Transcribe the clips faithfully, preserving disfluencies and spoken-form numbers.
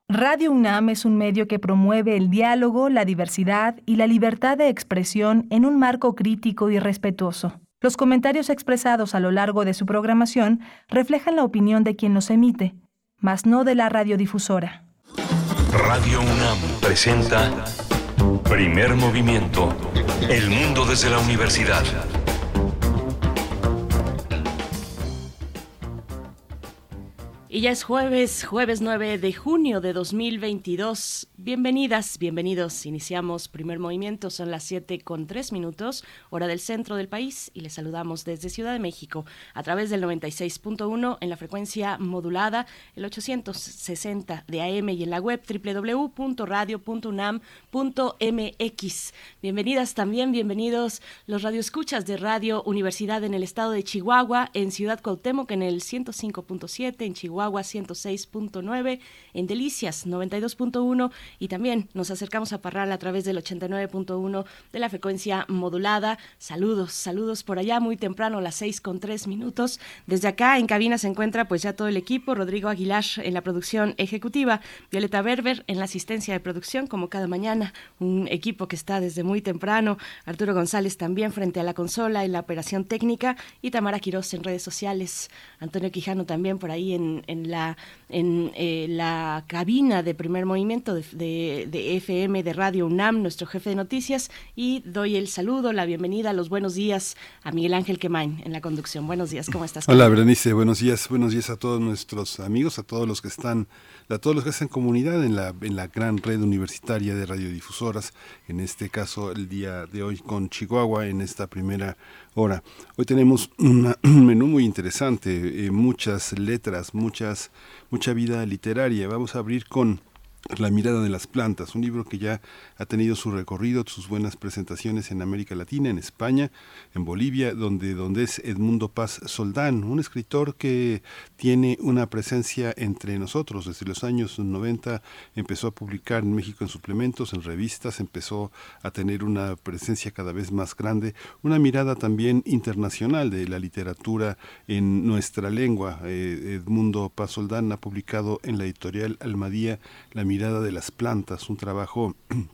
Radio UNAM es un medio que promueve el diálogo, la diversidad y la libertad de expresión en un marco crítico y respetuoso. Los comentarios expresados a lo largo de su programación reflejan la opinión de quien los emite, mas no de la radiodifusora. Radio UNAM presenta Primer Movimiento. El mundo desde la universidad. Y ya es jueves, jueves nueve de junio de dos mil veintidós. Bienvenidas, bienvenidos. Iniciamos Primer Movimiento, son las siete con tres minutos, hora del centro del país, y les saludamos desde Ciudad de México a través del noventa y seis punto uno en la frecuencia modulada, el ochocientos sesenta de A M y en la web doble u doble u doble u punto radio punto unam punto m x. Bienvenidas también, bienvenidos los radioescuchas de Radio Universidad en el estado de Chihuahua, en Ciudad Cuauhtémoc en el ciento cinco punto siete, en Chihuahua ciento seis punto nueve, en Delicias noventa y dos punto uno y también nos acercamos a Parral a través del ochenta y nueve punto uno de la frecuencia modulada. Saludos, saludos por allá muy temprano, las seis con tres minutos. Desde acá en cabina se encuentra pues ya todo el equipo, Rodrigo Aguilar en la producción ejecutiva, Violeta Berber en la asistencia de producción como cada mañana, un equipo que está desde muy temprano, Arturo González también frente a la consola en la operación técnica y Tamara Quirós en redes sociales, Antonio Quijano también por ahí en en la en eh, la cabina de Primer Movimiento de, de, de F M de Radio UNAM, nuestro jefe de noticias, y doy el saludo, la bienvenida, los buenos días a Miguel Ángel Quemain en la conducción. Buenos días, ¿cómo estás? Hola, Berenice, buenos días, buenos días a todos nuestros amigos, a todos los que están, a todos los que hacen comunidad en la en la gran red universitaria de radiodifusoras, en este caso el día de hoy con Chihuahua en esta primera hora. Hoy tenemos una, un menú muy interesante, eh, muchas letras, muchas, mucha vida literaria. Vamos a abrir con La mirada de las plantas, un libro que ya ha tenido su recorrido, sus buenas presentaciones en América Latina, en España, en Bolivia, donde, donde es Edmundo Paz Soldán, un escritor que tiene una presencia entre nosotros. Desde los años noventa empezó a publicar en México en suplementos, en revistas, empezó a tener una presencia cada vez más grande, una mirada también internacional de la literatura en nuestra lengua. Eh, Edmundo Paz Soldán ha publicado en la editorial Almadía La mirada de las plantas, un trabajo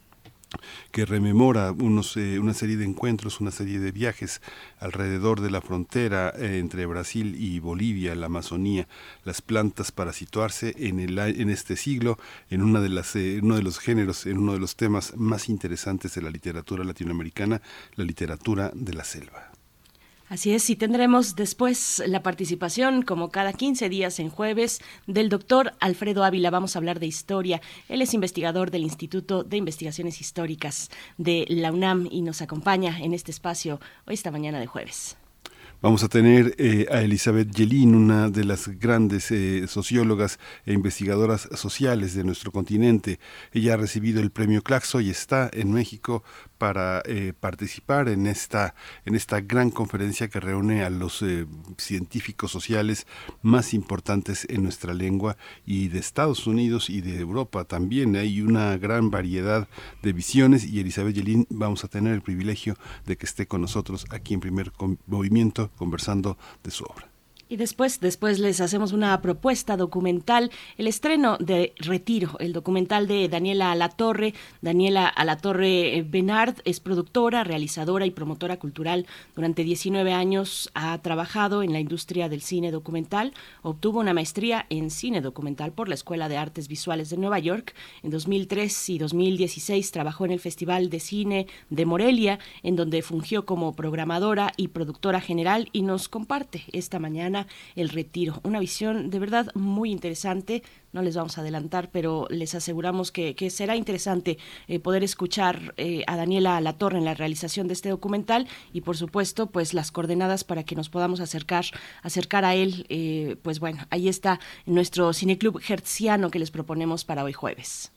que rememora unos, eh, una serie de encuentros, una serie de viajes alrededor de la frontera eh, entre Brasil y Bolivia, la Amazonía, las plantas para situarse en, el, en este siglo, en una de las, eh, uno de los géneros, en uno de los temas más interesantes de la literatura latinoamericana, la literatura de la selva. Así es, y tendremos después la participación, como cada quince días en jueves, del doctor Alfredo Ávila. Vamos a hablar de historia. Él es investigador del Instituto de Investigaciones Históricas de la UNAM y nos acompaña en este espacio hoy esta mañana de jueves. Vamos a tener eh, a Elizabeth Yelin, una de las grandes eh, sociólogas e investigadoras sociales de nuestro continente. Ella ha recibido el premio Claxo y está en México para eh, participar en esta en esta gran conferencia que reúne a los eh, científicos sociales más importantes en nuestra lengua y de Estados Unidos y de Europa también. Hay una gran variedad de visiones y Elizabeth Yelin vamos a tener el privilegio de que esté con nosotros aquí en Primer Movimiento conversando de su obra. Y después, después les hacemos una propuesta documental, el estreno de Retiro, el documental de Daniela Alatorre. Daniela Alatorre Benard es productora, realizadora y promotora cultural. Durante diecinueve años ha trabajado en la industria del cine documental. Obtuvo una maestría en cine documental por la Escuela de Artes Visuales de Nueva York. En dos mil tres y dos mil dieciséis trabajó en el Festival de Cine de Morelia, en donde fungió como programadora y productora general, y nos comparte esta mañana El Retiro, una visión de verdad muy interesante. No les vamos a adelantar, pero les aseguramos que, que será interesante eh, poder escuchar eh, a Daniela Alatorre en la realización de este documental y, por supuesto, pues las coordenadas para que nos podamos acercar, acercar a él. Eh, pues bueno, ahí está nuestro cineclub hertziano que les proponemos para hoy jueves.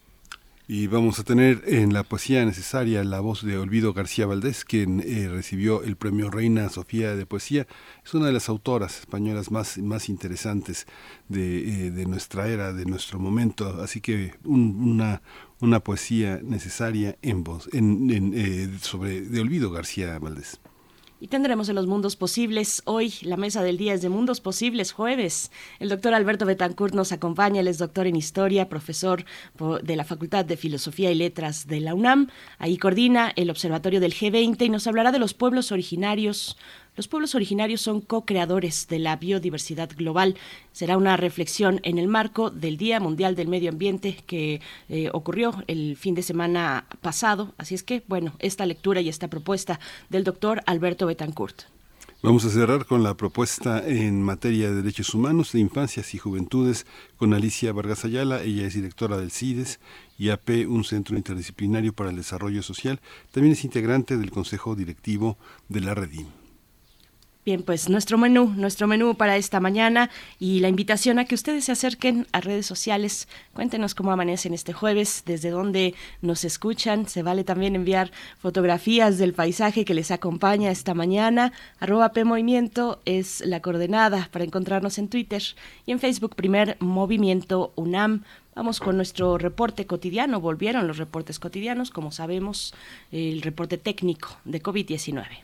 Y vamos a tener en la poesía necesaria la voz de Olvido García Valdés, quien eh, recibió el premio Reina Sofía de Poesía. Es una de las autoras españolas más, más interesantes de, eh, de nuestra era, de nuestro momento. Así que un, una, una poesía necesaria en voz, en, en, eh, sobre de Olvido García Valdés. Y tendremos en los mundos posibles, hoy la mesa del día es de Mundos Posibles, jueves. El doctor Alberto Betancourt nos acompaña, él es doctor en Historia, profesor de la Facultad de Filosofía y Letras de la UNAM. Ahí coordina el Observatorio del G veinte y nos hablará de los pueblos originarios. Los pueblos originarios son co-creadores de la biodiversidad global. Será una reflexión en el marco del Día Mundial del Medio Ambiente que eh, ocurrió el fin de semana pasado. Así es que, bueno, esta lectura y esta propuesta del doctor Alberto Betancourt. Vamos a cerrar con la propuesta en materia de derechos humanos, de infancias y juventudes, con Alicia Vargas Ayala. Ella es directora del CIDES y A P, un centro interdisciplinario para el desarrollo social. También es integrante del Consejo Directivo de la Redim. Bien, pues nuestro menú, nuestro menú para esta mañana y la invitación a que ustedes se acerquen a redes sociales. Cuéntenos cómo amanecen este jueves, desde dónde nos escuchan. Se vale también enviar fotografías del paisaje que les acompaña esta mañana. Arroba P Movimiento es la coordenada para encontrarnos en Twitter y en Facebook Primer Movimiento UNAM. Vamos con nuestro reporte cotidiano. Volvieron los reportes cotidianos, como sabemos, el reporte técnico de COVID diecinueve.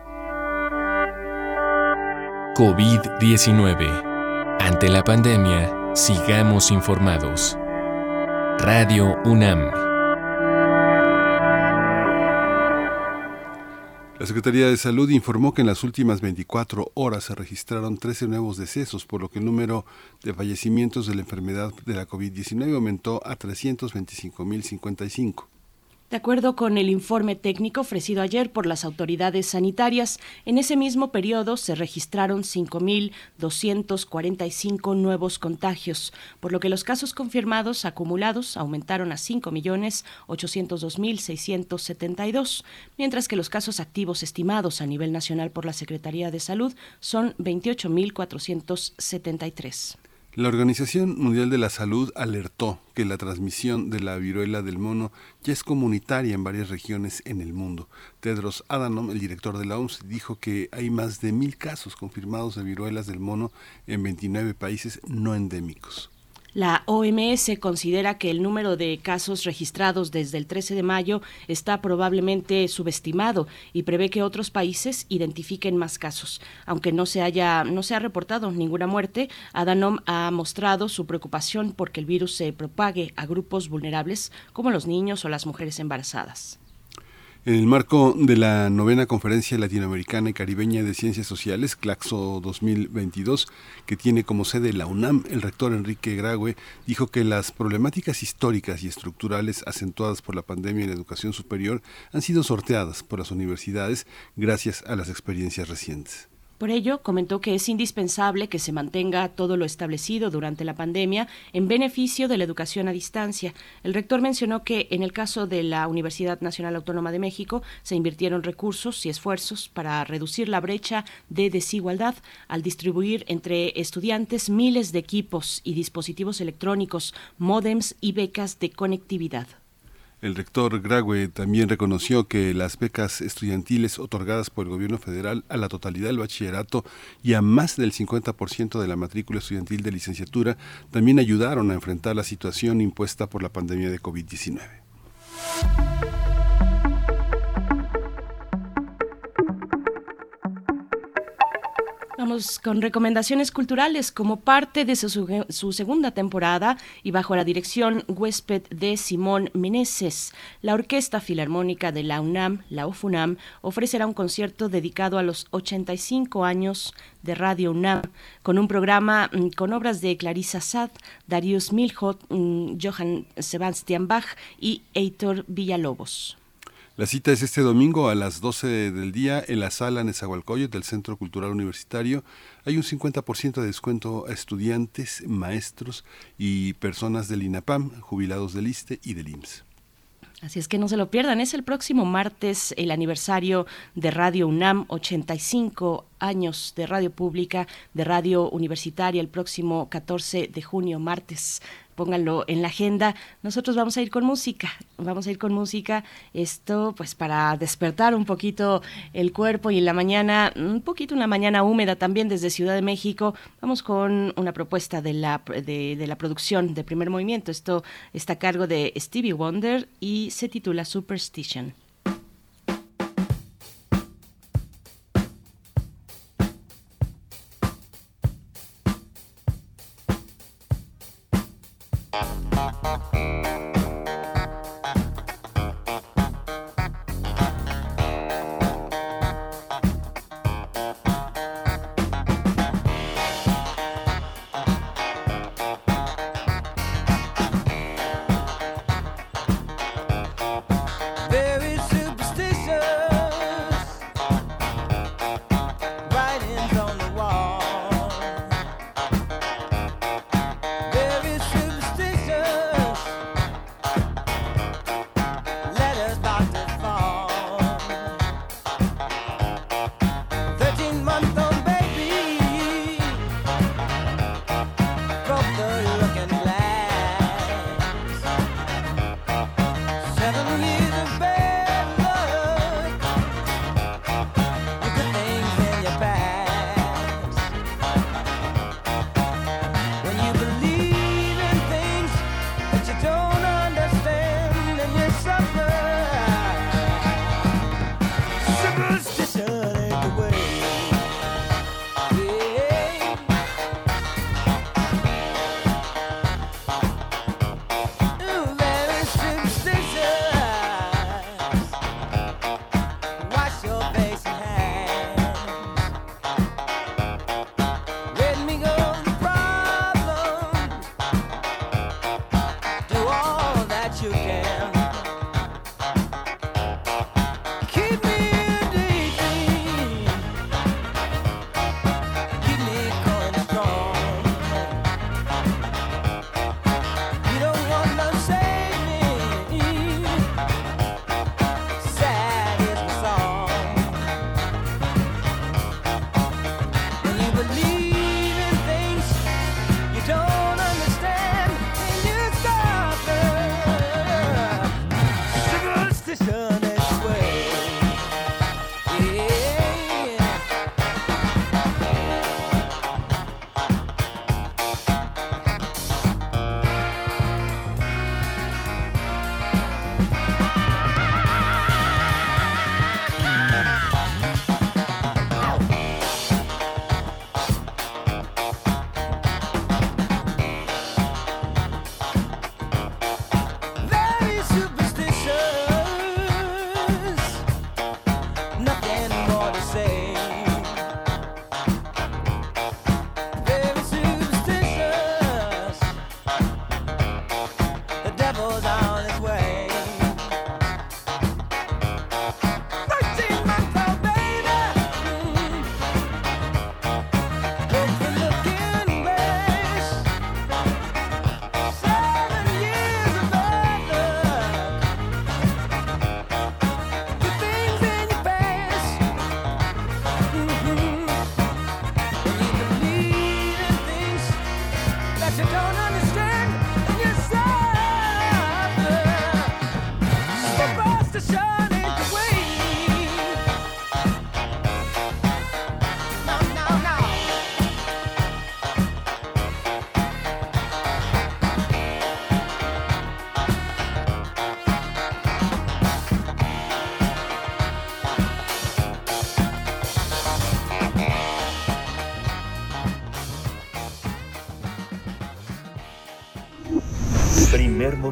COVID diecinueve. Ante la pandemia, sigamos informados. Radio UNAM. La Secretaría de Salud informó que en las últimas veinticuatro horas se registraron trece nuevos decesos, por lo que el número de fallecimientos de la enfermedad de la COVID diecinueve aumentó a trescientos veinticinco mil cincuenta y cinco. De acuerdo con el informe técnico ofrecido ayer por las autoridades sanitarias, en ese mismo periodo se registraron cinco mil doscientos cuarenta y cinco nuevos contagios, por lo que los casos confirmados acumulados aumentaron a cinco millones ochocientos dos mil seiscientos setenta y dos, mientras que los casos activos estimados a nivel nacional por la Secretaría de Salud son veintiocho mil cuatrocientos setenta y tres. La Organización Mundial de la Salud alertó que la transmisión de la viruela del mono ya es comunitaria en varias regiones en el mundo. Tedros Adhanom, el director de la O M S, dijo que hay más de mil casos confirmados de viruelas del mono en veintinueve países no endémicos. La O M S considera que el número de casos registrados desde el trece de mayo está probablemente subestimado y prevé que otros países identifiquen más casos. Aunque no se haya, no se ha reportado ninguna muerte, Adhanom ha mostrado su preocupación porque el virus se propague a grupos vulnerables como los niños o las mujeres embarazadas. En el marco de la novena Conferencia Latinoamericana y Caribeña de Ciencias Sociales, CLACSO dos mil veintidós, que tiene como sede la UNAM, el rector Enrique Graue dijo que las problemáticas históricas y estructurales acentuadas por la pandemia en la educación superior han sido sorteadas por las universidades gracias a las experiencias recientes. Por ello, comentó que es indispensable que se mantenga todo lo establecido durante la pandemia en beneficio de la educación a distancia. El rector mencionó que en el caso de la Universidad Nacional Autónoma de México se invirtieron recursos y esfuerzos para reducir la brecha de desigualdad al distribuir entre estudiantes miles de equipos y dispositivos electrónicos, módems y becas de conectividad. El rector Graue también reconoció que las becas estudiantiles otorgadas por el gobierno federal a la totalidad del bachillerato y a más del cincuenta por ciento de la matrícula estudiantil de licenciatura también ayudaron a enfrentar la situación impuesta por la pandemia de COVID diecinueve. Vamos con recomendaciones culturales como parte de su, su segunda temporada y bajo la dirección huésped de Simón Meneses. La Orquesta Filarmónica de la UNAM, la UFUNAM, ofrecerá un concierto dedicado a los ochenta y cinco años de Radio UNAM, con un programa con obras de Clarissa Sad, Darius Milhaud, Johann Sebastian Bach y Heitor Villalobos. La cita es este domingo a las doce del día en la sala Nezahualcóyotl del Centro Cultural Universitario. Hay un cincuenta por ciento de descuento a estudiantes, maestros y personas del INAPAM, jubilados del ISSSTE y del I M S S. Así es que no se lo pierdan, es el próximo martes el aniversario de Radio UNAM, ochenta y cinco años de radio pública, de radio universitaria, el próximo catorce de junio, martes. Pónganlo en la agenda. Nosotros vamos a ir con música, vamos a ir con música, esto pues para despertar un poquito el cuerpo y en la mañana, un poquito una mañana húmeda también desde Ciudad de México. Vamos con una propuesta de la, de, de la producción de Primer Movimiento. Esto está a cargo de Stevie Wonder y se titula Superstition.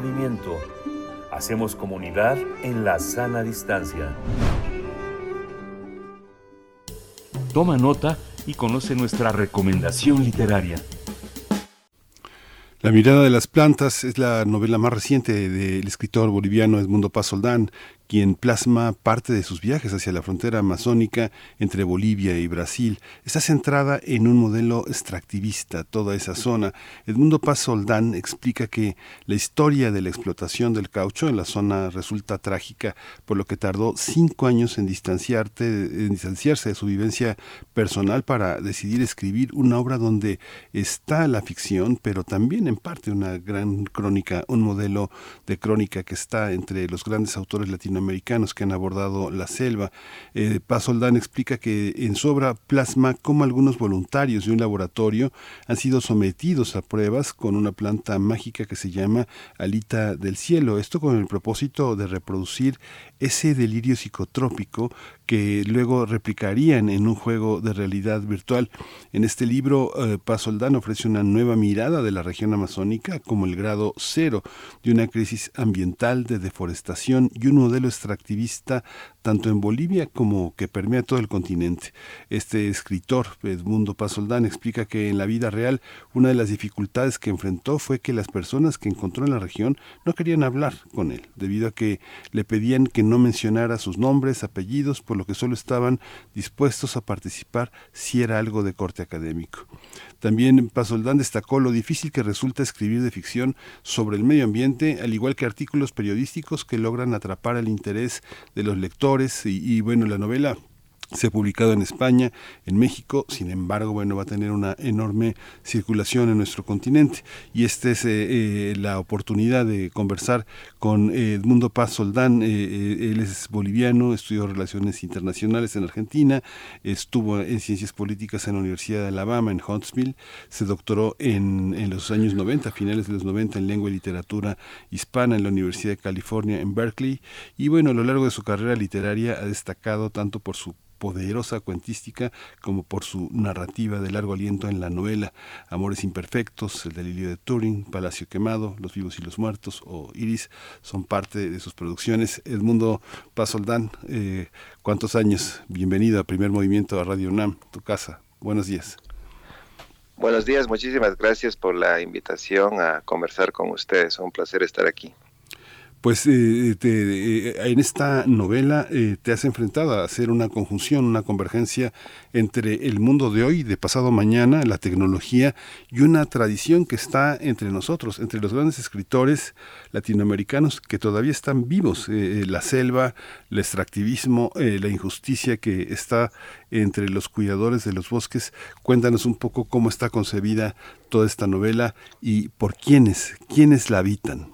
movimiento. Hacemos comunidad en la sana distancia. Toma nota y conoce nuestra recomendación literaria. La mirada de las plantas es la novela más reciente del escritor boliviano Edmundo Paz Soldán, quien plasma parte de sus viajes hacia la frontera amazónica entre Bolivia y Brasil. Está centrada en un modelo extractivista, toda esa zona. Edmundo Paz Soldán explica que la historia de la explotación del caucho en la zona resulta trágica, por lo que tardó cinco años en, distanciarte, en distanciarse de su vivencia personal para decidir escribir una obra donde está la ficción, pero también en parte una gran crónica, un modelo de crónica que está entre los grandes autores latinoamericanos americanos que han abordado la selva. Eh, Paz Soldán explica que en su obra plasma cómo algunos voluntarios de un laboratorio han sido sometidos a pruebas con una planta mágica que se llama alita del cielo, esto con el propósito de reproducir ese delirio psicotrópico que luego replicarían en un juego de realidad virtual. En este libro, eh, Paz Soldán ofrece una nueva mirada de la región amazónica como el grado cero de una crisis ambiental de deforestación y un modelo extractivista tanto en Bolivia como que permea todo el continente. Este escritor, Edmundo Paz Soldán, explica que en la vida real una de las dificultades que enfrentó fue que las personas que encontró en la región no querían hablar con él, debido a que le pedían que no mencionara sus nombres, apellidos, por lo que solo estaban dispuestos a participar si era algo de corte académico. También Paz Soldán destacó lo difícil que resulta escribir de ficción sobre el medio ambiente, al igual que artículos periodísticos que logran atrapar el interés de los lectores y, y bueno, la novela se ha publicado en España, en México, sin embargo, bueno, va a tener una enorme circulación en nuestro continente. Y esta es eh, eh, la oportunidad de conversar con eh, Edmundo Paz Soldán. Eh, eh, él es boliviano, estudió Relaciones Internacionales en Argentina, estuvo en Ciencias Políticas en la Universidad de Alabama, en Huntsville, se doctoró en, en los años noventa, finales de los noventa, en Lengua y Literatura Hispana en la Universidad de California, en Berkeley. Y bueno, a lo largo de su carrera literaria ha destacado tanto por su poderosa cuentística como por su narrativa de largo aliento en la novela Amores Imperfectos, El Delirio de Turing, Palacio Quemado, Los Vivos y los Muertos o Iris son parte de sus producciones. Edmundo Paz Soldán, eh, ¿cuántos años? Bienvenido a Primer Movimiento, a Radio UNAM, tu casa. Buenos días. Buenos días, muchísimas gracias por la invitación a conversar con ustedes. Un placer estar aquí. Pues eh, te, eh, en esta novela eh, te has enfrentado a hacer una conjunción, una convergencia entre el mundo de hoy, de pasado mañana, la tecnología y una tradición que está entre nosotros, entre los grandes escritores latinoamericanos que todavía están vivos, eh, la selva, el extractivismo, eh, la injusticia que está entre los cuidadores de los bosques. Cuéntanos un poco cómo está concebida toda esta novela y por quiénes, quiénes la habitan.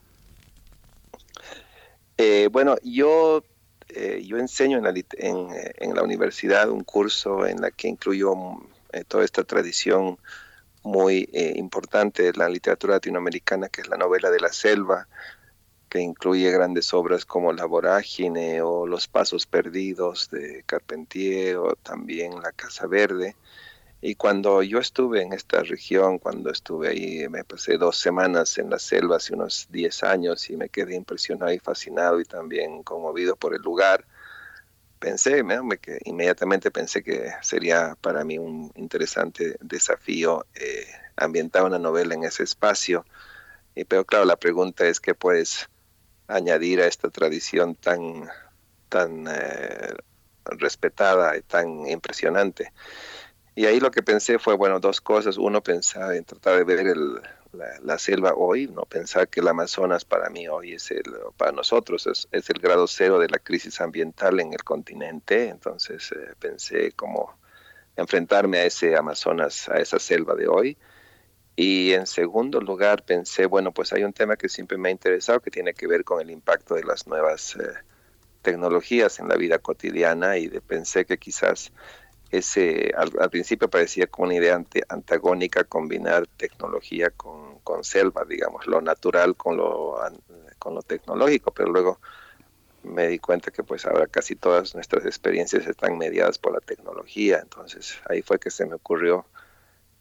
Eh, bueno, yo, eh, yo enseño en la, en, en la universidad un curso en la que incluyo eh, toda esta tradición muy eh, importante de la literatura latinoamericana, que es la novela de la selva, que incluye grandes obras como La Vorágine o Los Pasos Perdidos de Carpentier o también La Casa Verde. Y cuando yo estuve en esta región, cuando estuve ahí, me pasé dos semanas en la selva hace unos diez años y me quedé impresionado y fascinado y también conmovido por el lugar. Pensé, ¿no? que inmediatamente pensé que sería para mí un interesante desafío eh, ambientar una novela en ese espacio. Y, pero claro, la pregunta es qué puedes añadir a esta tradición tan, tan eh, respetada y tan impresionante. Y ahí lo que pensé fue, bueno, dos cosas. Uno, pensar en tratar de ver el, la, la selva hoy, no pensar que el Amazonas para mí hoy es el, para nosotros es, es el grado cero de la crisis ambiental en el continente. Entonces eh, pensé cómo enfrentarme a ese Amazonas, a esa selva de hoy. Y en segundo lugar pensé, bueno, pues hay un tema que siempre me ha interesado que tiene que ver con el impacto de las nuevas eh, tecnologías en la vida cotidiana y de, pensé que quizás Ese, al, al principio parecía como una idea ante, antagónica combinar tecnología con, con selva, digamos, lo natural con lo, con lo tecnológico, pero luego me di cuenta que pues ahora casi todas nuestras experiencias están mediadas por la tecnología, entonces ahí fue que se me ocurrió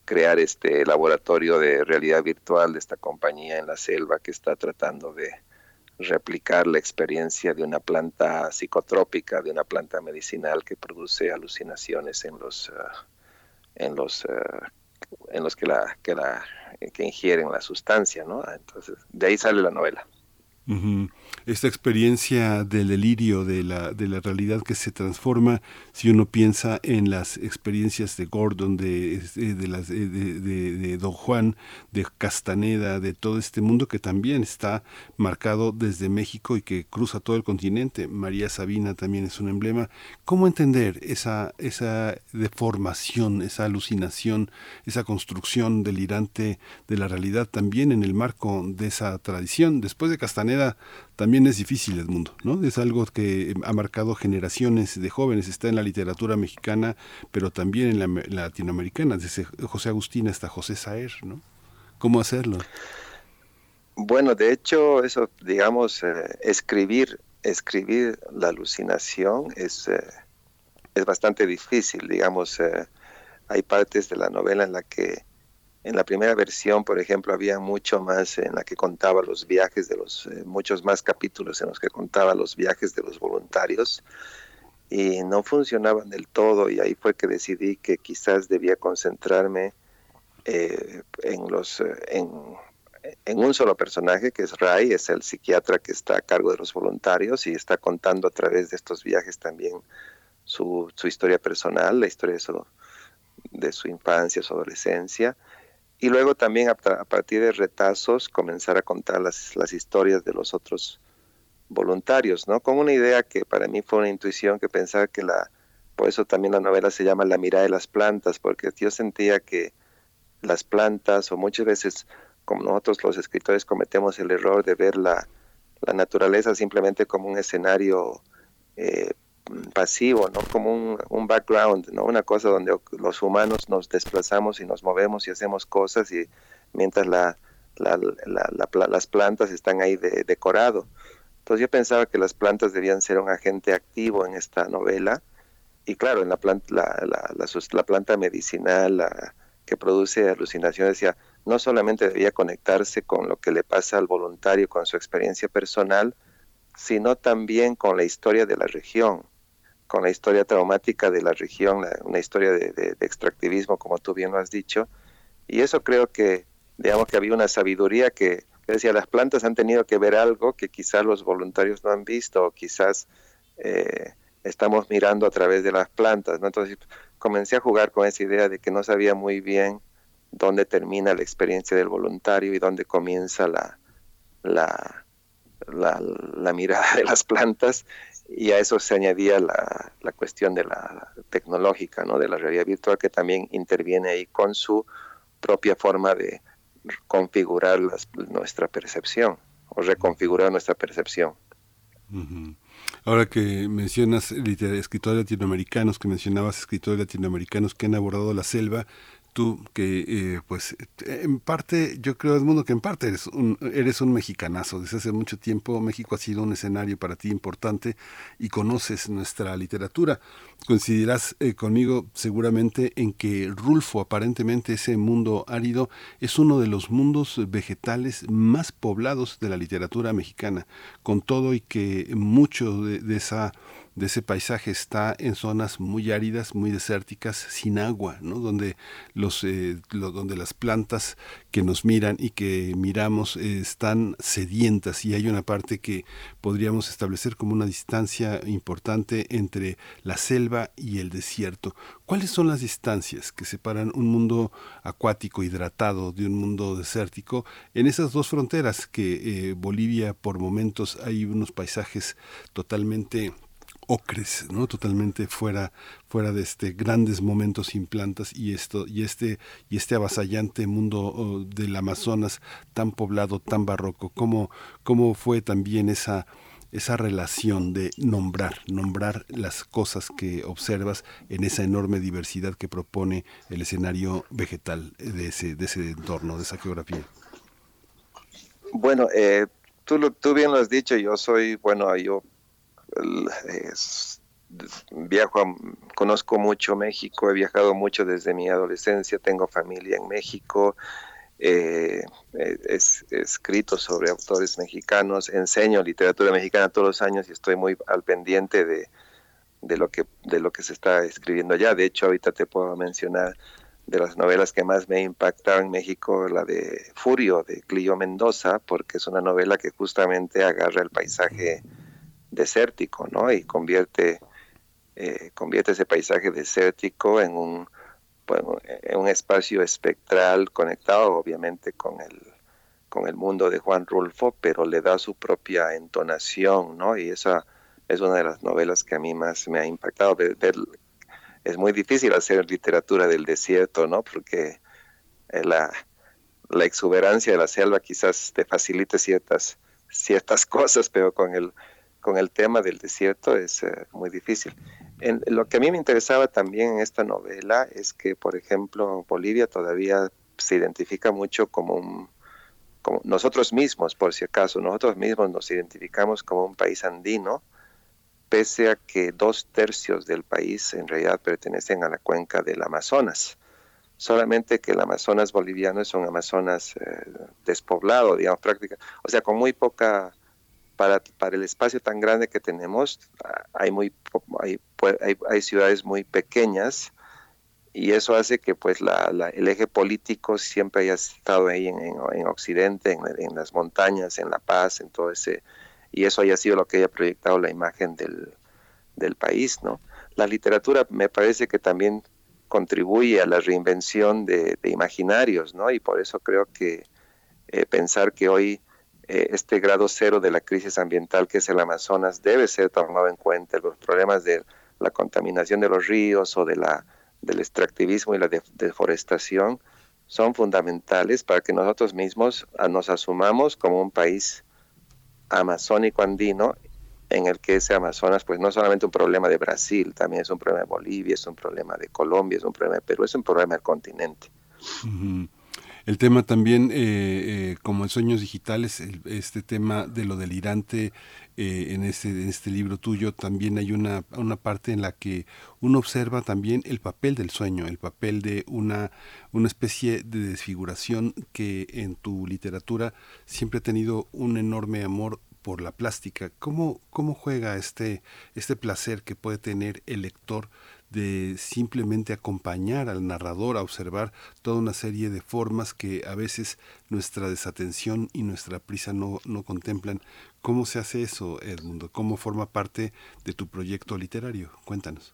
crear este laboratorio de realidad virtual de esta compañía en la selva que está tratando de replicar la experiencia de una planta psicotrópica, de una planta medicinal que produce alucinaciones en los uh, en los uh, en los que la que la que ingieren la sustancia, ¿no? Entonces, de ahí sale la novela. Uh-huh. Esta experiencia del delirio, de la, de la realidad que se transforma, si uno piensa en las experiencias de Gordon, de, de, las, de, de, de Don Juan, de Castaneda, de todo este mundo que también está marcado desde México y que cruza todo el continente. María Sabina también es un emblema. ¿Cómo entender esa, esa deformación, esa alucinación, esa construcción delirante de la realidad también en el marco de esa tradición? Después de Castaneda también es difícil, Edmundo, ¿no? Es algo que ha marcado generaciones de jóvenes, está en la literatura mexicana, pero también en la, la latinoamericana, desde José Agustín hasta José Saer, ¿no? ¿Cómo hacerlo? Bueno, de hecho, eso, digamos, eh, escribir, escribir la alucinación es, eh, es bastante difícil, digamos, eh, hay partes de la novela en la que en la primera versión, por ejemplo, había mucho más en la que contaba los viajes de los, eh, muchos más capítulos en los que contaba los viajes de los voluntarios y no funcionaban del todo, y ahí fue que decidí que quizás debía concentrarme eh, en los, eh, en, en un solo personaje, que es Ray, es el psiquiatra que está a cargo de los voluntarios y está contando a través de estos viajes también su, su historia personal, la historia de su, de su infancia, su adolescencia. Y luego también a, a partir de retazos comenzar a contar las, las historias de los otros voluntarios, ¿no? Con una idea que para mí fue una intuición, que pensaba que la, por eso también la novela se llama La mirada de las plantas, porque yo sentía que las plantas, o muchas veces como nosotros los escritores cometemos el error de ver la, la naturaleza simplemente como un escenario eh, pasivo, ¿no? Como un, un background, ¿no? Una cosa donde los humanos nos desplazamos y nos movemos y hacemos cosas, y mientras la, la, la, la, la, las plantas están ahí de decorado. Entonces yo pensaba que las plantas debían ser un agente activo en esta novela, y claro, en la planta, la, la, la, la planta medicinal la, que produce alucinaciones, decía, no solamente debía conectarse con lo que le pasa al voluntario, con su experiencia personal, sino también con la historia de la región, con la historia traumática de la región, la, una historia de, de, de extractivismo, como tú bien lo has dicho. Y eso creo que, digamos que había una sabiduría que, que decía, las plantas han tenido que ver algo que quizás los voluntarios no han visto, o quizás eh, estamos mirando a través de las plantas, ¿no? Entonces comencé a jugar con esa idea de que no sabía muy bien dónde termina la experiencia del voluntario y dónde comienza la, la, la, la mirada de las plantas. Y a eso se añadía la, la cuestión de la tecnológica, ¿no? De la realidad virtual, que también interviene ahí con su propia forma de configurar las, nuestra percepción, o reconfigurar nuestra percepción. Uh-huh. Ahora que mencionas escritores latinoamericanos, que mencionabas escritores latinoamericanos que han abordado la selva, tú que eh, pues en parte, yo creo, Edmundo, que en parte eres un, eres un mexicanazo. Desde hace mucho tiempo México ha sido un escenario para ti importante y conoces nuestra literatura. Coincidirás eh, conmigo seguramente en que Rulfo, aparentemente ese mundo árido, es uno de los mundos vegetales más poblados de la literatura mexicana, con todo y que mucho de, de esa de ese paisaje está en zonas muy áridas, muy desérticas, sin agua, ¿no? Donde los eh, lo, donde las plantas que nos miran y que miramos eh, están sedientas, y hay una parte que podríamos establecer como una distancia importante entre la selva y el desierto. ¿Cuáles son las distancias que separan un mundo acuático hidratado de un mundo desértico en esas dos fronteras? Que eh, Bolivia, por momentos hay unos paisajes totalmente ocres, ¿no? Totalmente fuera fuera de este grandes momentos sin plantas, y esto y este y este avasallante mundo oh, del Amazonas tan poblado, tan barroco. ¿Cómo cómo fue también esa esa relación de nombrar nombrar las cosas que observas en esa enorme diversidad que propone el escenario vegetal de ese de ese entorno, de esa geografía? Bueno, eh, tú lo, tú bien lo has dicho. Yo soy bueno yo Es, viajo, a, conozco mucho México, he viajado mucho desde mi adolescencia, tengo familia en México, eh, he, he escrito sobre autores mexicanos, enseño literatura mexicana todos los años y estoy muy al pendiente de, de, lo, que, de lo que se está escribiendo allá. De hecho, ahorita te puedo mencionar de las novelas que más me impactaron en México, la de Furio, de Clio Mendoza, porque es una novela que justamente agarra el paisaje desértico, ¿no? Y convierte, eh, convierte ese paisaje desértico en un, bueno, en un espacio espectral conectado, obviamente, con el, con el mundo de Juan Rulfo, pero le da su propia entonación, ¿no? Y esa es una de las novelas que a mí más me ha impactado. Ver, ver, es muy difícil hacer literatura del desierto, ¿no? Porque la, la exuberancia de la selva quizás te facilite ciertas, ciertas cosas, pero con el, con el tema del desierto es uh, muy difícil. En, lo que a mí me interesaba también en esta novela es que, por ejemplo, Bolivia todavía se identifica mucho como un, como nosotros mismos, por si acaso, nosotros mismos nos identificamos como un país andino, pese a que dos tercios del país en realidad pertenecen a la cuenca del Amazonas. Solamente que el Amazonas boliviano es un Amazonas eh, despoblado, digamos, práctica. O sea, con muy poca, para, para el espacio tan grande que tenemos, hay, muy, hay, hay, hay ciudades muy pequeñas, y eso hace que pues la, la, el eje político siempre haya estado ahí en, en, en Occidente, en, en las montañas, en La Paz, en todo ese... y eso haya sido lo que haya proyectado la imagen del, del país, ¿no? La literatura me parece que también contribuye a la reinvención de, de imaginarios, ¿no? Y por eso creo que eh, pensar que hoy eh, este grado cero de la crisis ambiental que es el Amazonas debe ser tomado en cuenta, los problemas de la contaminación de los ríos o de la, del extractivismo y la de, deforestación son fundamentales para que nosotros mismos a, nos asumamos como un país amazónico andino, en el que ese Amazonas pues no es solamente un problema de Brasil, también es un problema de Bolivia, es un problema de Colombia, es un problema de Perú, es un problema del continente. Uh-huh. El tema también, eh, eh, como en Sueños Digitales, el, este tema de lo delirante, eh, en, este, en este libro tuyo también hay una, una parte en la que uno observa también el papel del sueño, el papel de una, una especie de desfiguración que en tu literatura siempre ha tenido un enorme amor por la plástica. ¿Cómo, cómo juega este, este placer que puede tener el lector de simplemente acompañar al narrador a observar toda una serie de formas que a veces nuestra desatención y nuestra prisa no, no contemplan? ¿Cómo se hace eso, Edmundo? ¿Cómo forma parte de tu proyecto literario? Cuéntanos.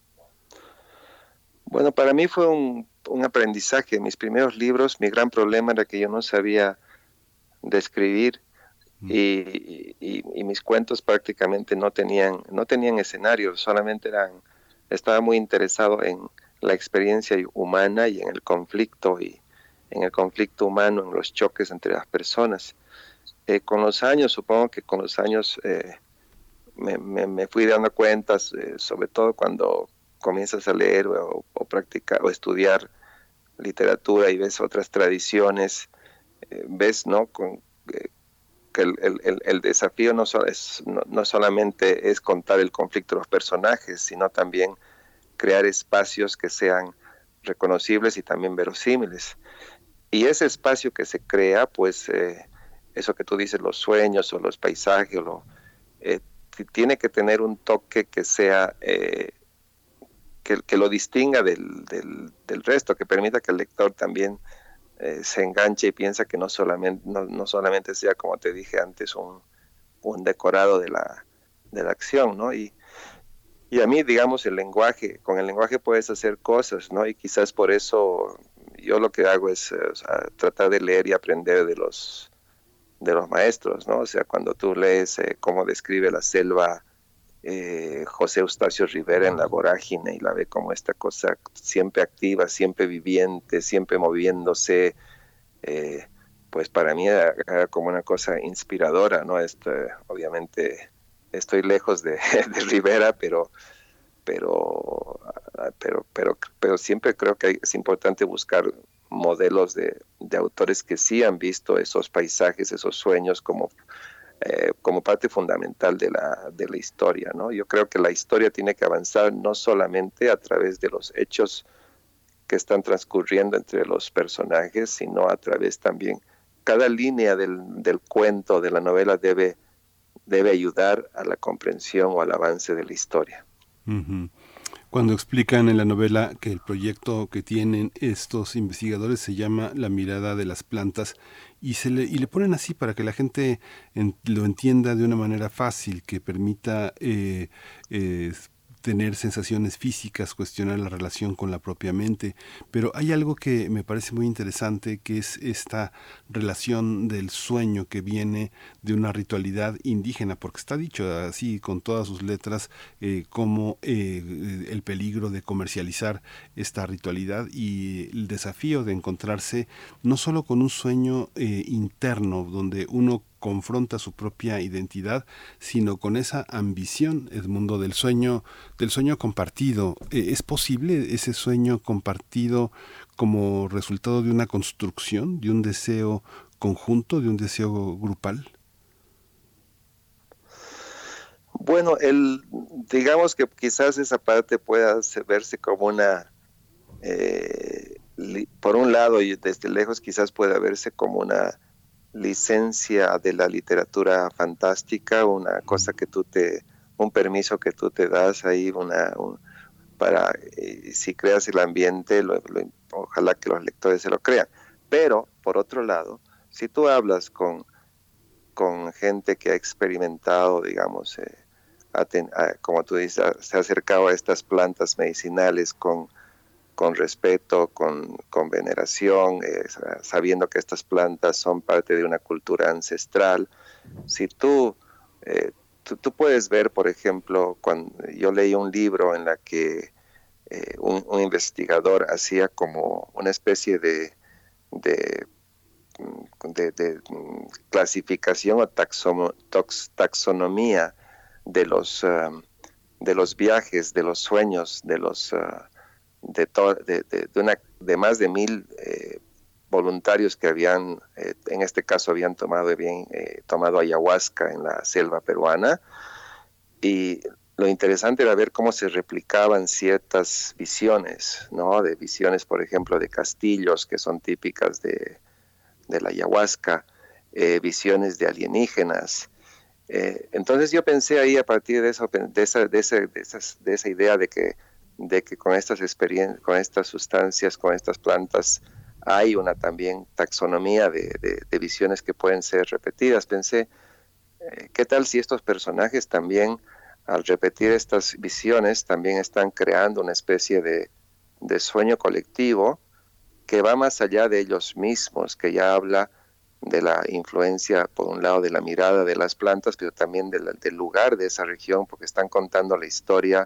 Bueno, para mí fue un, un aprendizaje. Mis primeros libros, mi gran problema era que yo no sabía describir mm. y, y, y mis cuentos prácticamente no tenían, no tenían escenarios, solamente eran... Estaba muy interesado en la experiencia humana y en el conflicto, y en el conflicto humano, en los choques entre las personas. Eh, con los años, supongo que con los años eh, me, me, me fui dando cuenta, eh, sobre todo cuando comienzas a leer o, o practicar o estudiar literatura y ves otras tradiciones, eh, ves, ¿no? Con, eh, que el, el, el desafío no, so, es, no, no solamente es contar el conflicto de los personajes, sino también crear espacios que sean reconocibles y también verosímiles. Y ese espacio que se crea, pues eh, eso que tú dices, los sueños o los paisajes, o lo, eh, tiene que tener un toque que sea, eh, que, que lo distinga del, del, del resto, que permita que el lector también Eh, se enganche y piensa que no solamente, no, no solamente sea, como te dije antes, un, un decorado de la, de la acción, ¿no? Y, y a mí, digamos, el lenguaje, con el lenguaje puedes hacer cosas, ¿no? Y quizás por eso yo lo que hago es eh, o sea, tratar de leer y aprender de los, de los maestros, ¿no? O sea, cuando tú lees eh, cómo describe la selva eh, José Eustacio Rivera en La Vorágine, y la ve como esta cosa siempre activa, siempre viviente, siempre moviéndose, eh, pues para mí era, era como una cosa inspiradora, ¿no? Este, obviamente estoy lejos de, de Rivera, pero, pero, pero, pero, pero siempre creo que es importante buscar modelos de, de autores que sí han visto esos paisajes, esos sueños como, eh, como como parte fundamental de la, de la historia, ¿no? Yo creo que la historia tiene que avanzar no solamente a través de los hechos que están transcurriendo entre los personajes, sino a través también, cada línea del, del cuento, de la novela debe, debe ayudar a la comprensión o al avance de la historia. Uh-huh. Cuando explican en la novela que el proyecto que tienen estos investigadores se llama La mirada de las plantas, y se le, y le ponen así para que la gente en, lo entienda de una manera fácil, que permita eh, eh, tener sensaciones físicas, cuestionar la relación con la propia mente. Pero hay algo que me parece muy interesante, que es esta relación del sueño que viene de una ritualidad indígena, porque está dicho así con todas sus letras, eh, como eh, el peligro de comercializar esta ritualidad y el desafío de encontrarse no solo con un sueño eh, interno, donde uno confronta su propia identidad, sino con esa ambición, Edmundo, del sueño, del sueño compartido. Eh, ¿Es posible ese sueño compartido como resultado de una construcción, de un deseo conjunto, de un deseo grupal? Bueno, el, digamos que quizás esa parte pueda verse como una, eh, li, por un lado y desde lejos quizás pueda verse como una licencia de la literatura fantástica, una cosa que tú te, un permiso que tú te das ahí, una, un, para, eh, si creas el ambiente, lo, lo, ojalá que los lectores se lo crean. Pero, por otro lado, si tú hablas con, con gente que ha experimentado, digamos, eh, aten, a, como tú dices, a, se ha acercado a estas plantas medicinales con con respeto, con, con veneración, eh, sabiendo que estas plantas son parte de una cultura ancestral. Si tú, eh, tú, tú puedes ver, por ejemplo, cuando yo leí un libro en la que eh, un, un investigador hacía como una especie de, de, de, de clasificación o taxono, tox, taxonomía de los, uh, de los viajes, de los sueños, de los... Uh, De, to, de, de, de, una, de más de mil eh, voluntarios que habían, eh, en este caso habían tomado, bien, eh, tomado ayahuasca en la selva peruana, y lo interesante era ver cómo se replicaban ciertas visiones, ¿no? De visiones, por ejemplo, de castillos que son típicas de, de la ayahuasca, eh, visiones de alienígenas. Eh, entonces yo pensé ahí a partir de, eso, de, esa, de, esa, de, esas, de esa idea de que de que con estas experiencias, con estas sustancias, con estas plantas, hay una también taxonomía de, de, de visiones que pueden ser repetidas. Pensé, eh, ¿qué tal si estos personajes también, al repetir estas visiones, también están creando una especie de, de sueño colectivo que va más allá de ellos mismos, que ya habla de la influencia, por un lado, de la mirada de las plantas, pero también de la, del lugar de esa región, porque están contando la historia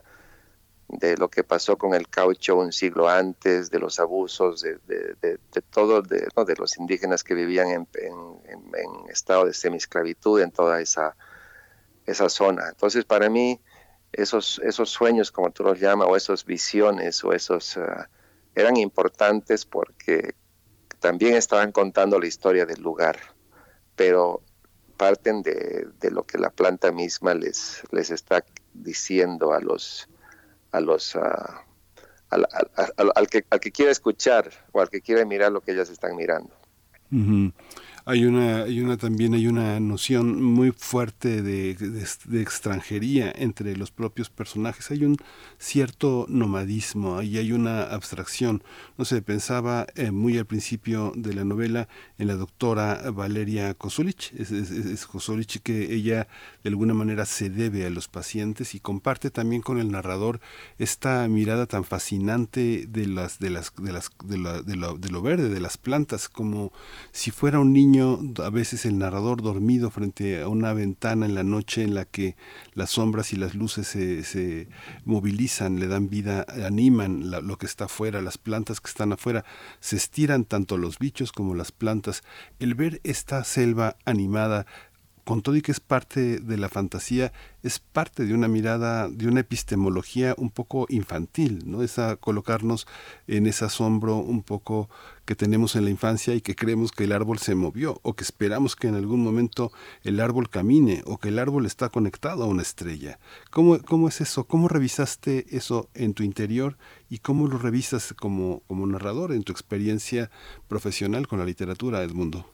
de lo que pasó con el caucho un siglo antes, de los abusos, de, de, de, de todo, de, ¿no? de los indígenas que vivían en, en, en, en estado de semiesclavitud en toda esa, esa zona. Entonces, para mí, esos, esos sueños, como tú los llamas, o esas visiones, o esos, uh, eran importantes porque también estaban contando la historia del lugar, pero parten de, de lo que la planta misma les, les está diciendo a los a los uh, al, al, al, al, que, al que quiera escuchar o al que quiera mirar lo que ellas están mirando. Uh-huh. Hay una, hay una también hay una noción muy fuerte de, de, de extranjería entre los propios personajes. Hay un cierto nomadismo, ahí hay una abstracción. No sé, pensaba eh, muy al principio de la novela en la doctora Valeria Kosulich. Es, es, es Kosulich, que ella de alguna manera se debe a los pacientes y comparte también con el narrador esta mirada tan fascinante de las de las de las de, la, de, lo, de lo verde, de las plantas, como si fuera un niño. A veces el narrador dormido frente a una ventana en la noche en la que las sombras y las luces se, se movilizan, le dan vida, animan la, lo que está afuera, las plantas que están afuera, se estiran tanto los bichos como las plantas. El ver esta selva animada con todo y que es parte de la fantasía, es parte de una mirada, de una epistemología un poco infantil, ¿no? Esa colocarnos en ese asombro un poco que tenemos en la infancia y que creemos que el árbol se movió, o que esperamos que en algún momento el árbol camine, o que el árbol está conectado a una estrella. ¿Cómo, cómo es eso? ¿Cómo revisaste eso en tu interior y cómo lo revisas como, como narrador en tu experiencia profesional con la literatura, Edmundo?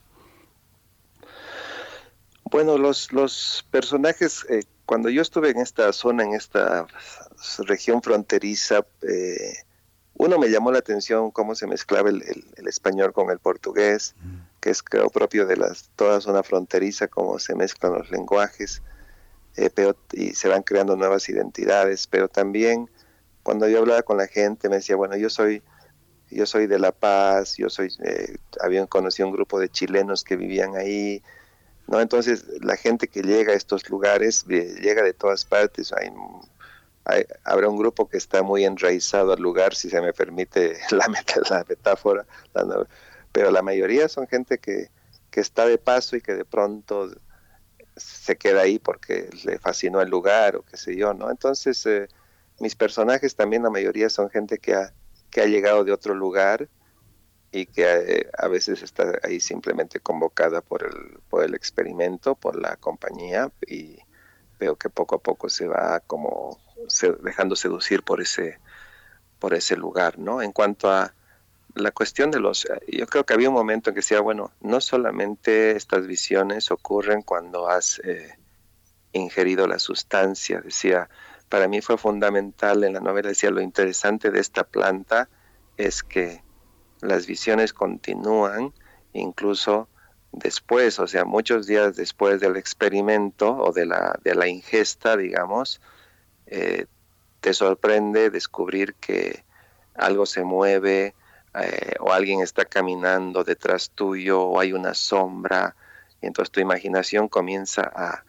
Bueno, los, los personajes, eh, cuando yo estuve en esta zona, en esta región fronteriza, eh, uno me llamó la atención cómo se mezclaba el, el, el español con el portugués, mm. que es creo propio de las, toda zona fronteriza, cómo se mezclan los lenguajes, eh, pero, y se van creando nuevas identidades, pero también cuando yo hablaba con la gente me decía, bueno, yo soy yo soy de La Paz, yo soy, eh, habían conocido un grupo de chilenos que vivían ahí, ¿no? Entonces la gente que llega a estos lugares eh, llega de todas partes. Hay, hay, habrá un grupo que está muy enraizado al lugar, si se me permite la, la metáfora, la, pero la mayoría son gente que, que está de paso y que de pronto se queda ahí porque le fascinó el lugar o qué sé yo, ¿no? Entonces eh, mis personajes también, la mayoría son gente que ha, que ha llegado de otro lugar y que eh, a veces está ahí simplemente convocada por el, por el experimento, por la compañía, y veo que poco a poco se va como se, dejando seducir por ese, por ese lugar, ¿no? En cuanto a la cuestión de los... Yo creo que había un momento en que decía, bueno, no solamente estas visiones ocurren cuando has eh, ingerido la sustancia, decía, para mí fue fundamental en la novela, decía, lo interesante de esta planta es que las visiones continúan incluso después, o sea, muchos días después del experimento o de la, de la ingesta, digamos, eh, te sorprende descubrir que algo se mueve eh, o alguien está caminando detrás tuyo o hay una sombra, y entonces tu imaginación comienza a,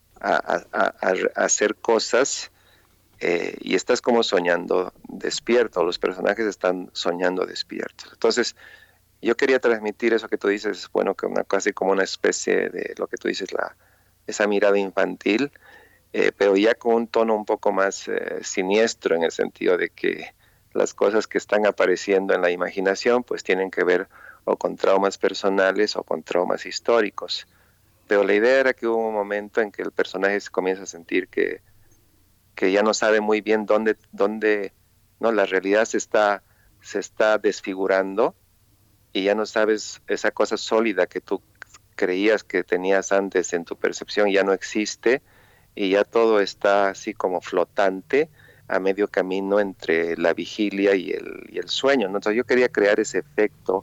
a, a, a, a hacer cosas Eh, y estás como soñando despierto, los personajes están soñando despiertos. Entonces, yo quería transmitir eso que tú dices, bueno, que una, casi como una especie de lo que tú dices, la, esa mirada infantil, eh, pero ya con un tono un poco más eh, siniestro, en el sentido de que las cosas que están apareciendo en la imaginación pues tienen que ver o con traumas personales o con traumas históricos. Pero la idea era que hubo un momento en que el personaje se comienza a sentir que que ya no sabe muy bien dónde, dónde, no, la realidad se está, se está desfigurando y ya no sabes, esa cosa sólida que tú creías que tenías antes en tu percepción ya no existe y ya todo está así como flotante a medio camino entre la vigilia y el, y el sueño, ¿no? Entonces yo quería crear ese efecto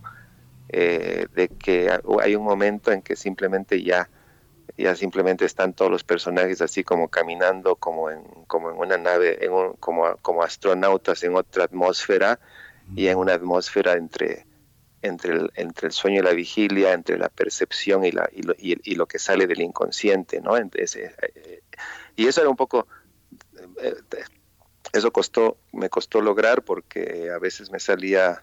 eh, de que hay un momento en que simplemente ya ya simplemente están todos los personajes así como caminando como en como en una nave, en un, como como astronautas en otra atmósfera y en una atmósfera entre entre el, entre el sueño y la vigilia, entre la percepción y la y lo, y, y lo que sale del inconsciente, ¿no? Entonces, eh, y eso era un poco eh, eso costó me costó lograr porque a veces me salía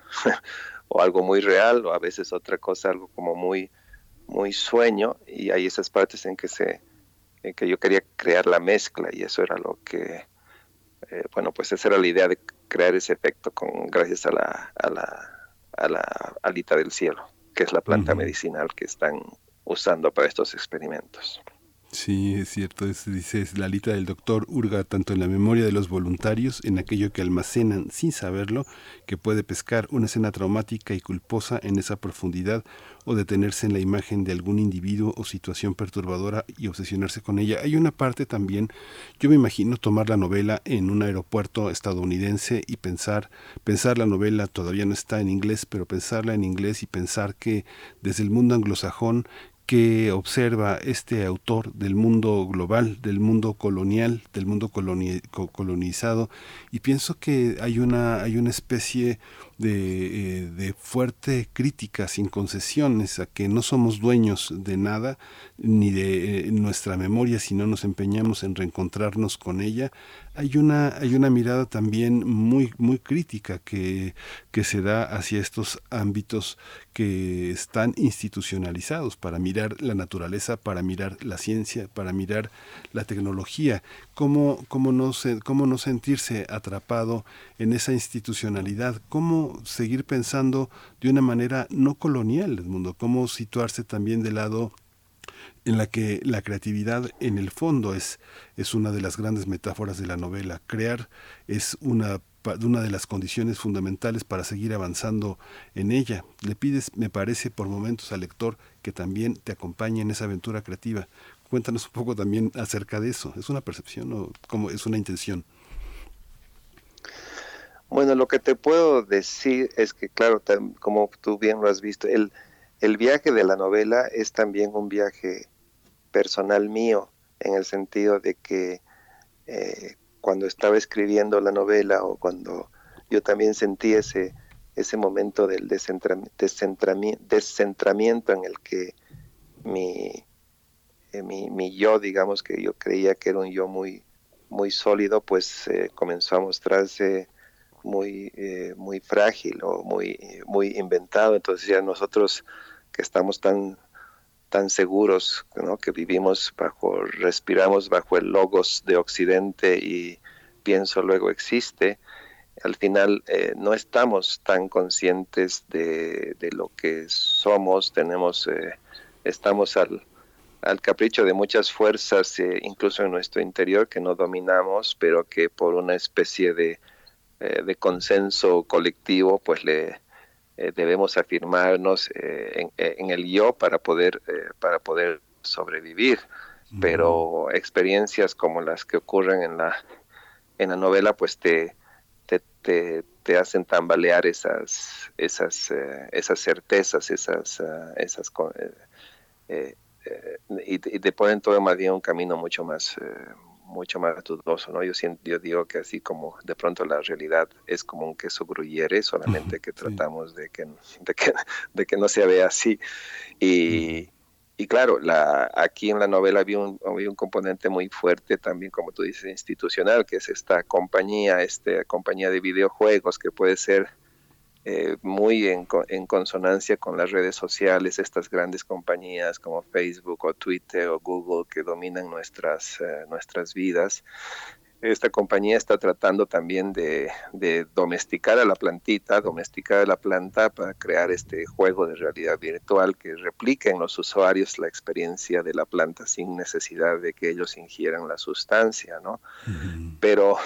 o algo muy real o a veces otra cosa, algo como muy muy sueño, y hay esas partes en que se en que yo quería crear la mezcla y eso era lo que eh, bueno, pues esa era la idea de crear ese efecto con gracias a la a la a la alita del cielo, que es la planta uh-huh. medicinal que están usando para estos experimentos. Sí, es cierto, es, dice, es la alita del doctor hurga tanto en la memoria de los voluntarios, en aquello que almacenan sin saberlo, que puede pescar una escena traumática y culposa en esa profundidad o detenerse en la imagen de algún individuo o situación perturbadora y obsesionarse con ella. Hay una parte también, yo me imagino tomar la novela en un aeropuerto estadounidense y pensar, pensar la novela, todavía no está en inglés, pero pensarla en inglés y pensar que desde el mundo anglosajón que observa este autor del mundo global, del mundo colonial, del mundo coloni- colonizado, y pienso que hay una hay una especie de, eh, de fuerte crítica sin concesiones a que no somos dueños de nada ni de eh, nuestra memoria si no nos empeñamos en reencontrarnos con ella. Hay una, hay una mirada también muy, muy crítica que, que se da hacia estos ámbitos que están institucionalizados para mirar la naturaleza, para mirar la ciencia, para mirar la tecnología. ¿Cómo, cómo, no, se, cómo no sentirse atrapado en esa institucionalidad? ¿Cómo seguir pensando de una manera no colonial el mundo? ¿Cómo situarse también del lado en la que la creatividad en el fondo es, es una de las grandes metáforas de la novela? Crear es una, una de las condiciones fundamentales para seguir avanzando en ella. Le pides, me parece, por momentos al lector que también te acompañe en esa aventura creativa. Cuéntanos un poco también acerca de eso. ¿Es una percepción o cómo es una intención? Bueno, lo que te puedo decir es que, claro, como tú bien lo has visto, el, el viaje de la novela es también un viaje personal mío, en el sentido de que eh, cuando estaba escribiendo la novela o cuando yo también sentí ese, ese momento del descentrami- descentrami- descentramiento en el que mi, eh, mi, mi yo, digamos que yo creía que era un yo muy, muy sólido, pues eh, comenzó a mostrarse muy, eh, muy frágil o muy, muy inventado. Entonces ya nosotros que estamos tan tan seguros, ¿no? Que vivimos bajo, respiramos bajo el logos de Occidente y pienso luego existe, al final eh, no estamos tan conscientes de, de lo que somos, tenemos, eh, estamos al, al capricho de muchas fuerzas, eh, incluso en nuestro interior, que no dominamos, pero que por una especie de, eh, de consenso colectivo, pues le Eh, debemos afirmarnos eh, en, en el yo para poder, eh, para poder sobrevivir. Uh-huh. Pero experiencias como las que ocurren en la, en la novela, pues te, te, te, te hacen tambalear esas, esas, eh, esas certezas, esas, uh, esas eh, eh, y, y te ponen todo más bien un camino mucho más... Eh, mucho más dudoso, ¿no? Yo, siento, yo digo que así como de pronto la realidad es como un queso gruyere, solamente que tratamos sí. de, que, de, que, de que no se vea así. Y, y claro, la, aquí en la novela había un, había un componente muy fuerte también, como tú dices, institucional, que es esta compañía, esta compañía de videojuegos que puede ser Eh, muy en, en consonancia con las redes sociales, estas grandes compañías como Facebook o Twitter o Google que dominan nuestras, eh, nuestras vidas. Esta compañía está tratando también de, de domesticar a la plantita, domesticar a la planta para crear este juego de realidad virtual que replique en los usuarios la experiencia de la planta sin necesidad de que ellos ingieran la sustancia, ¿no? Uh-huh. Pero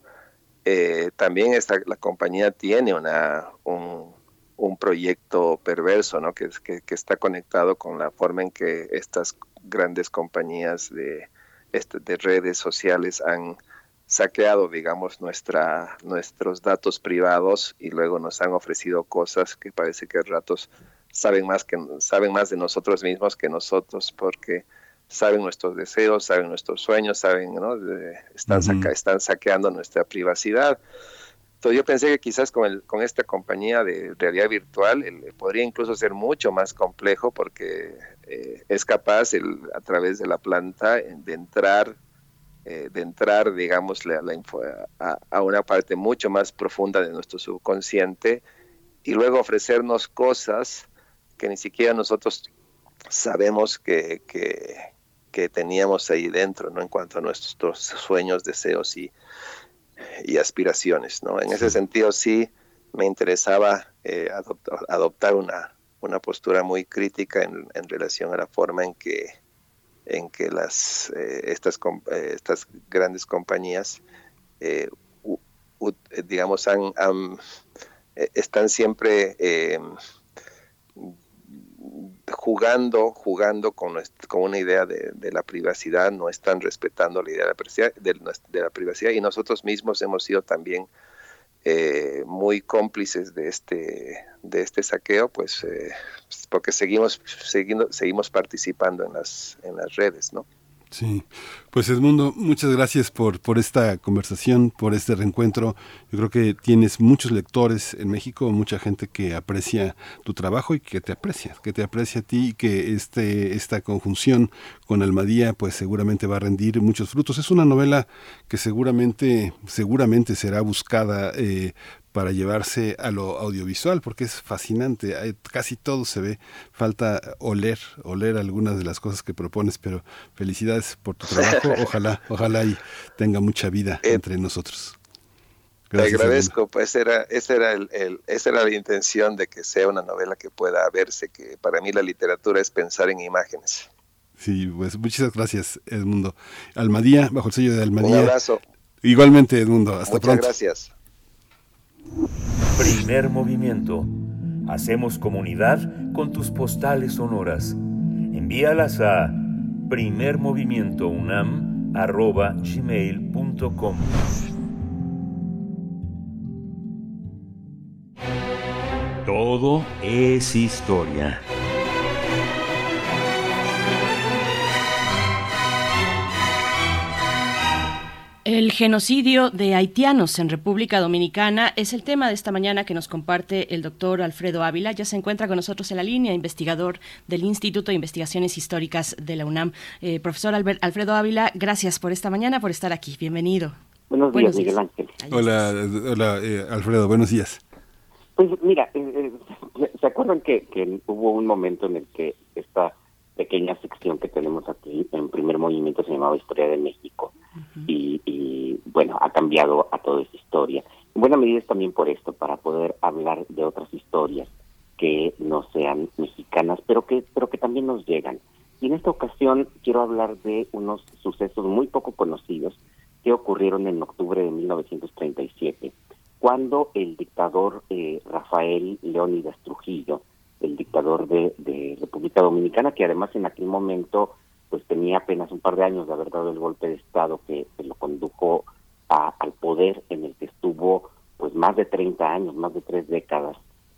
Eh, también esta, la compañía tiene una, un, un proyecto perverso, ¿no? que, que, que está conectado con la forma en que estas grandes compañías de, este, de redes sociales han saqueado, digamos, nuestra, nuestros datos privados y luego nos han ofrecido cosas que parece que a ratos saben más, que, saben más de nosotros mismos que nosotros, porque saben nuestros deseos, saben nuestros sueños, saben, ¿no? De, están, uh-huh. saca, están saqueando nuestra privacidad. Entonces yo pensé que quizás con, el, con esta compañía de realidad virtual el, podría incluso ser mucho más complejo porque eh, es capaz el, a través de la planta de entrar, eh, de entrar digamos, la, la info, a, a una parte mucho más profunda de nuestro subconsciente y luego ofrecernos cosas que ni siquiera nosotros sabemos que, que que teníamos ahí dentro, ¿no? En cuanto a nuestros sueños, deseos y, y aspiraciones, ¿no? En ese sentido sí me interesaba eh, adoptar, adoptar una, una postura muy crítica en, en relación a la forma en que, en que las, eh, estas, eh, estas grandes compañías eh, u, u, digamos han, han, eh, están siempre eh, jugando jugando con, nuestra, con una idea de, de la privacidad, no están respetando la idea de la privacidad, de, de la privacidad y nosotros mismos hemos sido también eh, muy cómplices de este de este saqueo, pues eh, porque seguimos seguindo, seguimos participando en las en las redes, ¿no? Sí, pues Edmundo, muchas gracias por, por esta conversación, por este reencuentro. Yo creo que tienes muchos lectores en México, mucha gente que aprecia tu trabajo y que te aprecia, que te aprecia a ti y que este, esta conjunción con Almadía pues seguramente va a rendir muchos frutos. Es una novela que seguramente, seguramente será buscada eh, para llevarse a lo audiovisual, porque es fascinante, hay, casi todo se ve, falta oler, oler algunas de las cosas que propones, pero felicidades por tu trabajo, ojalá, ojalá y tenga mucha vida eh, entre nosotros. Gracias, te agradezco, pues era, esa era el, el, esa era la intención de que sea una novela que pueda verse, que para mí la literatura es pensar en imágenes. Sí, pues muchas gracias, Edmundo. Almadía, bajo el sello de Almadía. Un abrazo. Igualmente, Edmundo, hasta muchas pronto. Gracias. Primer movimiento. Hacemos comunidad con tus postales sonoras. Envíalas a primermovimientounam arroba gmail punto com. Todo es historia. El genocidio de haitianos en República Dominicana es el tema de esta mañana que nos comparte el doctor Alfredo Ávila. Ya se encuentra con nosotros en la línea, investigador del Instituto de Investigaciones Históricas de la UNAM. Eh, profesor Albert, Alfredo Ávila, gracias por esta mañana, por estar aquí. Bienvenido. Buenos días, buenos días. Miguel Ángel. Hola, hola eh, Alfredo, buenos días. Pues mira, eh, eh, ¿se acuerdan que, que hubo un momento en el que esta pequeña sección que tenemos aquí en Primer Movimiento se llamaba Historia de México? Uh-huh. y, y bueno, ha cambiado a toda esa historia. En buena medida es también por esto, para poder hablar de otras historias que no sean mexicanas, pero que, pero que también nos llegan. Y en esta ocasión quiero hablar de unos sucesos muy poco conocidos que ocurrieron en octubre de mil novecientos treinta y siete, cuando el dictador eh, Rafael Leónidas Trujillo, el dictador de, de República Dominicana, que además en aquel momento pues tenía apenas un par de años de haber dado el golpe de Estado que, que lo condujo a, al poder, en el que estuvo pues más de treinta años, más de tres décadas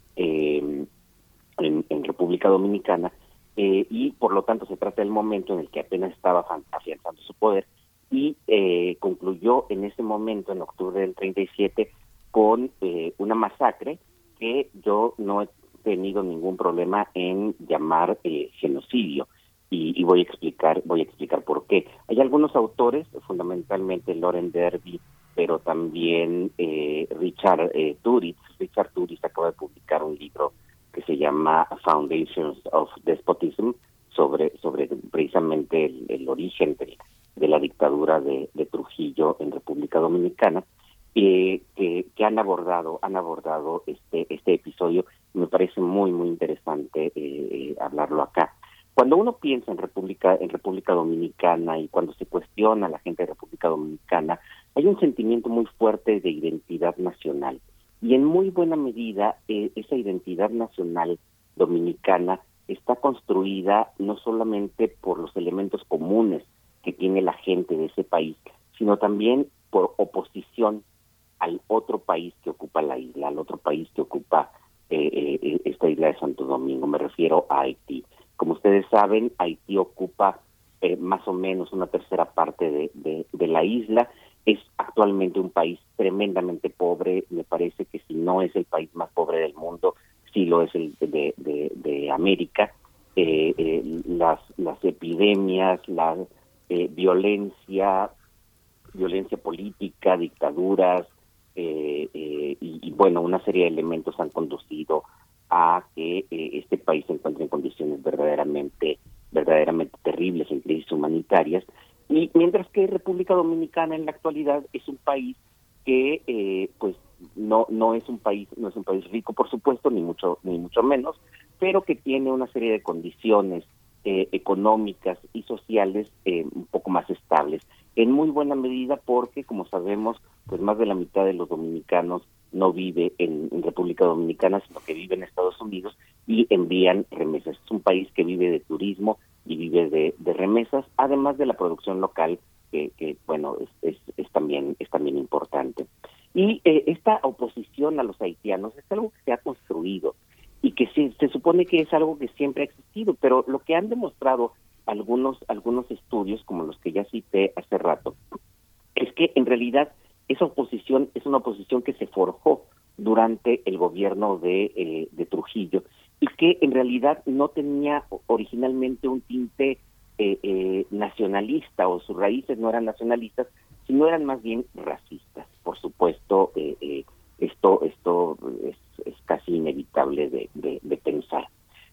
eh, en, en República Dominicana, eh, y por lo tanto se trata del momento en el que apenas estaba afianzando su poder, y eh, concluyó en ese momento, en octubre del treinta y siete, con eh, una masacre que yo no he tenido ningún problema en llamar eh, genocidio. Y, y voy a explicar voy a explicar por qué. Hay algunos autores, fundamentalmente Loren Derby, pero también eh, Richard eh, Duritz. Richard Duritz acaba de publicar un libro que se llama Foundations of Despotism, sobre sobre precisamente el, el origen de, de la dictadura de, de Trujillo en República Dominicana, eh, que, que han abordado han abordado este este episodio. Me parece muy muy interesante eh, hablarlo acá. Cuando uno piensa en República en República Dominicana y cuando se cuestiona a la gente de República Dominicana, hay un sentimiento muy fuerte de identidad nacional. Y en muy buena medida, eh, esa identidad nacional dominicana está construida no solamente por los elementos comunes que tiene la gente de ese país, sino también por oposición al otro país que ocupa la isla, al otro país que ocupa eh, eh, esta isla de Santo Domingo. Me refiero a Haití. Como ustedes saben, Haití ocupa eh, más o menos una tercera parte de, de, de la isla. Es actualmente un país tremendamente pobre. Me parece que si no es el país más pobre del mundo, sí lo es el de, de, de América. Eh, eh, las, las epidemias, la eh, violencia, violencia política, dictaduras, eh, eh, y, y bueno, una serie de elementos han conducido a que eh, este país se encuentre en condiciones verdaderamente verdaderamente terribles, en crisis humanitarias, y mientras que República Dominicana en la actualidad es un país que eh, pues no no es un país no es un país rico, por supuesto, ni mucho ni mucho menos, pero que tiene una serie de condiciones eh, económicas y sociales eh, un poco más estables, en muy buena medida porque, como sabemos, pues más de la mitad de los dominicanos no vive en, en República Dominicana, sino que vive en Estados Unidos y envían remesas. Es un país que vive de turismo y vive de, de remesas, además de la producción local, que, que bueno, es, es, es también es también importante. Y eh, esta oposición a los haitianos es algo que se ha construido y que se, se supone que es algo que siempre ha existido, pero lo que han demostrado algunos, algunos estudios, como los que ya cité hace rato, es que en realidad esa oposición es una oposición que se forjó durante el gobierno de, eh, de Trujillo y que en realidad no tenía originalmente un tinte eh, eh, nacionalista, o sus raíces no eran nacionalistas, sino eran más bien racistas. Por supuesto, eh, eh, esto esto es, es casi inevitable de, de, de pensar.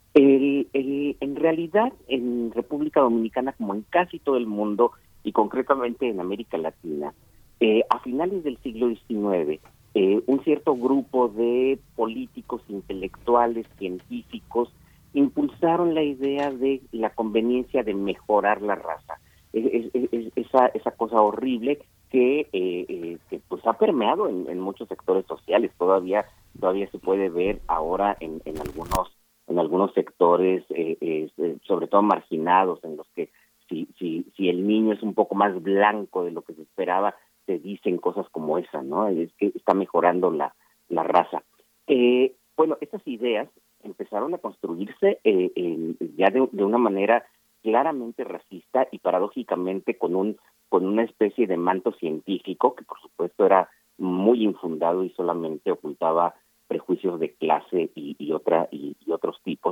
El, el, en realidad, en República Dominicana, como en casi todo el mundo, y concretamente en América Latina, eh, a finales del siglo diecinueve, eh, un cierto grupo de políticos, intelectuales, científicos, impulsaron la idea de la conveniencia de mejorar la raza. Es, es, es, esa, esa cosa horrible que, eh, eh, que pues ha permeado en, en muchos sectores sociales. Todavía todavía se puede ver ahora en, en algunos en algunos sectores, eh, eh, sobre todo marginados, en los que si, si, si el niño es un poco más blanco de lo que se esperaba, se dicen cosas como esa, ¿no? Es que está mejorando la, la raza. Eh, bueno, estas ideas empezaron a construirse eh, en, ya de, de una manera claramente racista y paradójicamente con un con una especie de manto científico que por supuesto era muy infundado y solamente ocultaba prejuicios de clase y, y otra y, y otros tipos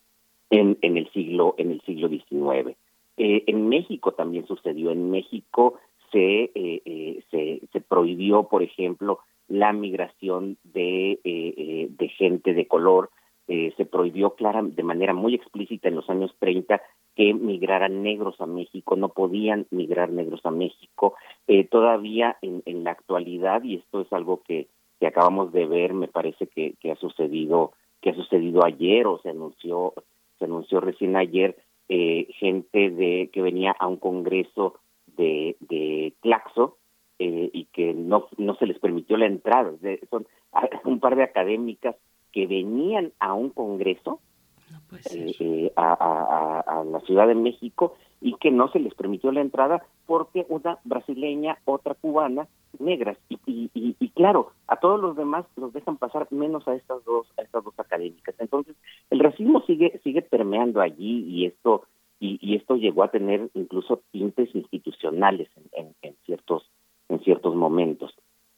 en, en el siglo en el siglo diecinueve. Eh, en México también sucedió. En México se eh, eh, se, se prohibió, por ejemplo, la migración de eh, eh, de gente de color. Eh, se prohibió clara de manera muy explícita en los años treinta que migraran negros a México, no podían migrar negros a México. Eh, todavía en, en la actualidad, y esto es algo que que acabamos de ver, me parece que, que ha sucedido que ha sucedido ayer o se anunció se anunció recién ayer, eh, gente de que venía a un congreso de de Tlaxo eh, y que no no se les permitió la entrada. De, son un par de académicas que venían a un congreso no puede ser. eh, eh, a, a, a la Ciudad de México y que no se les permitió la entrada porque una brasileña, otra cubana, negras y, y, y, y claro, a todos los demás los dejan pasar menos a estas dos a estas dos académicas. Entonces el racismo sigue sigue permeando allí y esto y, y esto llegó a tener incluso tintes institucionales en, en, en ciertos en ciertos momentos.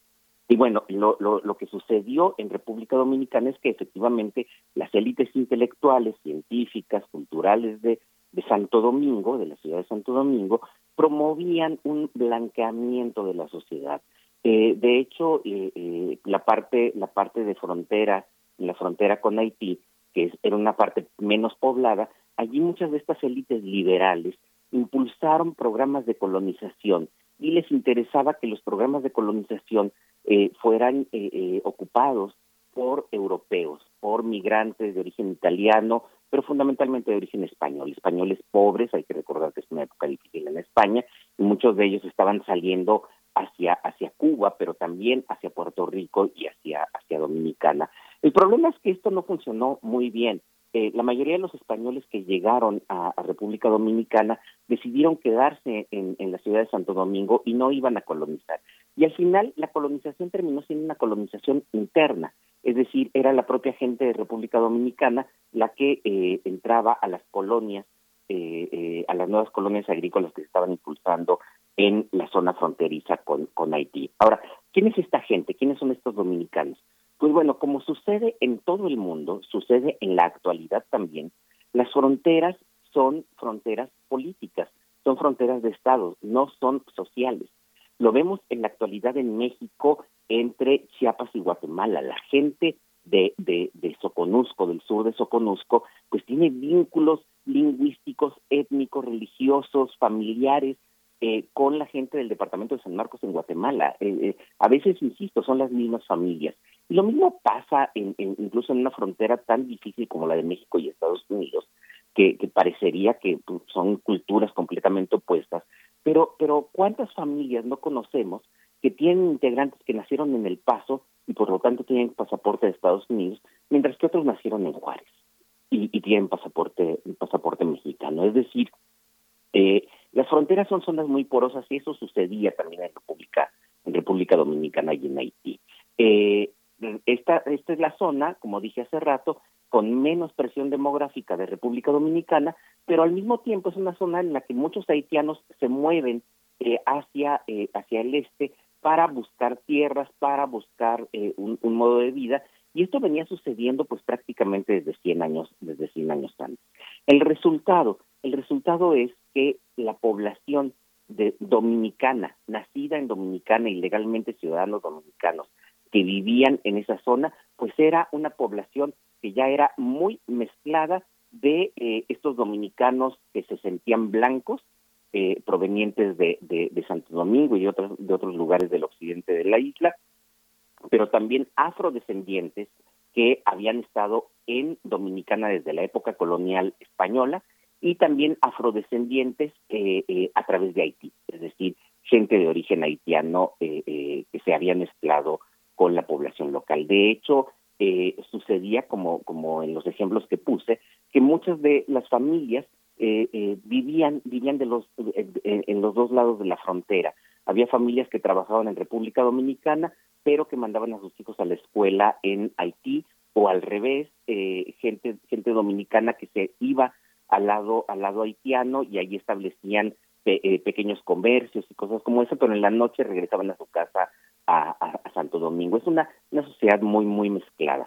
Y bueno, lo, lo, lo que sucedió en República Dominicana es que efectivamente las élites intelectuales, científicas, culturales de, de Santo Domingo, de la ciudad de Santo Domingo, promovían un blanqueamiento de la sociedad. Eh, de hecho, eh, eh, la parte la parte de frontera, la frontera con Haití, que es, era una parte menos poblada, allí muchas de estas élites liberales impulsaron programas de colonización y les interesaba que los programas de colonización eh, fueran eh, eh, ocupados por europeos, por migrantes de origen italiano, pero fundamentalmente de origen español, españoles pobres. Hay que recordar que es una época difícil en España, y muchos de ellos estaban saliendo hacia hacia Cuba, pero también hacia Puerto Rico y hacia hacia Dominicana. El problema es que esto no funcionó muy bien. Eh, la mayoría de los españoles que llegaron a, a República Dominicana decidieron quedarse en, en la ciudad de Santo Domingo y no iban a colonizar. Y al final la colonización terminó siendo una colonización interna, es decir, era la propia gente de República Dominicana la que eh, entraba a las colonias, eh, eh, a las nuevas colonias agrícolas que se estaban impulsando en la zona fronteriza con, con Haití. Ahora, ¿quién es esta gente? ¿Quiénes son estos dominicanos? Pues bueno, como sucede en todo el mundo, sucede en la actualidad también, las fronteras son fronteras políticas, son fronteras de estados, no son sociales. Lo vemos en la actualidad en México entre Chiapas y Guatemala. La gente de, de, de Soconusco, del sur de Soconusco, pues tiene vínculos lingüísticos, étnicos, religiosos, familiares, Eh, con la gente del departamento de San Marcos en Guatemala. Eh, eh, a veces, insisto, son las mismas familias. Y lo mismo pasa en, en, incluso en una frontera tan difícil como la de México y Estados Unidos, que, que parecería que pues, son culturas completamente opuestas. Pero, pero ¿cuántas familias no conocemos que tienen integrantes que nacieron en El Paso y por lo tanto tienen pasaporte de Estados Unidos, mientras que otros nacieron en Juárez y, y tienen pasaporte, pasaporte mexicano? Es decir, eh, las fronteras son zonas muy porosas y eso sucedía también en República, en República Dominicana y en Haití. Eh, esta, esta es la zona, como dije hace rato, con menos presión demográfica de República Dominicana, pero al mismo tiempo es una zona en la que muchos haitianos se mueven eh, hacia, eh, hacia el este para buscar tierras, para buscar eh, un, un modo de vida, y esto venía sucediendo pues prácticamente desde cien años, desde cien años antes. El resultado, el resultado es que la población de dominicana, nacida en Dominicana y legalmente ciudadanos dominicanos que vivían en esa zona, pues era una población que ya era muy mezclada de eh, estos dominicanos que se sentían blancos, eh, provenientes de, de, de Santo Domingo y de otros, de otros lugares del occidente de la isla, pero también afrodescendientes que habían estado en Dominicana desde la época colonial española, y también afrodescendientes eh, eh, a través de Haití, es decir, gente de origen haitiano eh, eh, que se había mezclado con la población local. De hecho, eh, sucedía, como, como en los ejemplos que puse, que muchas de las familias eh, eh, vivían, vivían de los, eh, en los dos lados de la frontera. Había familias que trabajaban en República Dominicana, pero que mandaban a sus hijos a la escuela en Haití, o al revés, eh, gente, gente dominicana que se iba al lado al lado haitiano y ahí establecían pe- eh, pequeños comercios y cosas como eso, pero en la noche regresaban a su casa a, a, a Santo Domingo. Es una, una sociedad muy, muy mezclada.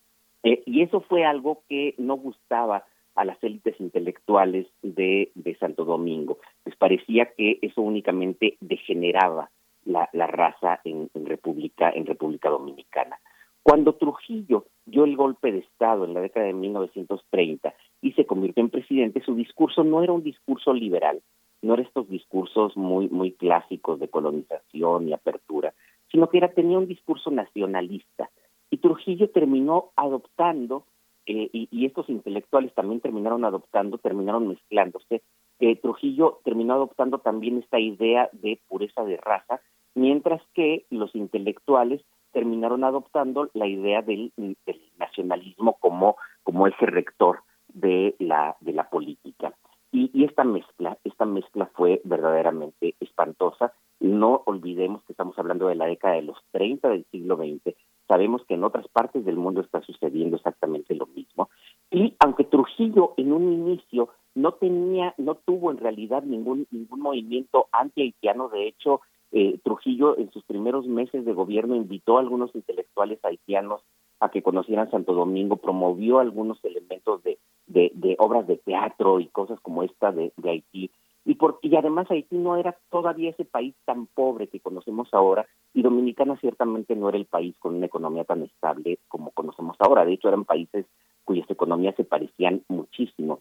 Eh, y eso fue algo que no gustaba a las élites intelectuales de, de Santo Domingo. Les parecía que eso únicamente degeneraba la, la raza en, en República, en República Dominicana. Cuando Trujillo dio el golpe de Estado en la década de mil novecientos treinta y se convirtió en presidente, su discurso no era un discurso liberal, no era estos discursos muy, muy clásicos de colonización y apertura, sino que era, tenía un discurso nacionalista. Y Trujillo terminó adoptando, eh, y, y estos intelectuales también terminaron adoptando, terminaron mezclándose. Eh, Trujillo terminó adoptando también esta idea de pureza de raza, mientras que los intelectuales terminaron adoptando la idea del, del nacionalismo como, como eje rector de la, de la política. Y, y esta mezcla, esta mezcla fue verdaderamente espantosa. No olvidemos que estamos hablando de la década de los treinta del siglo veinte. Sabemos que en otras partes del mundo está sucediendo exactamente lo mismo. Y aunque Trujillo en un inicio no tenía, no tuvo en realidad ningún, ningún movimiento anti-haitiano, de hecho, eh, Trujillo en sus primeros meses de gobierno invitó a algunos intelectuales haitianos a que conocieran Santo Domingo, promovió algunos elementos de, de, de obras de teatro y cosas como esta de, de Haití. Y, por, y además Haití no era todavía ese país tan pobre que conocemos ahora, y Dominicana ciertamente no era el país con una economía tan estable como conocemos ahora. De hecho, eran países cuyas economías se parecían muchísimo.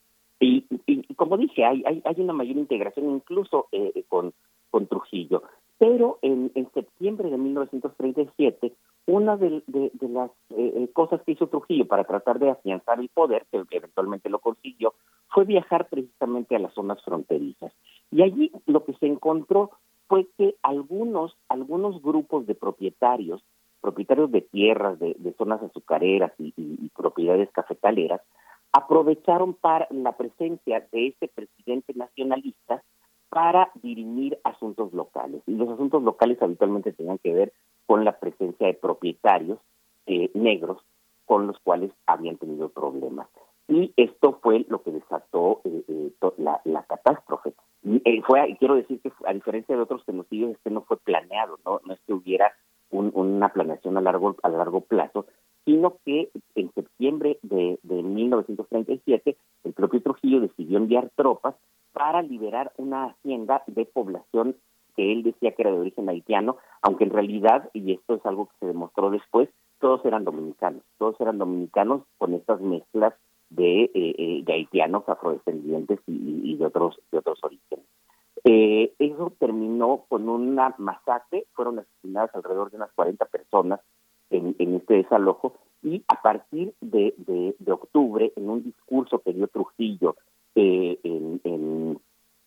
Y, y, y como dije, hay, hay, hay una mayor integración incluso eh, con, con Trujillo. Pero en, en septiembre de mil novecientos treinta y siete, una de, de, de las eh, cosas que hizo Trujillo para tratar de afianzar el poder, que eventualmente lo consiguió, fue viajar precisamente a las zonas fronterizas. Y allí lo que se encontró fue que algunos, algunos grupos de propietarios, propietarios de tierras, de, de zonas azucareras y, y, y propiedades cafetaleras, aprovecharon para la presencia de este presidente nacionalista para dirimir asuntos locales. Y los asuntos locales habitualmente tenían que ver con la presencia de propietarios eh, negros con los cuales habían tenido problemas. Y esto fue lo que desató eh, eh, to, la, la catástrofe. Y, eh, fue, quiero decir que a diferencia de otros genocidios, este no fue planeado, no, no es que hubiera un, una planeación a largo, a largo plazo, sino que en septiembre de, de mil novecientos treinta y siete el propio Trujillo decidió enviar tropas para liberar una hacienda de población que él decía que era de origen haitiano, aunque en realidad, y esto es algo que se demostró después, todos eran dominicanos, todos eran dominicanos con estas mezclas de, eh, eh, de haitianos, afrodescendientes y, y de otros de otros orígenes. Eh, eso terminó con una masacre, fueron asesinadas alrededor de unas cuarenta personas en, en este desalojo, y a partir de, de, de octubre, en un discurso que dio Trujillo eh, en, en,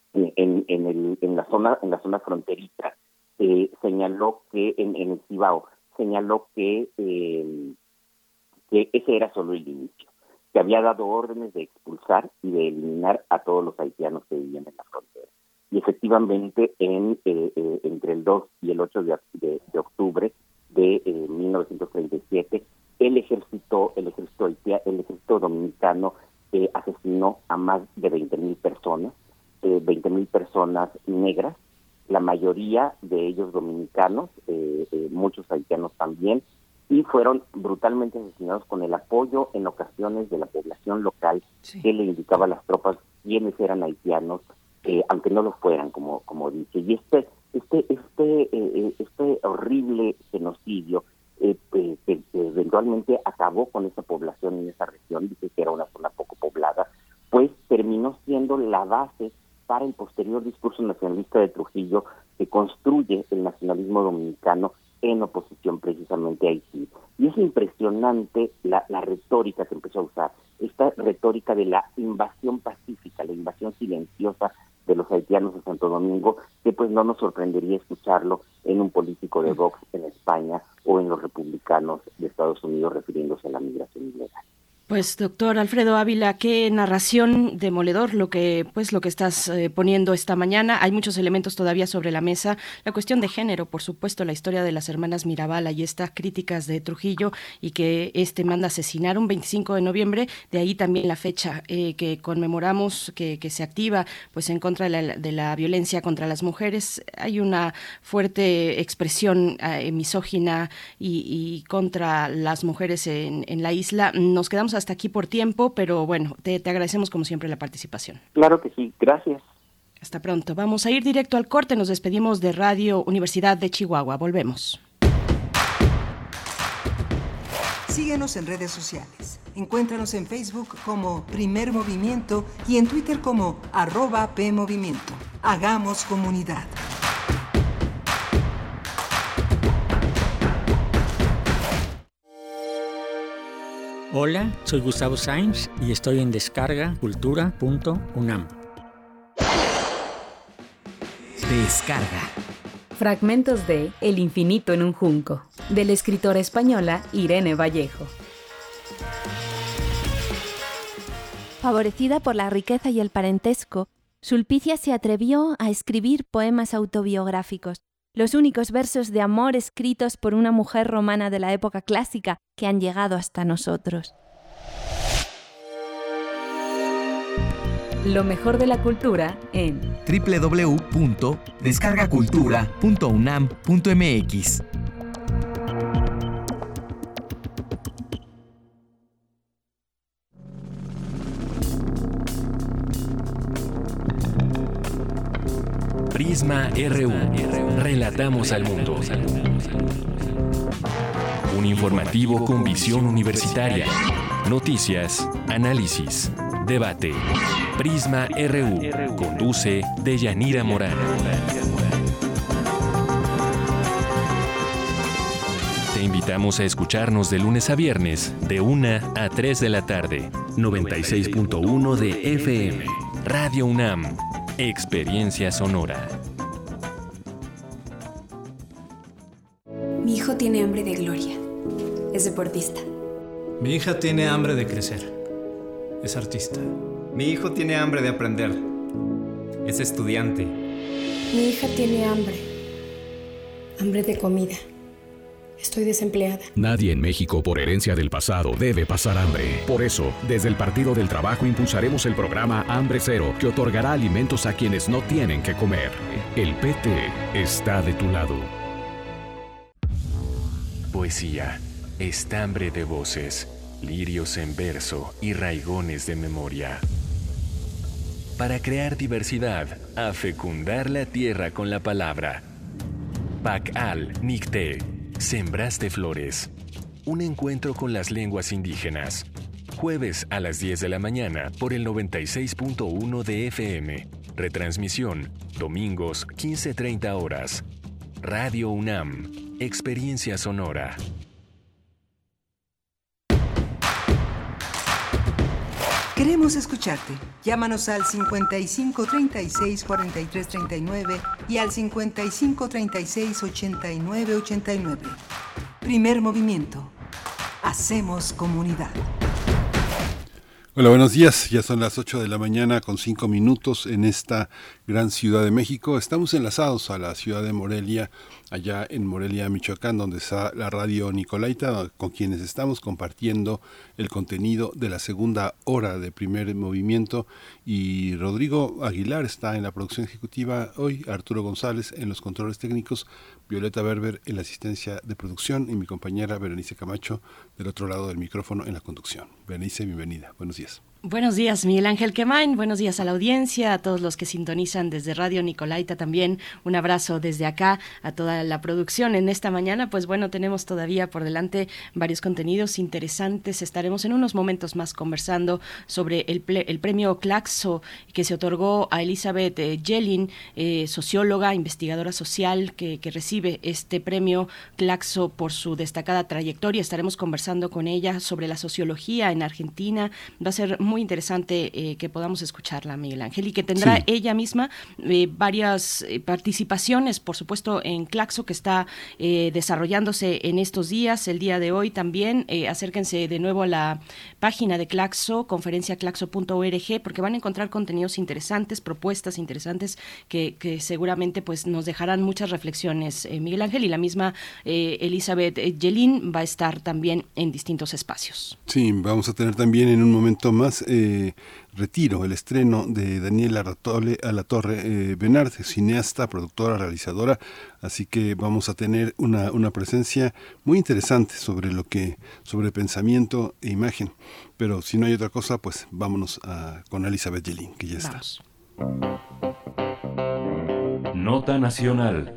en, en, el, en la zona en la zona fronteriza, eh, señaló que en, en el Cibao, señaló que, eh, que ese era solo el inicio, que había dado órdenes de expulsar y de eliminar a todos los haitianos que vivían en la frontera. Y efectivamente, en eh, eh, entre el dos y el ocho de, de, de octubre de eh, mil novecientos treinta y siete, el ejército, el ejército haitiano, el ejército dominicano eh, asesinó a más de veinte mil personas, eh, veinte mil personas negras, la mayoría de ellos dominicanos, eh, eh, muchos haitianos también, y fueron brutalmente asesinados con el apoyo en ocasiones de la población local, sí, que le indicaba a las tropas quiénes eran haitianos, eh, aunque no lo fueran, como como dice. Y este este este eh, este horrible genocidio eh, eh, que, que eventualmente acabó con esa población en esa región, dice que era una zona poco poblada, pues terminó siendo la base para el posterior discurso nacionalista de Trujillo, que construye el nacionalismo dominicano en oposición precisamente a Haití. Y es impresionante la, la retórica que empezó a usar, esta retórica de la invasión pacífica, la invasión silenciosa de los haitianos a Santo Domingo, que pues no nos sorprendería escucharlo en un político de Vox en España o en los republicanos de Estados Unidos refiriéndose a la migración ilegal. Pues doctor Alfredo Ávila, qué narración demoledor lo que pues lo que estás eh, poniendo esta mañana. Hay muchos elementos todavía sobre la mesa. La cuestión de género, por supuesto, la historia de las hermanas Mirabal, ahí está, críticas de Trujillo y que este manda asesinar un veinticinco de noviembre. De ahí también la fecha eh, que conmemoramos, que, que se activa pues en contra de la, de la violencia contra las mujeres. Hay una fuerte expresión eh, misógina y, y contra las mujeres en, en la isla. Nos quedamos hasta aquí por tiempo, pero bueno, te, te agradecemos como siempre la participación. Claro que sí, gracias. Hasta pronto. Vamos a ir directo al corte, nos despedimos de Radio Universidad de Chihuahua. Volvemos. Síguenos en redes sociales. Encuéntranos en Facebook como Primer Movimiento y en Twitter como arroba PMovimiento. Hagamos comunidad. Hola, soy Gustavo Sainz y estoy en descarga cultura punto unam. Descarga. Fragmentos de El infinito en un junco, de la escritora española Irene Vallejo. Favorecida por la riqueza y el parentesco, Sulpicia se atrevió a escribir poemas autobiográficos, los únicos versos de amor escritos por una mujer romana de la época clásica que han llegado hasta nosotros. Lo mejor de la cultura en doble u doble u doble u punto descarga cultura punto unam punto m x. Prisma R U. Relatamos al mundo. Un informativo con visión universitaria. Noticias, análisis, debate. Prisma R U. Conduce Deyanira Morán. Te invitamos a escucharnos de lunes a viernes, de una a tres de la tarde. noventa y seis punto uno de F M. Radio UNAM. Experiencia sonora. Mi hijo tiene hambre de gloria. Es deportista. Mi hija tiene hambre de crecer. Es artista. Mi hijo tiene hambre de aprender. Es estudiante. Mi hija tiene hambre. Hambre de comida. Estoy desempleada. Nadie en México, por herencia del pasado, debe pasar hambre. Por eso, desde el Partido del Trabajo impulsaremos el programa Hambre Cero, que otorgará alimentos a quienes no tienen que comer. El P T está de tu lado. Poesía, estambre de voces, lirios en verso y raigones de memoria. Para crear diversidad, a fecundar la tierra con la palabra. Pakal Nicté. Sembraste flores. Un encuentro con las lenguas indígenas. Jueves a las diez de la mañana por el noventa y seis punto uno de F M. Retransmisión, domingos quince treinta horas. Radio UNAM. Experiencia sonora. Queremos escucharte. Llámanos al cincuenta y cinco treinta y seis cuarenta y tres treinta y nueve y al cincuenta y cinco treinta y seis ochenta y nueve ochenta y nueve. Primer movimiento. Hacemos comunidad. Hola, buenos días. Ya son las ocho de la mañana con cinco minutos en esta gran ciudad de México. Estamos enlazados a la ciudad de Morelia, allá en Morelia, Michoacán, donde está la radio Nicolaita, con quienes estamos compartiendo el contenido de la segunda hora de Primer Movimiento. Y Rodrigo Aguilar está en la producción ejecutiva hoy, Arturo González en los controles técnicos, Violeta Berber en la asistencia de producción y mi compañera Berenice Camacho del otro lado del micrófono en la conducción. Berenice, bienvenida. Buenos días. Buenos días, Miguel Ángel Quemain. Buenos días a la audiencia, a todos los que sintonizan desde Radio Nicolaita también. Un abrazo desde acá a toda la producción. En esta mañana, pues bueno, tenemos todavía por delante varios contenidos interesantes. Estaremos en unos momentos más conversando sobre el, ple- el premio Claxo que se otorgó a Elizabeth eh, Yellin, eh, socióloga, investigadora social, que, que recibe este premio Claxo por su destacada trayectoria. Estaremos conversando con ella sobre la sociología en Argentina. Va a ser muy interesante eh, que podamos escucharla, Miguel Ángel, y que tendrá sí. ella misma eh, varias eh, participaciones, por supuesto, en Claxo, que está eh, desarrollándose en estos días, el día de hoy también. Eh, acérquense de nuevo a la página de Claxo, conferencia claxo punto org, porque van a encontrar contenidos interesantes, propuestas interesantes que, que seguramente pues nos dejarán muchas reflexiones, eh, Miguel Ángel, y la misma eh, Elizabeth Yellin va a estar también en distintos espacios. Sí, vamos a tener también en un momento más Eh, Retiro, el estreno de Daniela Alatorre eh, Benard, cineasta, productora, realizadora, así que vamos a tener una, una presencia muy interesante sobre lo que, sobre pensamiento e imagen, pero si no hay otra cosa, pues vámonos a, con Elizabeth Yellin, que ya está. Vamos. Nota Nacional.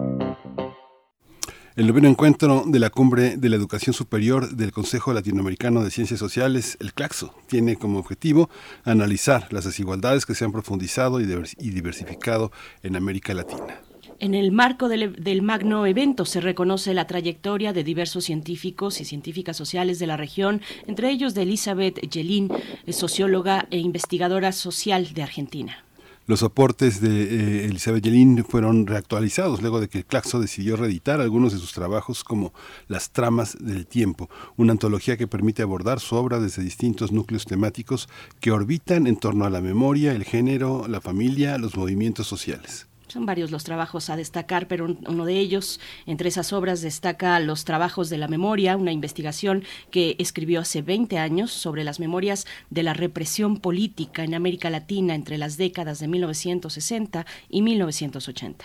El noveno encuentro de la Cumbre de la Educación Superior del Consejo Latinoamericano de Ciencias Sociales, el Claxo, tiene como objetivo analizar las desigualdades que se han profundizado y diversificado en América Latina. En el marco del, del magno evento se reconoce la trayectoria de diversos científicos y científicas sociales de la región, entre ellos de Elizabeth Yellin, socióloga e investigadora social de Argentina. Los aportes de eh, Elizabeth Yellin fueron reactualizados luego de que el Claxo decidió reeditar algunos de sus trabajos como Las tramas del tiempo, una antología que permite abordar su obra desde distintos núcleos temáticos que orbitan en torno a la memoria, el género, la familia, los movimientos sociales. Son varios los trabajos a destacar, pero uno de ellos, entre esas obras, destaca Los trabajos de la memoria, una investigación que escribió hace veinte años sobre las memorias de la represión política en América Latina entre las décadas de mil novecientos sesenta y mil novecientos ochenta.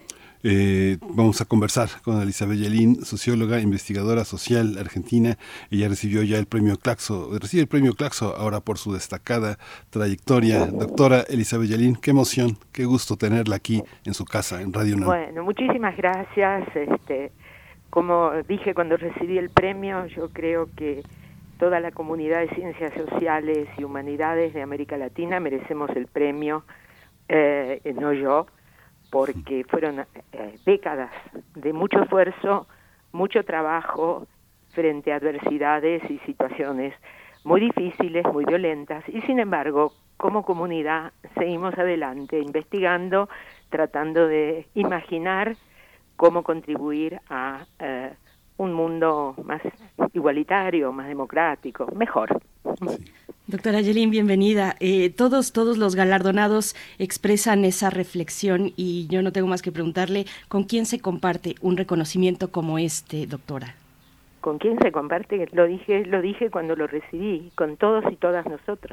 Eh, vamos a conversar con Elizabeth Yellin, socióloga, investigadora social argentina. Ella recibió ya el premio Claxo, recibe el premio Claxo ahora por su destacada trayectoria. Doctora Elizabeth Yellin, qué emoción, qué gusto tenerla aquí en su casa, en Radio UNAM. Bueno, muchísimas gracias. Este, como dije cuando recibí el premio, yo creo que toda la comunidad de ciencias sociales y humanidades de América Latina merecemos el premio, eh, no yo, porque fueron eh, décadas de mucho esfuerzo, mucho trabajo frente a adversidades y situaciones muy difíciles, muy violentas, y sin embargo, como comunidad, seguimos adelante, investigando, tratando de imaginar cómo contribuir a eh, un mundo más igualitario, más democrático, mejor. Sí. Doctora Yellin, bienvenida. Eh, todos, todos los galardonados expresan esa reflexión y yo no tengo más que preguntarle, ¿con quién se comparte un reconocimiento como este, doctora? ¿Con quién se comparte? Lo dije, lo dije cuando lo recibí, con todos y todas nosotros.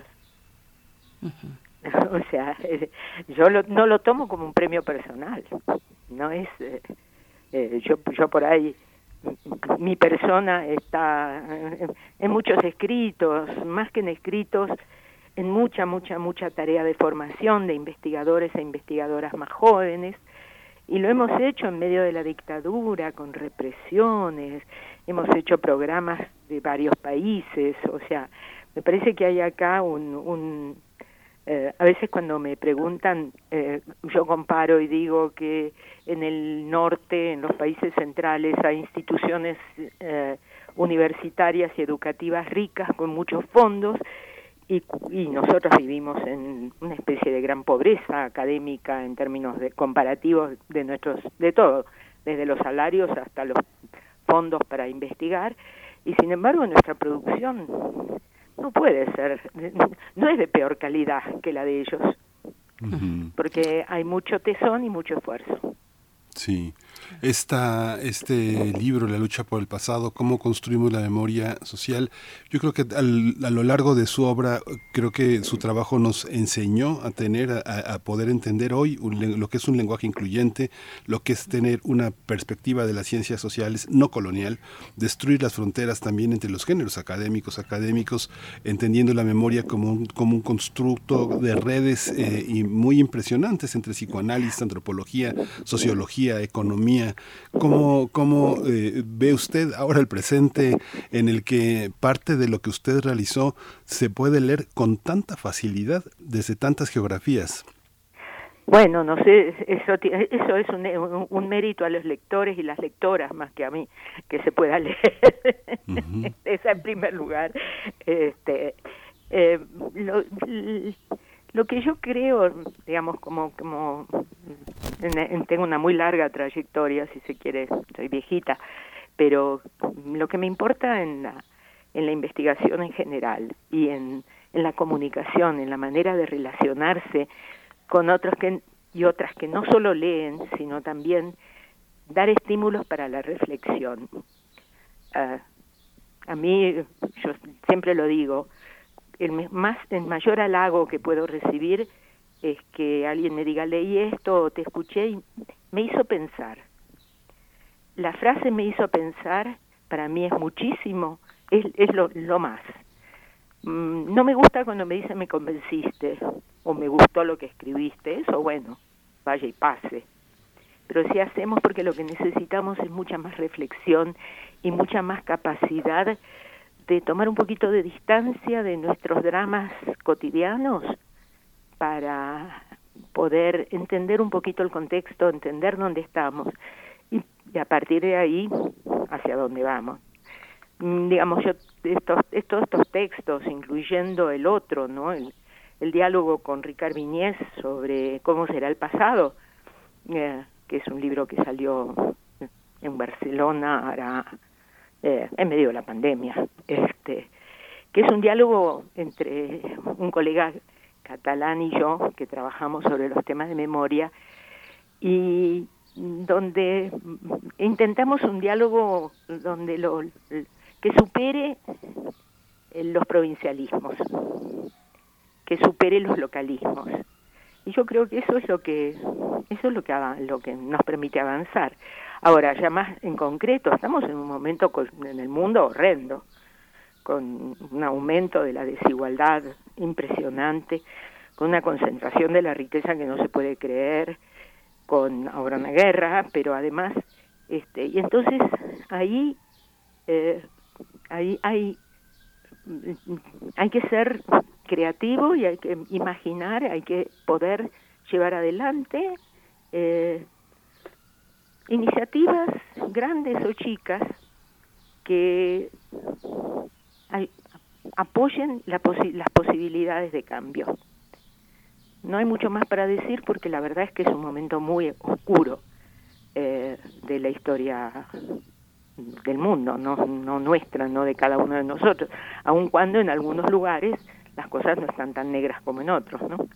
Uh-huh. O sea, eh, yo lo, no lo tomo como un premio personal, no es, eh, eh, yo, yo por ahí, mi persona está en muchos escritos, más que en escritos, en mucha, mucha, mucha tarea de formación de investigadores e investigadoras más jóvenes, y lo hemos hecho en medio de la dictadura, con represiones, hemos hecho programas de varios países, o sea, me parece que hay acá un... un eh, a veces cuando me preguntan, eh, yo comparo y digo que en el norte, en los países centrales, hay instituciones eh, universitarias y educativas ricas con muchos fondos, y, y nosotros vivimos en una especie de gran pobreza académica en términos de comparativos de nuestros, de todo, desde los salarios hasta los fondos para investigar, y sin embargo nuestra producción no puede ser, no es de peor calidad que la de ellos, uh-huh. porque hay mucho tesón y mucho esfuerzo. Sí, Esta, este libro, La lucha por el pasado, cómo construimos la memoria social, yo creo que al, a lo largo de su obra, creo que su trabajo nos enseñó a tener, a, a poder entender hoy un, lo que es un lenguaje incluyente, lo que es tener una perspectiva de las ciencias sociales no colonial, destruir las fronteras también entre los géneros académicos, académicos, entendiendo la memoria como un, como un constructo de redes eh, y muy impresionantes entre psicoanálisis, antropología, sociología, economía. ¿Cómo, cómo eh, ve usted ahora el presente en el que parte de lo que usted realizó se puede leer con tanta facilidad desde tantas geografías? Bueno, no sé, eso, eso es un, un mérito a los lectores y las lectoras más que a mí, que se pueda leer. Uh-huh. Esa en primer lugar. Este, eh, lo, lo que yo creo, digamos, como, como en, en, tengo una muy larga trayectoria, si se quiere, soy viejita, pero lo que me importa en la, en la investigación en general y en, en la comunicación, en la manera de relacionarse con otros que y otras que no solo leen, sino también dar estímulos para la reflexión. Uh, a mí, yo siempre lo digo, el más el mayor halago que puedo recibir es que alguien me diga, leí esto, o te escuché y me hizo pensar. La frase me hizo pensar, para mí es muchísimo, es, es lo, lo más. Mm, no me gusta cuando me dicen me convenciste, o me gustó lo que escribiste, eso bueno, vaya y pase. Pero si hacemos, porque lo que necesitamos es mucha más reflexión y mucha más capacidad de tomar un poquito de distancia de nuestros dramas cotidianos para poder entender un poquito el contexto, entender dónde estamos y, y a partir de ahí hacia dónde vamos. Digamos, yo estos, estos, estos textos, incluyendo el otro, ¿no? El, el diálogo con Ricard Viñés sobre cómo será el pasado, eh, que es un libro que salió en Barcelona ahora, eh, en medio de la pandemia, este, que es un diálogo entre un colega catalán y yo, que trabajamos sobre los temas de memoria, y donde intentamos un diálogo donde lo, que supere los provincialismos, que supere los localismos. Y yo creo que eso es lo que eso es lo que lo que nos permite avanzar. Ahora, ya más en concreto, estamos en un momento en el mundo horrendo, con un aumento de la desigualdad impresionante, con una concentración de la riqueza que no se puede creer, con ahora una guerra, pero además, este, y entonces ahí, eh, ahí hay, hay que ser creativo y hay que imaginar, hay que poder llevar adelante eh, iniciativas grandes o chicas que hay, apoyen la posi- las posibilidades de cambio. No hay mucho más para decir porque la verdad es que es un momento muy oscuro eh, de la historia del mundo, no, no nuestra, no de cada uno de nosotros, aun cuando en algunos lugares las cosas no están tan negras como en otros, ¿no?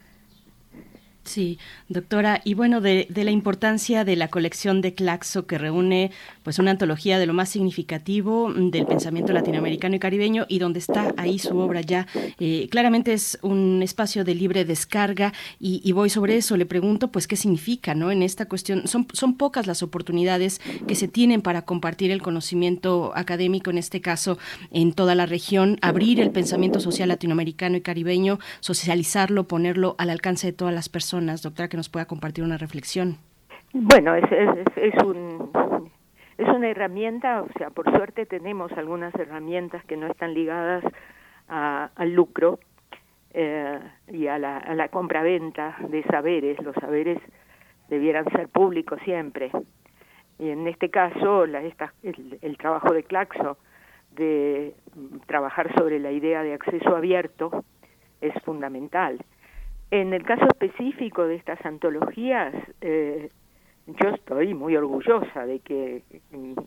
Sí, doctora, y bueno, de, de la importancia de la colección de Claxo, que reúne pues una antología de lo más significativo del pensamiento latinoamericano y caribeño, y donde está ahí su obra ya, eh, claramente es un espacio de libre descarga, y, y voy sobre eso, le pregunto pues qué significa, ¿no? En esta cuestión, son, son pocas las oportunidades que se tienen para compartir el conocimiento académico, en este caso, en toda la región, abrir el pensamiento social latinoamericano y caribeño, socializarlo, ponerlo al alcance de todas las personas. Doctora, que nos pueda compartir una reflexión. Bueno, es, es, es, un, es una herramienta, o sea, por suerte tenemos algunas herramientas que no están ligadas a, al lucro eh, y a la, a la compraventa de saberes. Los saberes debieran ser públicos siempre. Y en este caso, la, esta, el, el trabajo de Claxo, de trabajar sobre la idea de acceso abierto, es fundamental. En el caso específico de estas antologías, eh, yo estoy muy orgullosa de que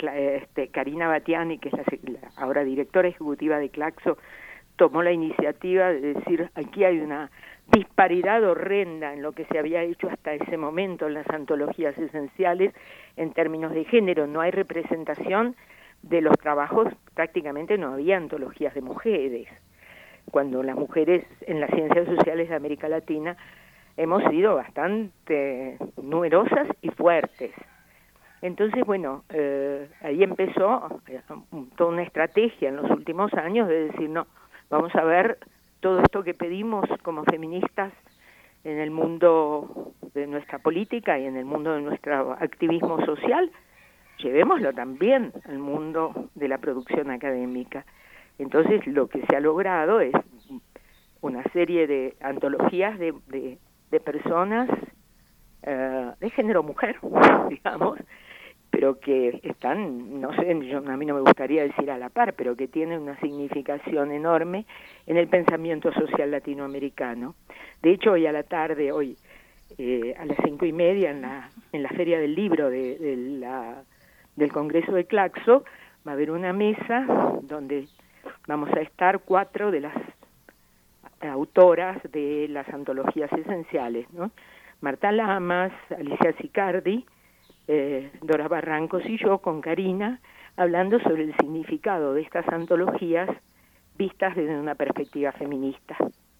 este, Karina Batiani, que es la, la ahora directora ejecutiva de Claxo, tomó la iniciativa de decir, aquí hay una disparidad horrenda en lo que se había hecho hasta ese momento en las antologías esenciales en términos de género. No hay representación de los trabajos, prácticamente no había antologías de mujeres, cuando las mujeres en las ciencias sociales de América Latina hemos sido bastante numerosas y fuertes. Entonces, bueno, eh, ahí empezó eh, toda una estrategia en los últimos años de decir, no, vamos a ver todo esto que pedimos como feministas en el mundo de nuestra política y en el mundo de nuestro activismo social, llevémoslo también al mundo de la producción académica. Entonces, lo que se ha logrado es una serie de antologías de, de, de personas uh, de género mujer, digamos, pero que están, no sé, yo, a mí no me gustaría decir a la par, pero que tienen una significación enorme en el pensamiento social latinoamericano. De hecho, hoy a la tarde, hoy eh, a las cinco y media, en la, en la Feria del Libro de, de la, del Congreso de Claxo, va a haber una mesa donde vamos a estar cuatro de las autoras de las antologías esenciales, ¿no? Marta Lamas, Alicia Sicardi, Eh, Dora Barrancos y yo con Karina, hablando sobre el significado de estas antologías vistas desde una perspectiva feminista.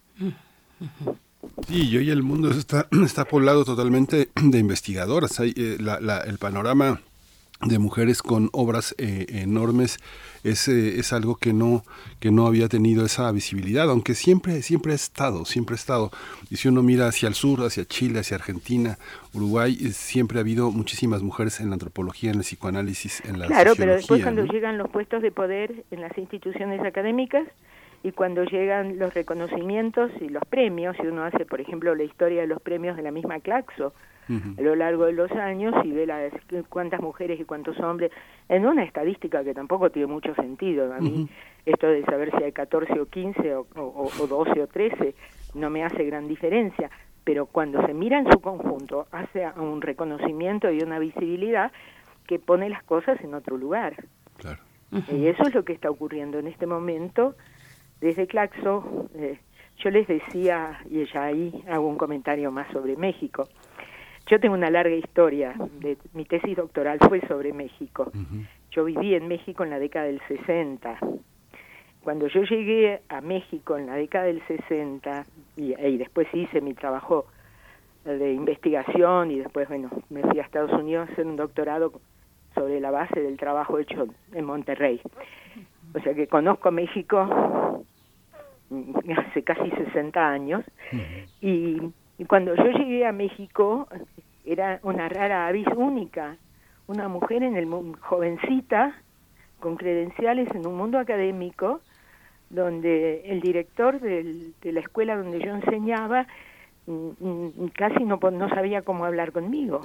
Sí, y hoy el mundo está, está poblado totalmente de investigadoras. Hay, eh, la, la, el panorama de mujeres con obras eh, enormes es, eh, es algo que no que no había tenido esa visibilidad, aunque siempre siempre ha estado, siempre ha estado. Y si uno mira hacia el sur, hacia Chile, hacia Argentina, Uruguay, eh, siempre ha habido muchísimas mujeres en la antropología, en el psicoanálisis, en la Claro, sociología, pero después cuando ¿no? llegan los puestos de poder en las instituciones académicas y cuando llegan los reconocimientos y los premios, si uno hace, por ejemplo, la historia de los premios de la misma Claxo, Uh-huh. a lo largo de los años y ve las, cuántas mujeres y cuántos hombres, en una estadística que tampoco tiene mucho sentido. A mí uh-huh. esto de saber si hay catorce o quince o, o, o doce o trece no me hace gran diferencia, pero cuando se mira en su conjunto hace un reconocimiento y una visibilidad que pone las cosas en otro lugar. Claro. Uh-huh. Y eso es lo que está ocurriendo en este momento desde Claxo. Eh, yo les decía, y ya ahí hago un comentario más sobre México. Yo tengo una larga historia, de, mi tesis doctoral fue sobre México. Uh-huh. Yo viví en México en la década del sesenta. Cuando yo llegué a México en la década del sesenta, y, y después hice mi trabajo de investigación, y después, bueno, me fui a Estados Unidos a hacer un doctorado sobre la base del trabajo hecho en Monterrey. O sea que conozco México hace casi sesenta años, uh-huh. y... Y cuando yo llegué a México, era una rara avis única, una mujer en el jovencita, con credenciales en un mundo académico, donde el director del, de la escuela donde yo enseñaba mm, casi no, no sabía cómo hablar conmigo,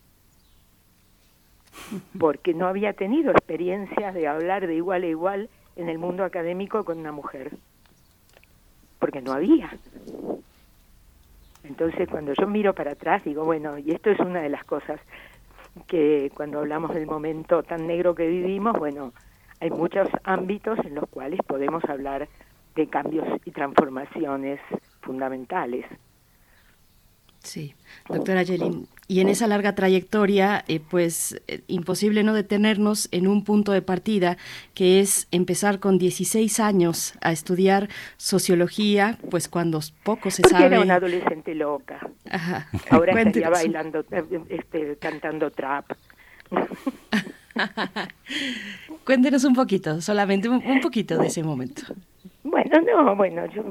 porque no había tenido experiencia de hablar de igual a igual en el mundo académico con una mujer, porque no había. Entonces, cuando yo miro para atrás, digo, bueno, y esto es una de las cosas que cuando hablamos del momento tan negro que vivimos, bueno, hay muchos ámbitos en los cuales podemos hablar de cambios y transformaciones fundamentales. Sí, doctora Yelin, y en esa larga trayectoria, eh, pues eh, imposible no detenernos en un punto de partida, que es empezar con dieciséis años a estudiar sociología, pues cuando poco se Porque sabe. Era una adolescente loca. Ajá. Ahora estaría bailando, este, cantando trap. Cuéntenos un poquito, solamente un, un poquito de ese momento. Bueno, no, bueno, yo...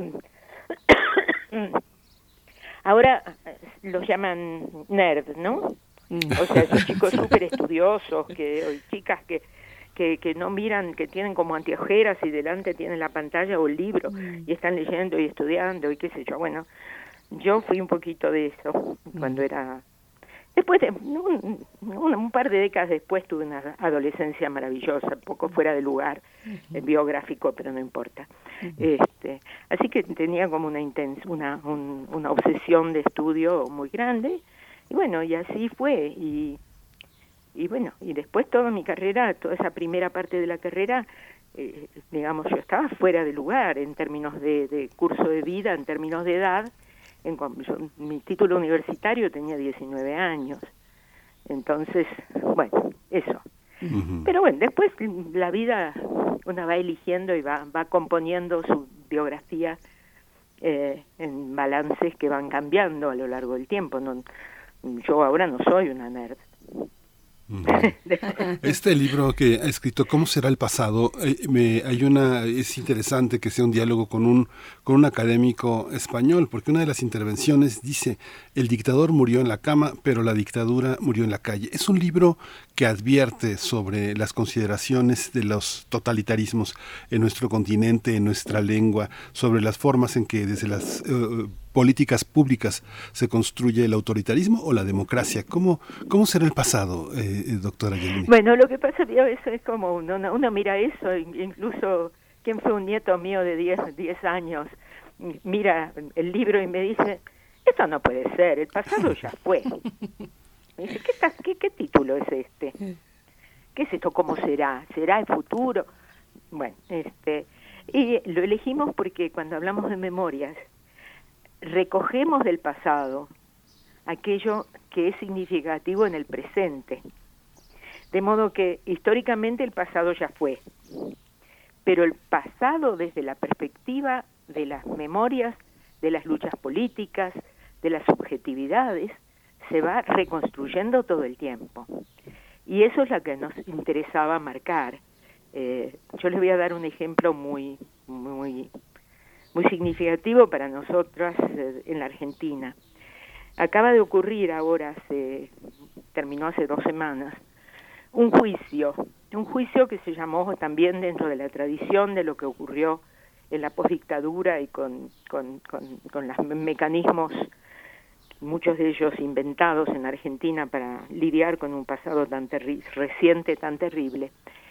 Ahora los llaman nerd, ¿no? O sea, esos chicos súper estudiosos, que, chicas que, que, que no miran, que tienen como anteojeras y delante tienen la pantalla o el libro y están leyendo y estudiando y qué sé yo. Bueno, yo fui un poquito de eso cuando era... Después, de, un, un, un par de décadas después, tuve una adolescencia maravillosa, poco fuera de lugar, uh-huh. biográfico, pero no importa. Uh-huh. Este, así que tenía como una intens, una, un, una obsesión de estudio muy grande, y bueno, y así fue. Y, y, bueno, y después toda mi carrera, toda esa primera parte de la carrera, eh, digamos, yo estaba fuera de lugar en términos de, de curso de vida, en términos de edad. En, yo, mi título universitario tenía diecinueve años. Entonces, bueno, eso. Uh-huh. Pero bueno, después la vida, una va eligiendo y va, va componiendo su biografía eh, en balances que van cambiando a lo largo del tiempo. No, yo ahora no soy una nerd. Este libro que ha escrito ¿Cómo será el pasado? Eh, me, hay una es interesante que sea un diálogo con un con un académico español, porque una de las intervenciones dice: el dictador murió en la cama, pero la dictadura murió en la calle. Es un libro que advierte sobre las consideraciones de los totalitarismos en nuestro continente, en nuestra lengua, sobre las formas en que desde las uh, políticas públicas se construye el autoritarismo o la democracia. ¿Cómo, cómo será el pasado, eh, doctora Gelmini? Bueno, lo que pasa es que es como uno, uno mira eso, incluso quien fue un nieto mío de diez años, mira el libro y me dice, esto no puede ser, el pasado ya fue. Me dice, ¿qué, está, qué, qué título es este? ¿Qué es esto? ¿Cómo será? ¿Será el futuro? Bueno, este, y lo elegimos porque cuando hablamos de memorias, recogemos del pasado aquello que es significativo en el presente. De modo que históricamente el pasado ya fue, pero el pasado desde la perspectiva de las memorias, de las luchas políticas, de las subjetividades, se va reconstruyendo todo el tiempo. Y eso es lo que nos interesaba marcar. Eh, yo les voy a dar un ejemplo muy, muy, muy significativo para nosotras eh, en la Argentina. Acaba de ocurrir ahora, hace, terminó hace dos semanas, un juicio, un juicio que se llamó también dentro de la tradición de lo que ocurrió en la postdictadura y con, con, con, con los mecanismos, muchos de ellos inventados en Argentina para lidiar con un pasado tan terri- reciente, tan terrible.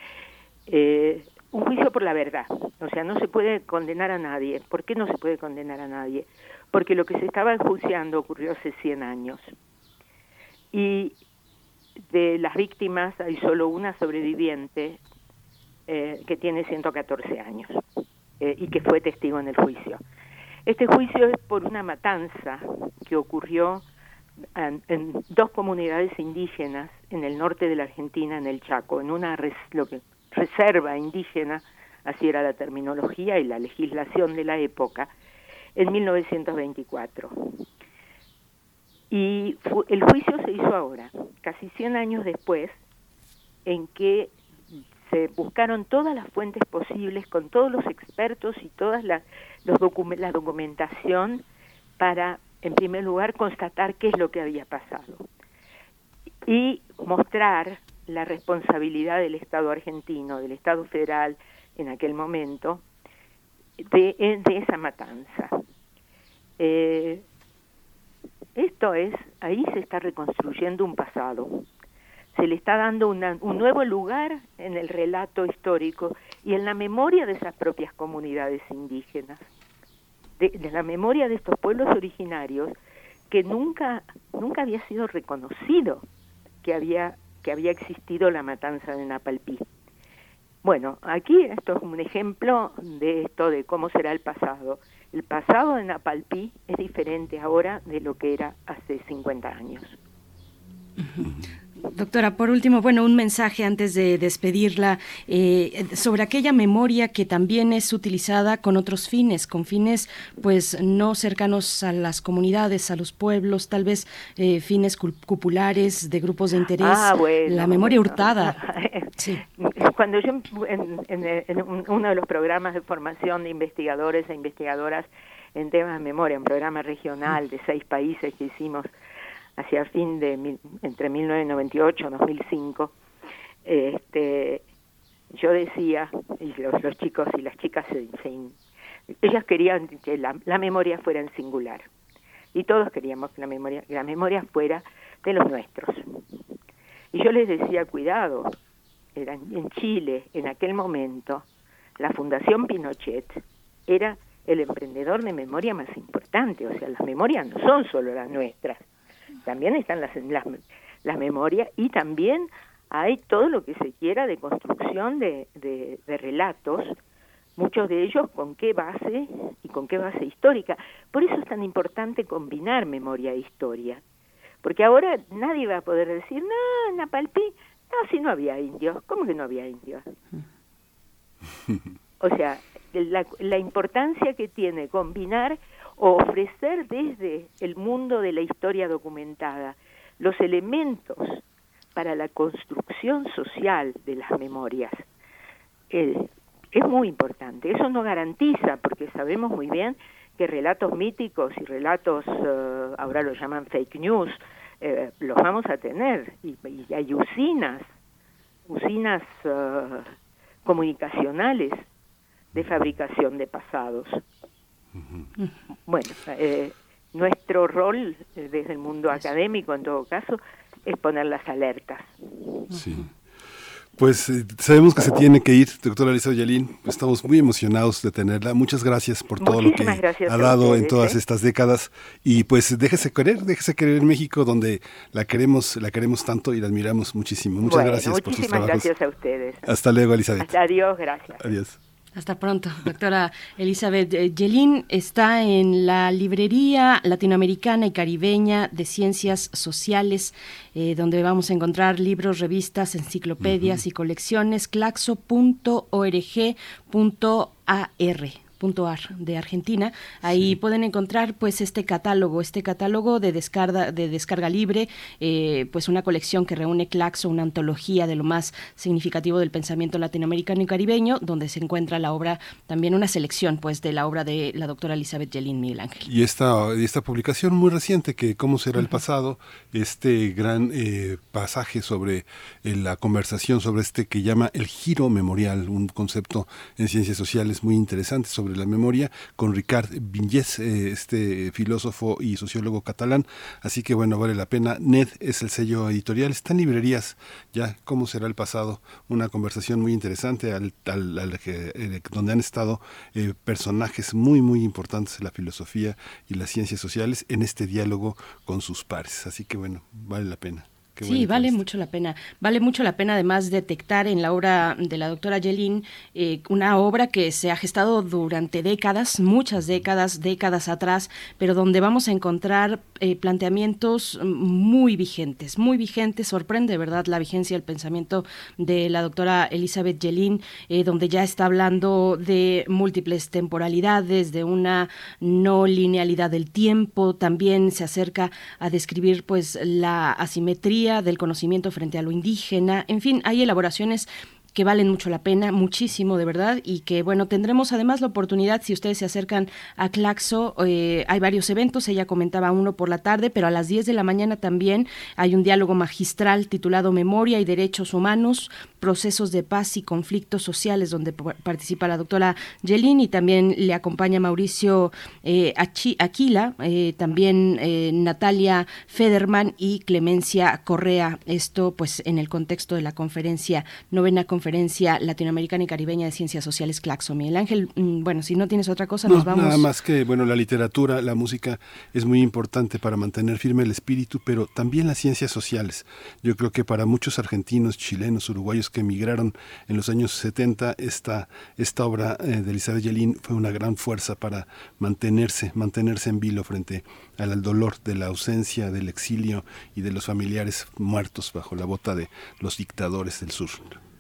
Eh, un juicio por la verdad, o sea, no se puede condenar a nadie. ¿Por qué no se puede condenar a nadie? Porque lo que se estaba enjuiciando ocurrió hace cien años. Y de las víctimas hay solo una sobreviviente eh, que tiene ciento catorce años eh, y que fue testigo en el juicio. Este juicio es por una matanza que ocurrió en, en dos comunidades indígenas en el norte de la Argentina, en el Chaco, en una res, lo que, reserva indígena, así era la terminología y la legislación de la época, en mil novecientos veinticuatro. Y fu- el juicio se hizo ahora, casi cien años después, en que se buscaron todas las fuentes posibles con todos los expertos y todas las los docu- la documentación para, en primer lugar, constatar qué es lo que había pasado y mostrar la responsabilidad del Estado argentino, del Estado federal en aquel momento, de, de esa matanza. Eh, esto es, ahí se está reconstruyendo un pasado, se le está dando una, un nuevo lugar en el relato histórico y en la memoria de esas propias comunidades indígenas, de, de la memoria de estos pueblos originarios que nunca, nunca había sido reconocido que había, que había existido la matanza de Napalpí. Bueno, aquí esto es un ejemplo de esto, de cómo será el pasado. El pasado de Napalpí es diferente ahora de lo que era hace cincuenta años. Doctora, por último, bueno, un mensaje antes de despedirla eh, sobre aquella memoria que también es utilizada con otros fines, con fines pues no cercanos a las comunidades, a los pueblos, tal vez eh, fines cupulares de grupos de interés, ah, bueno, la memoria bueno. hurtada. Sí. Cuando yo en, en, en uno de los programas de formación de investigadores e investigadoras en temas de memoria, un programa regional de seis países que hicimos hacia fin de mil, entre mil novecientos noventa y ocho y dos mil cinco, este, yo decía, y los, los chicos y las chicas, se, se, ellas querían que la, la memoria fuera en singular, y todos queríamos que la memoria, que la memoria fuera de los nuestros. Y yo les decía, cuidado, era en Chile, en aquel momento, la Fundación Pinochet era el emprendedor de memoria más importante, o sea, las memorias no son solo las nuestras, también están las, las, las memorias, y también hay todo lo que se quiera de construcción de, de, de relatos, muchos de ellos con qué base y con qué base histórica. Por eso es tan importante combinar memoria e historia, porque ahora nadie va a poder decir, no, en Napalpí, no, si no había indios. ¿Cómo que no había indios? O sea, la, la importancia que tiene combinar o ofrecer desde el mundo de la historia documentada los elementos para la construcción social de las memorias eh, es muy importante. Eso no garantiza, porque sabemos muy bien que relatos míticos y relatos, uh, ahora lo llaman fake news, eh, los vamos a tener, y, y hay usinas, usinas uh, comunicacionales de fabricación de pasados. Uh-huh. Bueno, eh, nuestro rol eh, desde el mundo académico, en todo caso, es poner las alertas. Sí. Pues eh, sabemos que se tiene que ir, doctora Elizabeth Yelin. Estamos muy emocionados de tenerla. Muchas gracias por todo Muchísimas lo que ha dado ustedes, en todas ¿eh? estas décadas. Y pues déjese querer, déjese querer en México, donde la queremos, la queremos tanto y la admiramos muchísimo. Muchas bueno, gracias por sus trabajos. Muchísimas gracias a ustedes. Hasta luego, Elizabeth. Hasta adiós, gracias. Adiós. Hasta pronto, doctora Elizabeth Yelin. Está en la Librería Latinoamericana y Caribeña de Ciencias Sociales, eh, donde vamos a encontrar libros, revistas, enciclopedias uh-huh. y colecciones. claxo punto org punto a r punto ar de Argentina. Ahí sí. pueden encontrar pues este catálogo, este catálogo de descarga, de descarga libre, eh, pues una colección que reúne Claxo, una antología de lo más significativo del pensamiento latinoamericano y caribeño, donde se encuentra la obra, también una selección pues de la obra de la doctora Elizabeth Yelin Miguel Ángel. Y esta, esta publicación muy reciente, que cómo será el pasado, este gran eh, pasaje sobre eh, la conversación sobre este que llama el giro memorial, un concepto en ciencias sociales muy interesante sobre la memoria, con Ricard Vinyes, eh, este filósofo y sociólogo catalán. Así que bueno, vale la pena. N E D es el sello editorial, está en librerías ya. ¿Cómo será el pasado? Una conversación muy interesante al, al, al, eh, donde han estado eh, personajes muy muy importantes de la filosofía y las ciencias sociales en este diálogo con sus pares. Así que bueno, vale la pena. Qué sí, vale mucho la pena. Vale mucho la pena además detectar en la obra de la doctora Yelin eh, una obra que se ha gestado durante décadas, muchas décadas, décadas atrás, pero donde vamos a encontrar eh, planteamientos muy vigentes, muy vigentes. Sorprende, ¿verdad?, la vigencia del pensamiento de la doctora Elizabeth Yelin, eh, donde ya está hablando de múltiples temporalidades, de una no linealidad del tiempo. También se acerca a describir pues la asimetría del conocimiento frente a lo indígena. En fin, hay elaboraciones que valen mucho la pena, muchísimo de verdad, y que bueno, tendremos además la oportunidad, si ustedes se acercan a Claxo, eh, hay varios eventos, ella comentaba uno por la tarde, pero a las diez de la mañana también hay un diálogo magistral titulado Memoria y Derechos Humanos, Procesos de Paz y Conflictos Sociales, donde p- participa la doctora Yelin, y también le acompaña Mauricio eh, Achi- Aquila, eh, también eh, Natalia Federman y Clemencia Correa, esto pues en el contexto de la conferencia, novena conferencia Conferencia Latinoamericana y Caribeña de Ciencias Sociales Claxo. Miguel Ángel, bueno, si no tienes otra cosa, no, nos vamos. Nada más que, bueno, la literatura, la música es muy importante para mantener firme el espíritu, pero también las ciencias sociales. Yo creo que para muchos argentinos, chilenos, uruguayos que emigraron en los años setenta, esta, esta obra eh, de Elizabeth Yelin fue una gran fuerza para mantenerse, mantenerse en vilo frente al dolor de la ausencia, del exilio y de los familiares muertos bajo la bota de los dictadores del sur.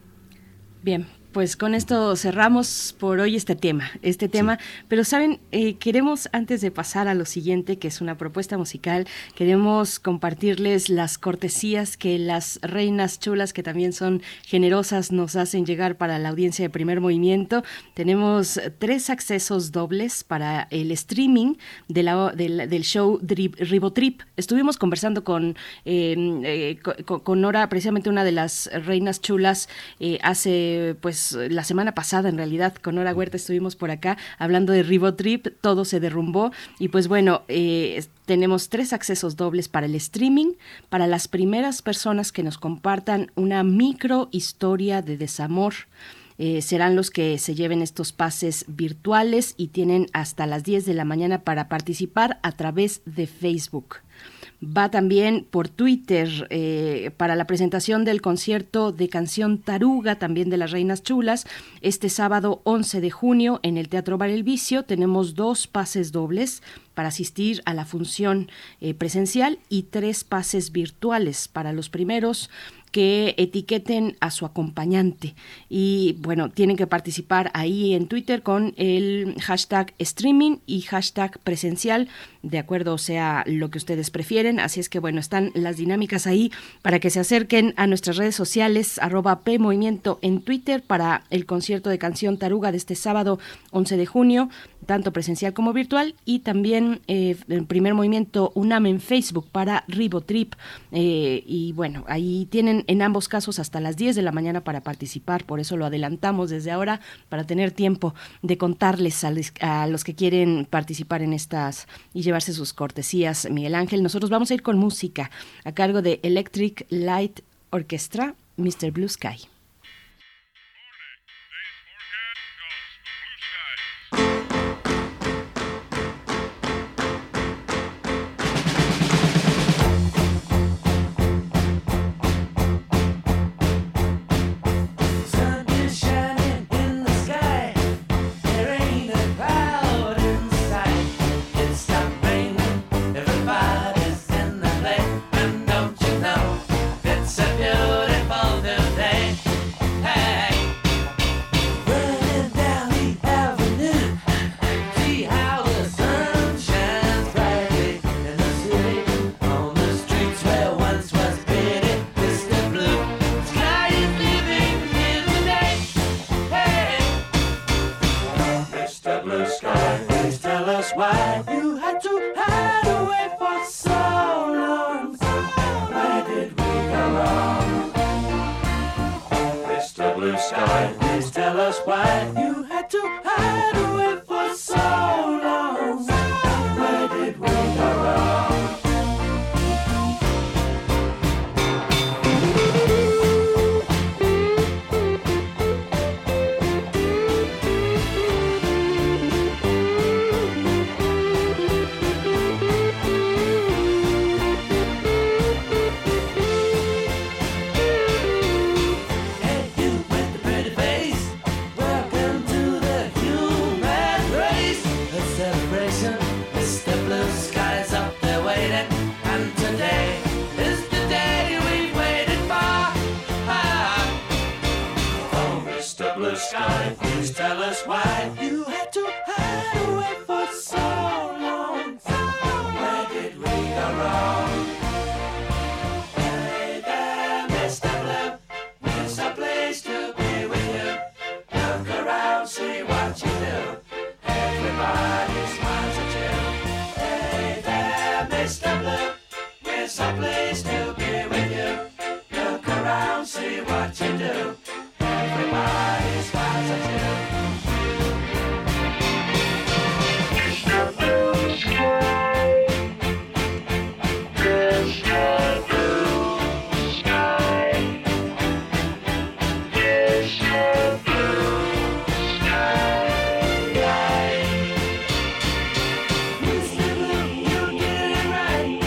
Bien, pues con esto cerramos por hoy este tema, este tema, sí. Pero saben, eh, queremos antes de pasar a lo siguiente, que es una propuesta musical, queremos compartirles las cortesías que las reinas chulas, que también son generosas, nos hacen llegar para la audiencia de Primer Movimiento. Tenemos tres accesos dobles para el streaming de la, de la, del show Drip, Ribotrip. Estuvimos conversando con, eh, eh, con, con Nora, precisamente una de las reinas chulas, eh, hace pues la semana pasada, en realidad, con Nora Huerta estuvimos por acá hablando de Ribotrip, todo se derrumbó y pues bueno, eh, tenemos tres accesos dobles para el streaming, para las primeras personas que nos compartan una micro historia de desamor. Eh, serán los que se lleven estos pases virtuales y tienen hasta las diez de la mañana para participar a través de Facebook. va también por Twitter eh, para la presentación del concierto de canción Taruga, también de las Reinas Chulas, este sábado once de junio en el Teatro Bar El Vicio. Tenemos dos pases dobles para asistir a la función eh, presencial y tres pases virtuales para los primeros que etiqueten a su acompañante. Y bueno, tienen que participar ahí en Twitter con el hashtag streaming y hashtag presencial, de acuerdo sea lo que ustedes prefieren. Así es que bueno, están las dinámicas ahí para que se acerquen a nuestras redes sociales, arroba P Movimiento en Twitter, para el concierto de canción Taruga de este sábado once de junio, tanto presencial como virtual, y también eh, el Primer Movimiento UNAM en Facebook para Ribotrip. Eh, y bueno, ahí tienen en ambos casos hasta las diez de la mañana para participar, por eso lo adelantamos desde ahora, para tener tiempo de contarles a, les, a los que quieren participar en estas y llevarse sus cortesías. Miguel Ángel, nosotros vamos a ir con música a cargo de Electric Light Orchestra, mister Blue Sky.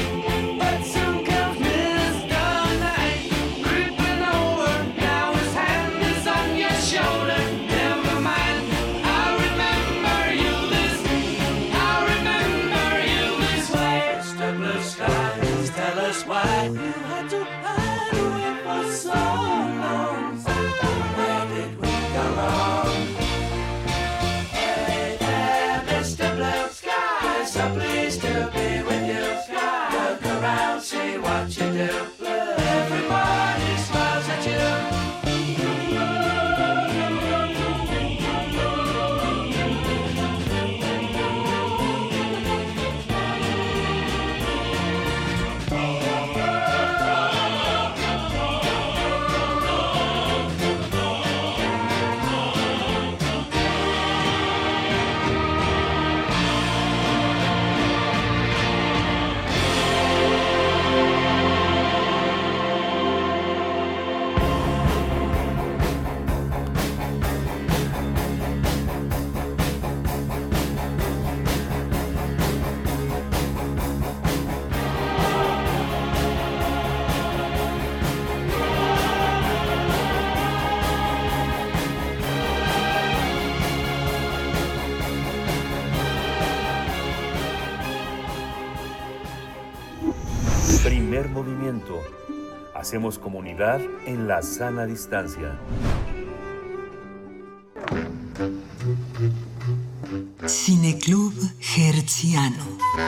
Over, now it's happening. Primer movimiento. Hacemos comunidad en la sana distancia. Cineclub Hertziano.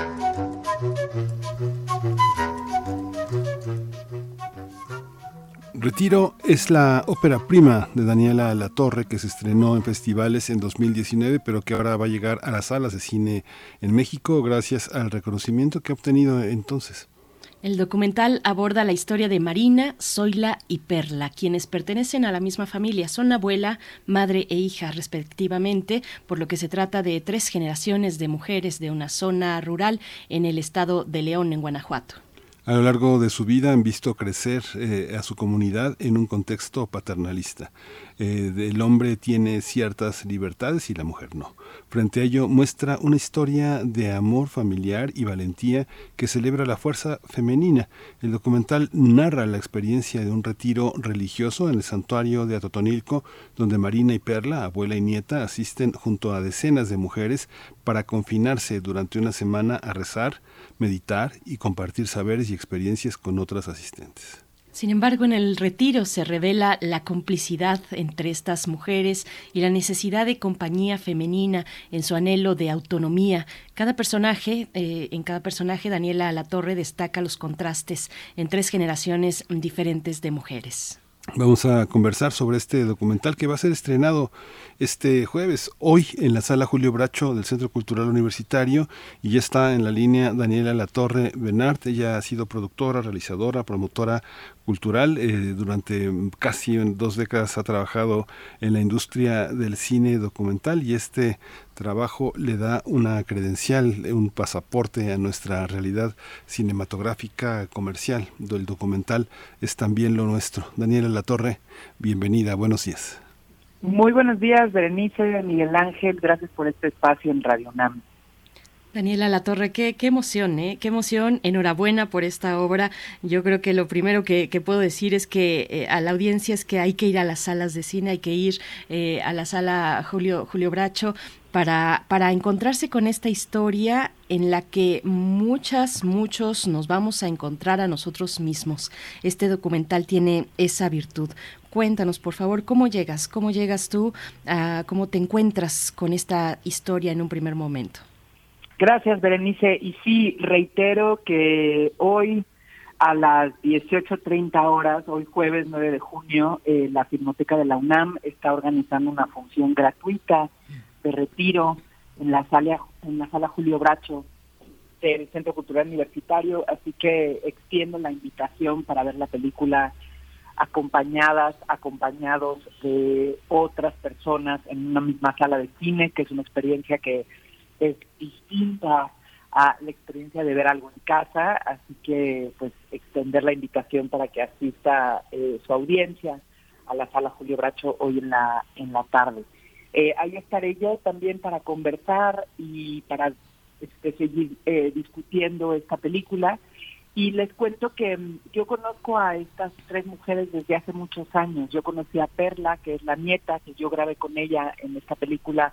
Retiro es la ópera prima de Daniela Latorre, que se estrenó en festivales en dos mil diecinueve, pero que ahora va a llegar a las salas de cine en México gracias al reconocimiento que ha obtenido entonces. El documental aborda la historia de Marina, Zoila y Perla, quienes pertenecen a la misma familia. Son abuela, madre e hija respectivamente, por lo que se trata de tres generaciones de mujeres de una zona rural en el estado de León, en Guanajuato. A lo largo de su vida han visto crecer eh, a su comunidad en un contexto paternalista. Eh, el hombre tiene ciertas libertades y la mujer no. Frente a ello muestra una historia de amor familiar y valentía que celebra la fuerza femenina. El documental narra la experiencia de un retiro religioso en el santuario de Atotonilco, donde Marina y Perla, abuela y nieta, asisten junto a decenas de mujeres para confinarse durante una semana a rezar, meditar y compartir saberes y experiencias con otras asistentes. Sin embargo, en el retiro se revela la complicidad entre estas mujeres y la necesidad de compañía femenina en su anhelo de autonomía. Cada personaje, eh, en cada personaje, Daniela Latorre destaca los contrastes en tres generaciones diferentes de mujeres. Vamos a conversar sobre este documental que va a ser estrenado este jueves, hoy en la Sala Julio Bracho del Centro Cultural Universitario, y ya está en la línea Daniela Latorre Benart. Ella ha sido productora, realizadora, promotora cultural. Eh, durante casi dos décadas ha trabajado en la industria del cine documental y este trabajo le da una credencial, un pasaporte a nuestra realidad cinematográfica comercial. El documental es también lo nuestro. Daniela Latorre, bienvenida, buenos días. Muy buenos días, Berenice, Miguel Ángel, gracias por este espacio en Radio UNAM. Daniela Latorre, qué, qué emoción, ¿eh? Qué emoción, enhorabuena por esta obra. Yo creo que lo primero que, que puedo decir es que eh, a la audiencia es que hay que ir a las salas de cine, hay que ir eh, a la sala Julio, Julio Bracho para, para encontrarse con esta historia en la que muchas, muchos nos vamos a encontrar a nosotros mismos. Este documental tiene esa virtud. Cuéntanos, por favor, ¿cómo llegas? ¿Cómo llegas tú? Uh, ¿Cómo te encuentras con esta historia en un primer momento? Gracias, Berenice. Y sí, reitero que hoy a las dieciocho treinta horas, hoy jueves nueve de junio, eh, la Filmoteca de la UNAM está organizando una función gratuita de retiro en la sala, en la sala Julio Bracho del Centro Cultural Universitario, así que extiendo la invitación para ver la película acompañadas, acompañados de otras personas en una misma sala de cine, que es una experiencia que es distinta a la experiencia de ver algo en casa, así que pues extender la invitación para que asista eh, su audiencia a la sala Julio Bracho hoy en la en la tarde. Eh, ahí estaré yo también para conversar y para este, seguir eh, discutiendo esta película. Y les cuento que um, yo conozco a estas tres mujeres desde hace muchos años. Yo conocí a Perla, que es la nieta, que yo grabé con ella en esta película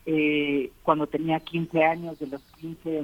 eh, cuando tenía quince años, de los quince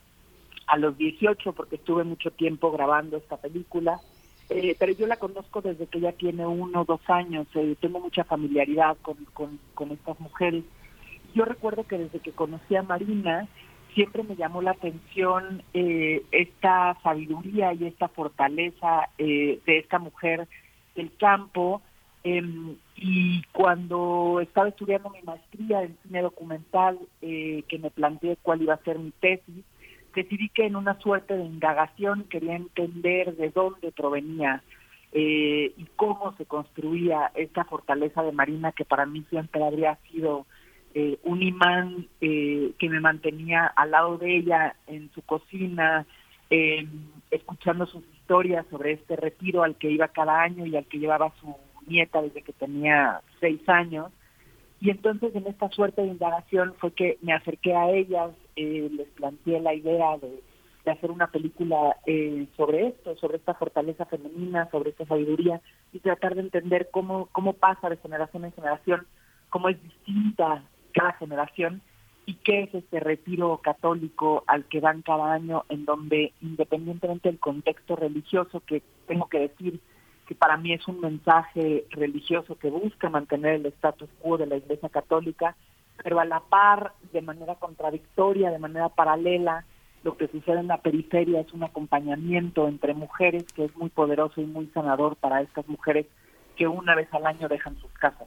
a los dieciocho, porque estuve mucho tiempo grabando esta película. Eh, pero yo la conozco desde que ella tiene uno o dos años. Eh, tengo mucha familiaridad con, con, con estas mujeres. Yo recuerdo que desde que conocí a Marina, siempre me llamó la atención eh, esta sabiduría y esta fortaleza eh, de esta mujer del campo. Eh, y cuando estaba estudiando mi maestría en cine documental, eh, que me planteé cuál iba a ser mi tesis, decidí que en una suerte de indagación quería entender de dónde provenía eh, y cómo se construía esta fortaleza de Marina, que para mí siempre habría sido Eh, un imán eh, que me mantenía al lado de ella en su cocina, eh, escuchando sus historias sobre este retiro al que iba cada año y al que llevaba su nieta desde que tenía seis años. Y entonces en esta suerte de indagación fue que me acerqué a ellas, eh, les planteé la idea de, de hacer una película eh, sobre esto, sobre esta fortaleza femenina, sobre esta sabiduría, y tratar de entender cómo, cómo pasa de generación en generación, cómo es distinta cada generación y qué es este retiro católico al que van cada año, en donde, independientemente del contexto religioso, que tengo que decir que para mí es un mensaje religioso que busca mantener el status quo de la Iglesia Católica, pero a la par, de manera contradictoria, de manera paralela, lo que sucede en la periferia es un acompañamiento entre mujeres que es muy poderoso y muy sanador para estas mujeres que una vez al año dejan sus casas.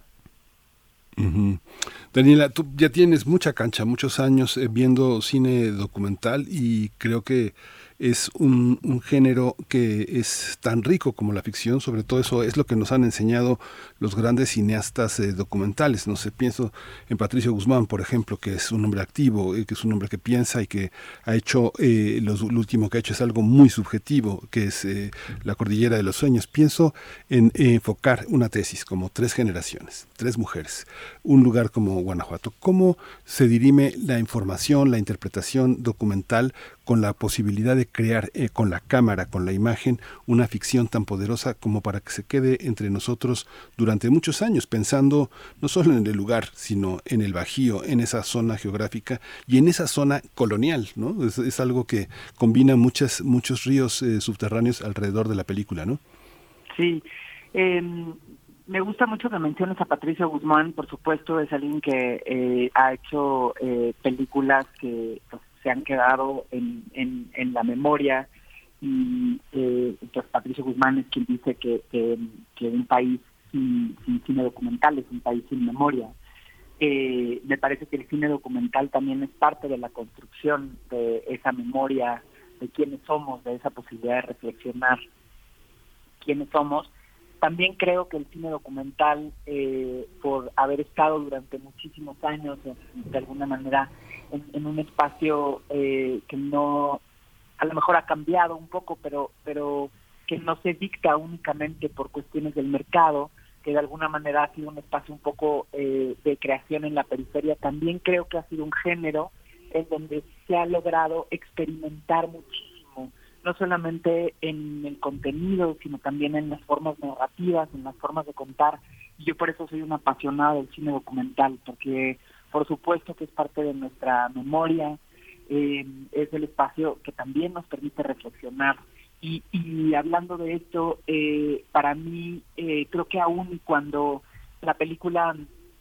Uh-huh. Daniela, tú ya tienes mucha cancha, muchos años eh, viendo cine documental, y creo que es un, un género que es tan rico como la ficción. Sobre todo eso es lo que nos han enseñado los grandes cineastas eh, documentales. No sé, pienso en Patricio Guzmán, por ejemplo, que es un hombre activo, eh, que es un hombre que piensa y que ha hecho, eh, los, lo último que ha hecho es algo muy subjetivo, que es eh, La Cordillera de los Sueños. Pienso en eh, enfocar una tesis como tres generaciones, tres mujeres, un lugar como Guanajuato. ¿Cómo se dirime la información, la interpretación documental con la posibilidad de crear eh, con la cámara, con la imagen, una ficción tan poderosa como para que se quede entre nosotros durante muchos años, pensando no solo en el lugar, sino en el Bajío, en esa zona geográfica y en esa zona colonial, ¿no? Es, es algo que combina muchas, muchos ríos eh, subterráneos alrededor de la película, ¿no? Sí, eh, me gusta mucho que menciones a Patricio Guzmán. Por supuesto, es alguien que eh, ha hecho eh, películas que pues, se han quedado en, en, en la memoria, y eh, pues Patricio Guzmán es quien dice que, que, que un país sin, sin cine documental es un país sin memoria. Eh, me parece que el cine documental también es parte de la construcción de esa memoria, de quiénes somos, de esa posibilidad de reflexionar quiénes somos. También creo que el cine documental, eh, por haber estado durante muchísimos años, de alguna manera, en, en un espacio eh, que no, a lo mejor ha cambiado un poco, pero, pero que no se dicta únicamente por cuestiones del mercado, que de alguna manera ha sido un espacio un poco eh, de creación en la periferia. También creo que ha sido un género en donde se ha logrado experimentar muchísimo, no solamente en el contenido, sino también en las formas narrativas, en las formas de contar. Y yo por eso soy una apasionada del cine documental, porque por supuesto que es parte de nuestra memoria, eh, es el espacio que también nos permite reflexionar. Y, y hablando de esto, eh, para mí, eh, creo que aún cuando la película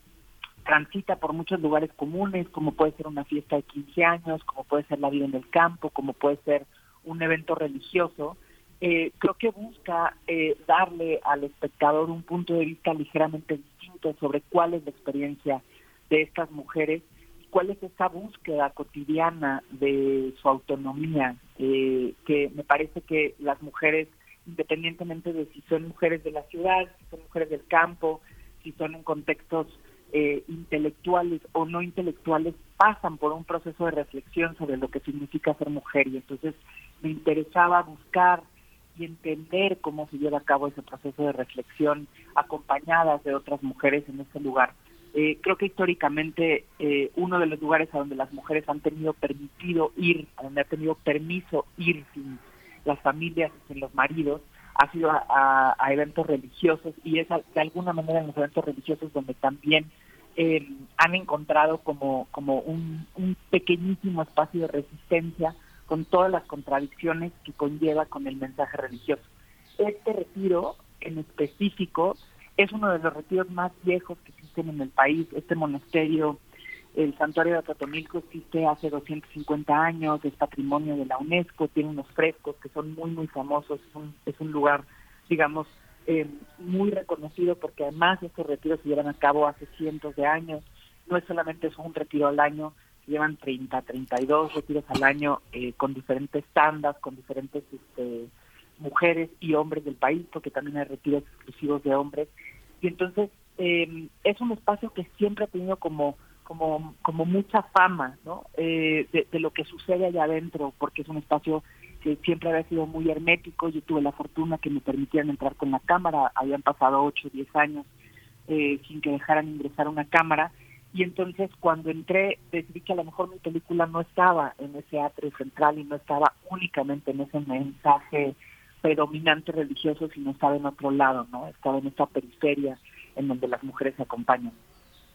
transita por muchos lugares comunes, como puede ser una fiesta de quince años, como puede ser la vida en el campo, como puede ser un evento religioso, eh, creo que busca eh, darle al espectador un punto de vista ligeramente distinto sobre cuál es la experiencia de estas mujeres, cuál es esa búsqueda cotidiana de su autonomía, eh, que me parece que las mujeres, independientemente de si son mujeres de la ciudad, si son mujeres del campo, si son en contextos eh, intelectuales o no intelectuales, pasan por un proceso de reflexión sobre lo que significa ser mujer. Y entonces me interesaba buscar y entender cómo se lleva a cabo ese proceso de reflexión acompañadas de otras mujeres en ese lugar. Eh, creo que históricamente eh, uno de los lugares a donde las mujeres han tenido permitido ir, a donde ha tenido permiso ir sin las familias y sin los maridos, ha sido a, a, a eventos religiosos, y es a, de alguna manera en los eventos religiosos donde también eh, han encontrado como, como un, un pequeñísimo espacio de resistencia con todas las contradicciones que conlleva con el mensaje religioso. Este retiro en específico es uno de los retiros más viejos que existen en el país. Este monasterio, el santuario de Atotonilco, existe hace doscientos cincuenta años, es patrimonio de la UNESCO, tiene unos frescos que son muy, muy famosos, es un, es un lugar, digamos, eh, muy reconocido, porque además estos retiros se llevan a cabo hace cientos de años. No es solamente es un retiro al año, se llevan treinta, treinta y dos retiros al año eh, con diferentes tandas, con diferentes este, mujeres y hombres del país, porque también hay retiros exclusivos de hombres. Y entonces eh, es un espacio que siempre ha tenido como como como mucha fama, ¿no? Eh, de, de lo que sucede allá adentro, porque es un espacio que siempre había sido muy hermético. Yo tuve la fortuna que me permitieran entrar con la cámara, habían pasado ocho o diez años eh, sin que dejaran ingresar una cámara, y entonces cuando entré decidí que a lo mejor mi película no estaba en ese atrio central y no estaba únicamente en ese mensaje predominante religioso, sino estaba en otro lado, ¿no? Estaba en esta periferia en donde las mujeres se acompañan.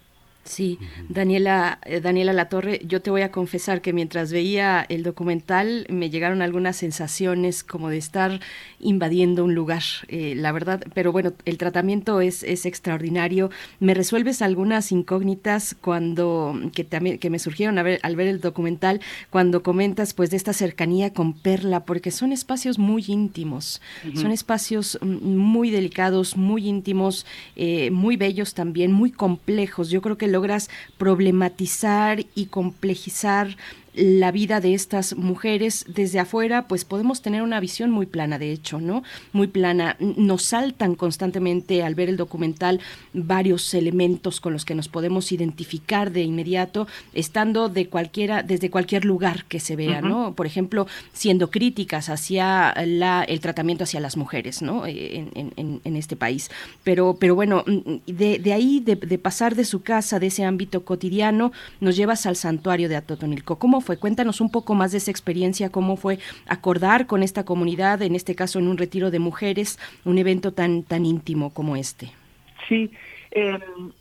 Sí, Daniela, eh, Daniela Latorre, yo te voy a confesar que mientras veía el documental me llegaron algunas sensaciones como de estar invadiendo un lugar, eh, la verdad, pero bueno, el tratamiento es, es extraordinario. Me resuelves algunas incógnitas cuando que, también, que me surgieron a ver, al ver el documental, cuando comentas pues de esta cercanía con Perla, porque son espacios muy íntimos, uh-huh. son espacios muy delicados, muy íntimos, eh, muy bellos también, muy complejos. Yo creo que logras problematizar y complejizar la vida de estas mujeres desde afuera, pues podemos tener una visión muy plana, de hecho, ¿no? Muy plana. Nos saltan constantemente al ver el documental varios elementos con los que nos podemos identificar de inmediato, estando de cualquiera, desde cualquier lugar que se vea, uh-huh. ¿no? Por ejemplo, siendo críticas hacia la, el tratamiento hacia las mujeres, ¿no? En, en, en este país. Pero, pero bueno, de, de ahí, de, de pasar de su casa, de ese ámbito cotidiano, nos llevas al santuario de Atotonilco. ¿Cómo fue? Cuéntanos un poco más de esa experiencia, cómo fue acordar con esta comunidad, en este caso en un retiro de mujeres, un evento tan tan íntimo como este. Sí, eh,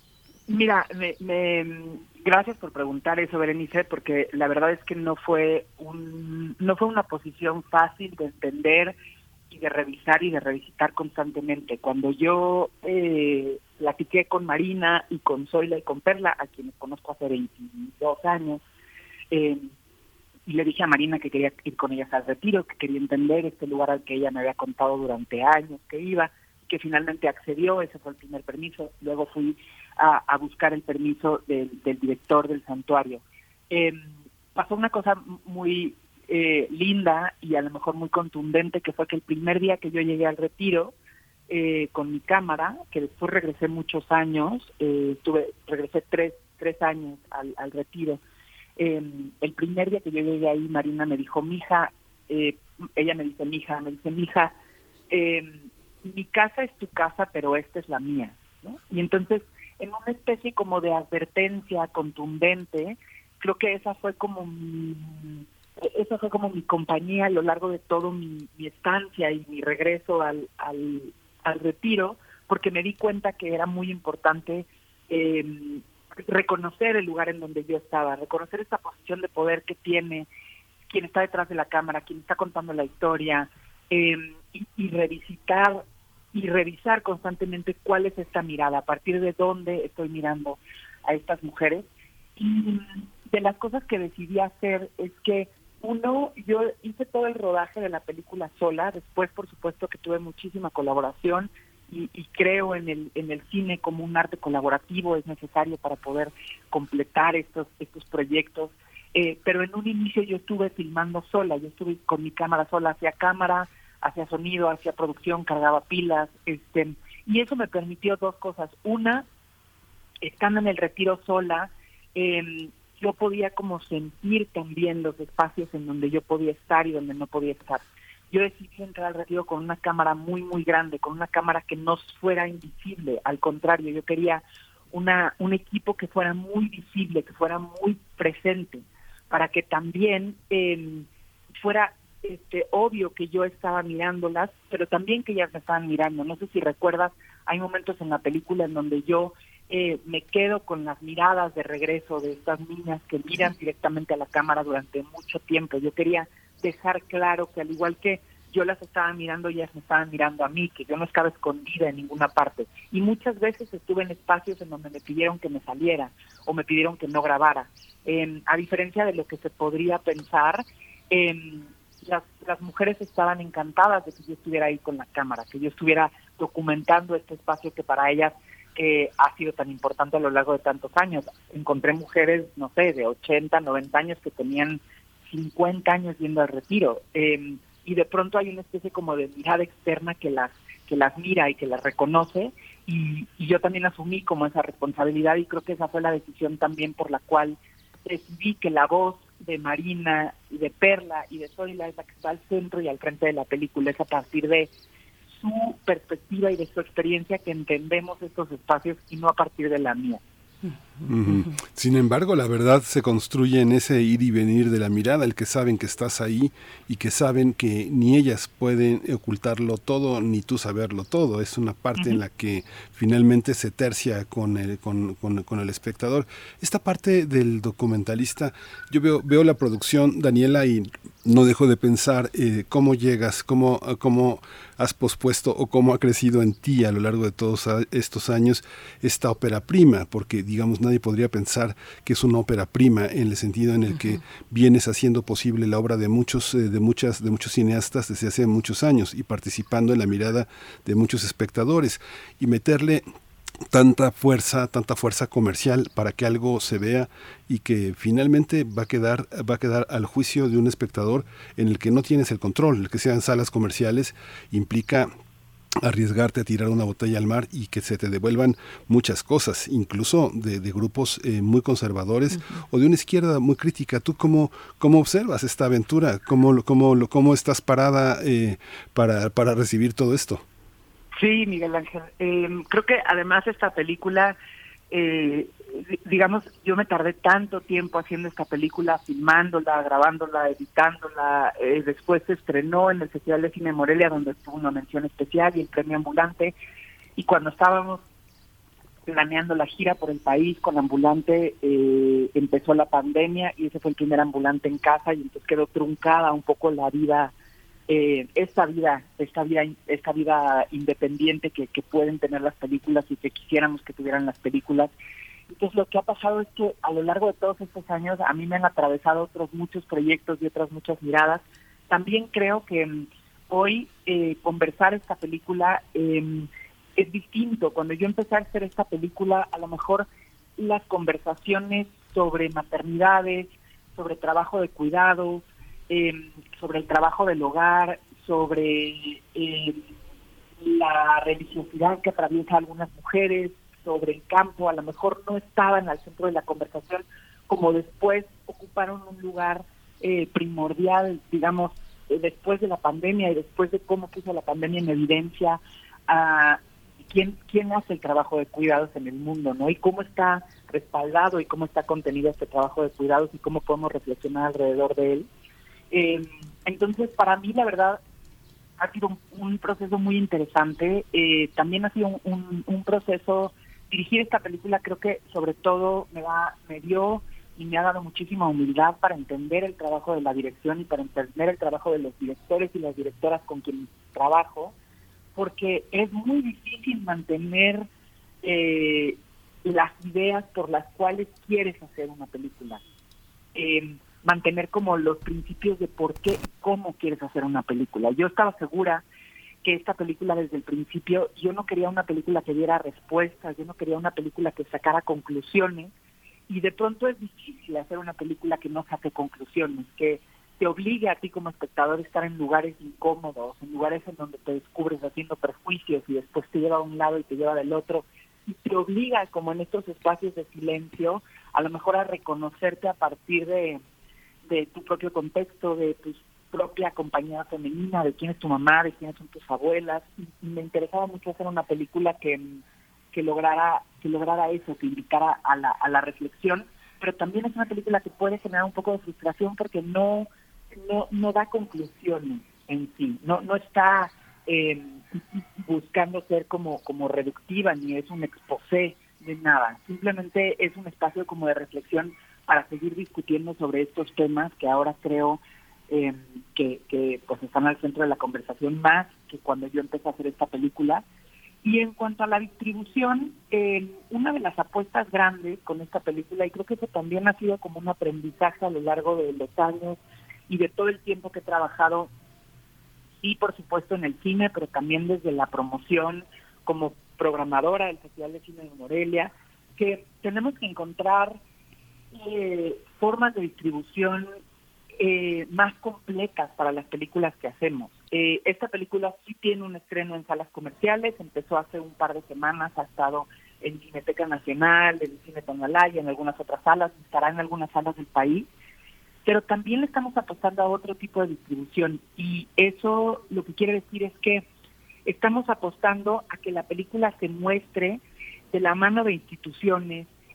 mira, me, me, gracias por preguntar eso, Berenice, porque la verdad es que no fue un no fue una posición fácil de entender y de revisar y de revisitar constantemente. Cuando yo eh, platiqué con Marina y con Zoila y con Perla, a quienes conozco hace veintidós años, Eh, y le dije a Marina que quería ir con ellas al retiro, que quería entender este lugar al que ella me había contado durante años que iba, que finalmente accedió. Ese fue el primer permiso. Luego fui a, a buscar el permiso del, del director del santuario. Eh, pasó una cosa muy eh, linda y a lo mejor muy contundente, que fue que el primer día que yo llegué al retiro, eh, con mi cámara, que después regresé muchos años, eh, tuve, regresé tres, tres años al, al retiro. Eh, el primer día que yo llegué ahí, Marina me dijo, mija, eh, ella me dice, mija, me dice, mija, eh, mi casa es tu casa, pero esta es la mía, ¿no? Y entonces, en una especie como de advertencia contundente, creo que esa fue como mi, esa fue como mi compañía a lo largo de todo mi, mi estancia y mi regreso al, al, al retiro, porque me di cuenta que era muy importante eh, reconocer el lugar en donde yo estaba, reconocer esta posición de poder que tiene quien está detrás de la cámara, quien está contando la historia, eh, y, y revisitar y revisar constantemente cuál es esta mirada, a partir de dónde estoy mirando a estas mujeres. Y de las cosas que decidí hacer es que, uno, yo hice todo el rodaje de la película sola, después por supuesto que tuve muchísima colaboración, Y, y creo en el en el cine como un arte colaborativo, es necesario para poder completar estos estos proyectos, eh, pero en un inicio yo estuve filmando sola, yo estuve con mi cámara sola, hacia cámara, hacia sonido, hacia producción, cargaba pilas, este y eso me permitió dos cosas. Una, estando en el retiro sola, eh, yo podía como sentir también los espacios en donde yo podía estar y donde no podía estar. Yo decidí entrar al retiro con una cámara muy, muy grande, con una cámara que no fuera invisible. Al contrario, yo quería una un equipo que fuera muy visible, que fuera muy presente, para que también eh, fuera este obvio que yo estaba mirándolas, pero también que ellas me estaban mirando. No sé si recuerdas, hay momentos en la película en donde yo eh, me quedo con las miradas de regreso de estas niñas que miran directamente a la cámara durante mucho tiempo. Yo quería dejar claro que al igual que yo las estaba mirando, ellas me estaban mirando a mí, que yo no estaba escondida en ninguna parte. Y muchas veces estuve en espacios en donde me pidieron que me saliera o me pidieron que no grabara. Eh, a diferencia de lo que se podría pensar, eh, las, las mujeres estaban encantadas de que yo estuviera ahí con la cámara, que yo estuviera documentando este espacio que para ellas eh, ha sido tan importante a lo largo de tantos años. Encontré mujeres, no sé, de ochenta, noventa años que tenían cincuenta años yendo al retiro, eh, y de pronto hay una especie como de mirada externa que las que las mira y que las reconoce, y, y yo también asumí como esa responsabilidad, y creo que esa fue la decisión también por la cual decidí que la voz de Marina y de Perla y de Zoila es la que está al centro y al frente de la película. Es a partir de su perspectiva y de su experiencia que entendemos estos espacios y no a partir de la mía. Uh-huh. Sin embargo, la verdad se construye en ese ir y venir de la mirada, el que saben que estás ahí y que saben que ni ellas pueden ocultarlo todo, ni tú saberlo todo. Es una parte uh-huh. en la que finalmente se tercia con el, con, con, con el espectador. Esta parte del documentalista, yo veo, veo la producción, Daniela, y no dejo de pensar eh, cómo llegas, cómo, cómo has pospuesto o cómo ha crecido en ti a lo largo de todos estos años esta ópera prima, porque digamos nadie podría pensar que es una ópera prima en el sentido en el uh-huh. que vienes haciendo posible la obra de muchos, eh, de muchas, de muchos cineastas desde hace muchos años y participando en la mirada de muchos espectadores y meterle tanta fuerza, tanta fuerza comercial para que algo se vea y que finalmente va a quedar, va a quedar al juicio de un espectador en el que no tienes el control. El que sean salas comerciales implica arriesgarte a tirar una botella al mar y que se te devuelvan muchas cosas, incluso de, de grupos eh, muy conservadores uh-huh. o de una izquierda muy crítica. ¿Tú cómo, cómo observas esta aventura? ¿Cómo, cómo, cómo estás parada eh, para, para recibir todo esto? Sí, Miguel Ángel. Eh, creo que además esta película, eh, digamos, yo me tardé tanto tiempo haciendo esta película, filmándola, grabándola, editándola. Eh, después se estrenó en el Festival de Cine de Morelia, donde tuvo una mención especial y el premio Ambulante. Y cuando estábamos planeando la gira por el país con Ambulante, eh, empezó la pandemia y ese fue el primer Ambulante en casa y entonces quedó truncada un poco la vida. Eh, esta vida, esta vida, esta vida independiente que, que pueden tener las películas y que quisiéramos que tuvieran las películas. Entonces lo que ha pasado es que a lo largo de todos estos años a mí me han atravesado otros muchos proyectos y otras muchas miradas. También creo que um, hoy eh, conversar esta película eh, es distinto. Cuando yo empecé a hacer esta película, a lo mejor las conversaciones sobre maternidades, sobre trabajo de cuidado, Eh, sobre el trabajo del hogar, sobre eh, la religiosidad que atraviesa algunas mujeres, sobre el campo, a lo mejor no estaban al centro de la conversación, como después ocuparon un lugar eh, primordial, digamos, eh, después de la pandemia y después de cómo puso la pandemia en evidencia a quién, quién hace el trabajo de cuidados en el mundo, ¿no? Y cómo está respaldado y cómo está contenido este trabajo de cuidados y cómo podemos reflexionar alrededor de él. Eh, entonces, para mí, la verdad, ha sido un, un proceso muy interesante. Eh, también ha sido un, un, un proceso, dirigir esta película creo que sobre todo me, da, me dio y me ha dado muchísima humildad para entender el trabajo de la dirección y para entender el trabajo de los directores y las directoras con quienes trabajo, porque es muy difícil mantener eh, las ideas por las cuales quieres hacer una película. Eh, mantener como los principios de por qué y cómo quieres hacer una película. Yo estaba segura que esta película desde el principio, yo no quería una película que diera respuestas, yo no quería una película que sacara conclusiones, y de pronto es difícil hacer una película que no saque conclusiones, que te obligue a ti como espectador a estar en lugares incómodos, en lugares en donde te descubres haciendo prejuicios y después te lleva a un lado y te lleva del otro, y te obliga, como en estos espacios de silencio, a lo mejor a reconocerte a partir de de tu propio contexto, de tu propia compañía femenina, de quién es tu mamá, de quiénes son tus abuelas. Y me interesaba mucho hacer una película que, que lograra que lograra eso, que invitara a la, a la reflexión, pero también es una película que puede generar un poco de frustración porque no no no da conclusiones en sí, no no está eh, buscando ser como como reductiva, ni es un exposé de nada, simplemente es un espacio como de reflexión para seguir discutiendo sobre estos temas que ahora creo eh, que, que pues están al centro de la conversación más que cuando yo empecé a hacer esta película. Y en cuanto a la distribución, eh, una de las apuestas grandes con esta película, y creo que eso también ha sido como un aprendizaje a lo largo de los años y de todo el tiempo que he trabajado, y por supuesto en el cine, pero también desde la promoción como programadora del Festival de Cine de Morelia, que tenemos que encontrar Eh, formas de distribución eh, más completas para las películas que hacemos. Eh, esta película sí tiene un estreno en salas comerciales, empezó hace un par de semanas, ha estado en Cineteca Nacional, en Cine Tonalá, en algunas otras salas, estará en algunas salas del país, pero también le estamos apostando a otro tipo de distribución, y eso lo que quiere decir es que estamos apostando a que la película se muestre de la mano de instituciones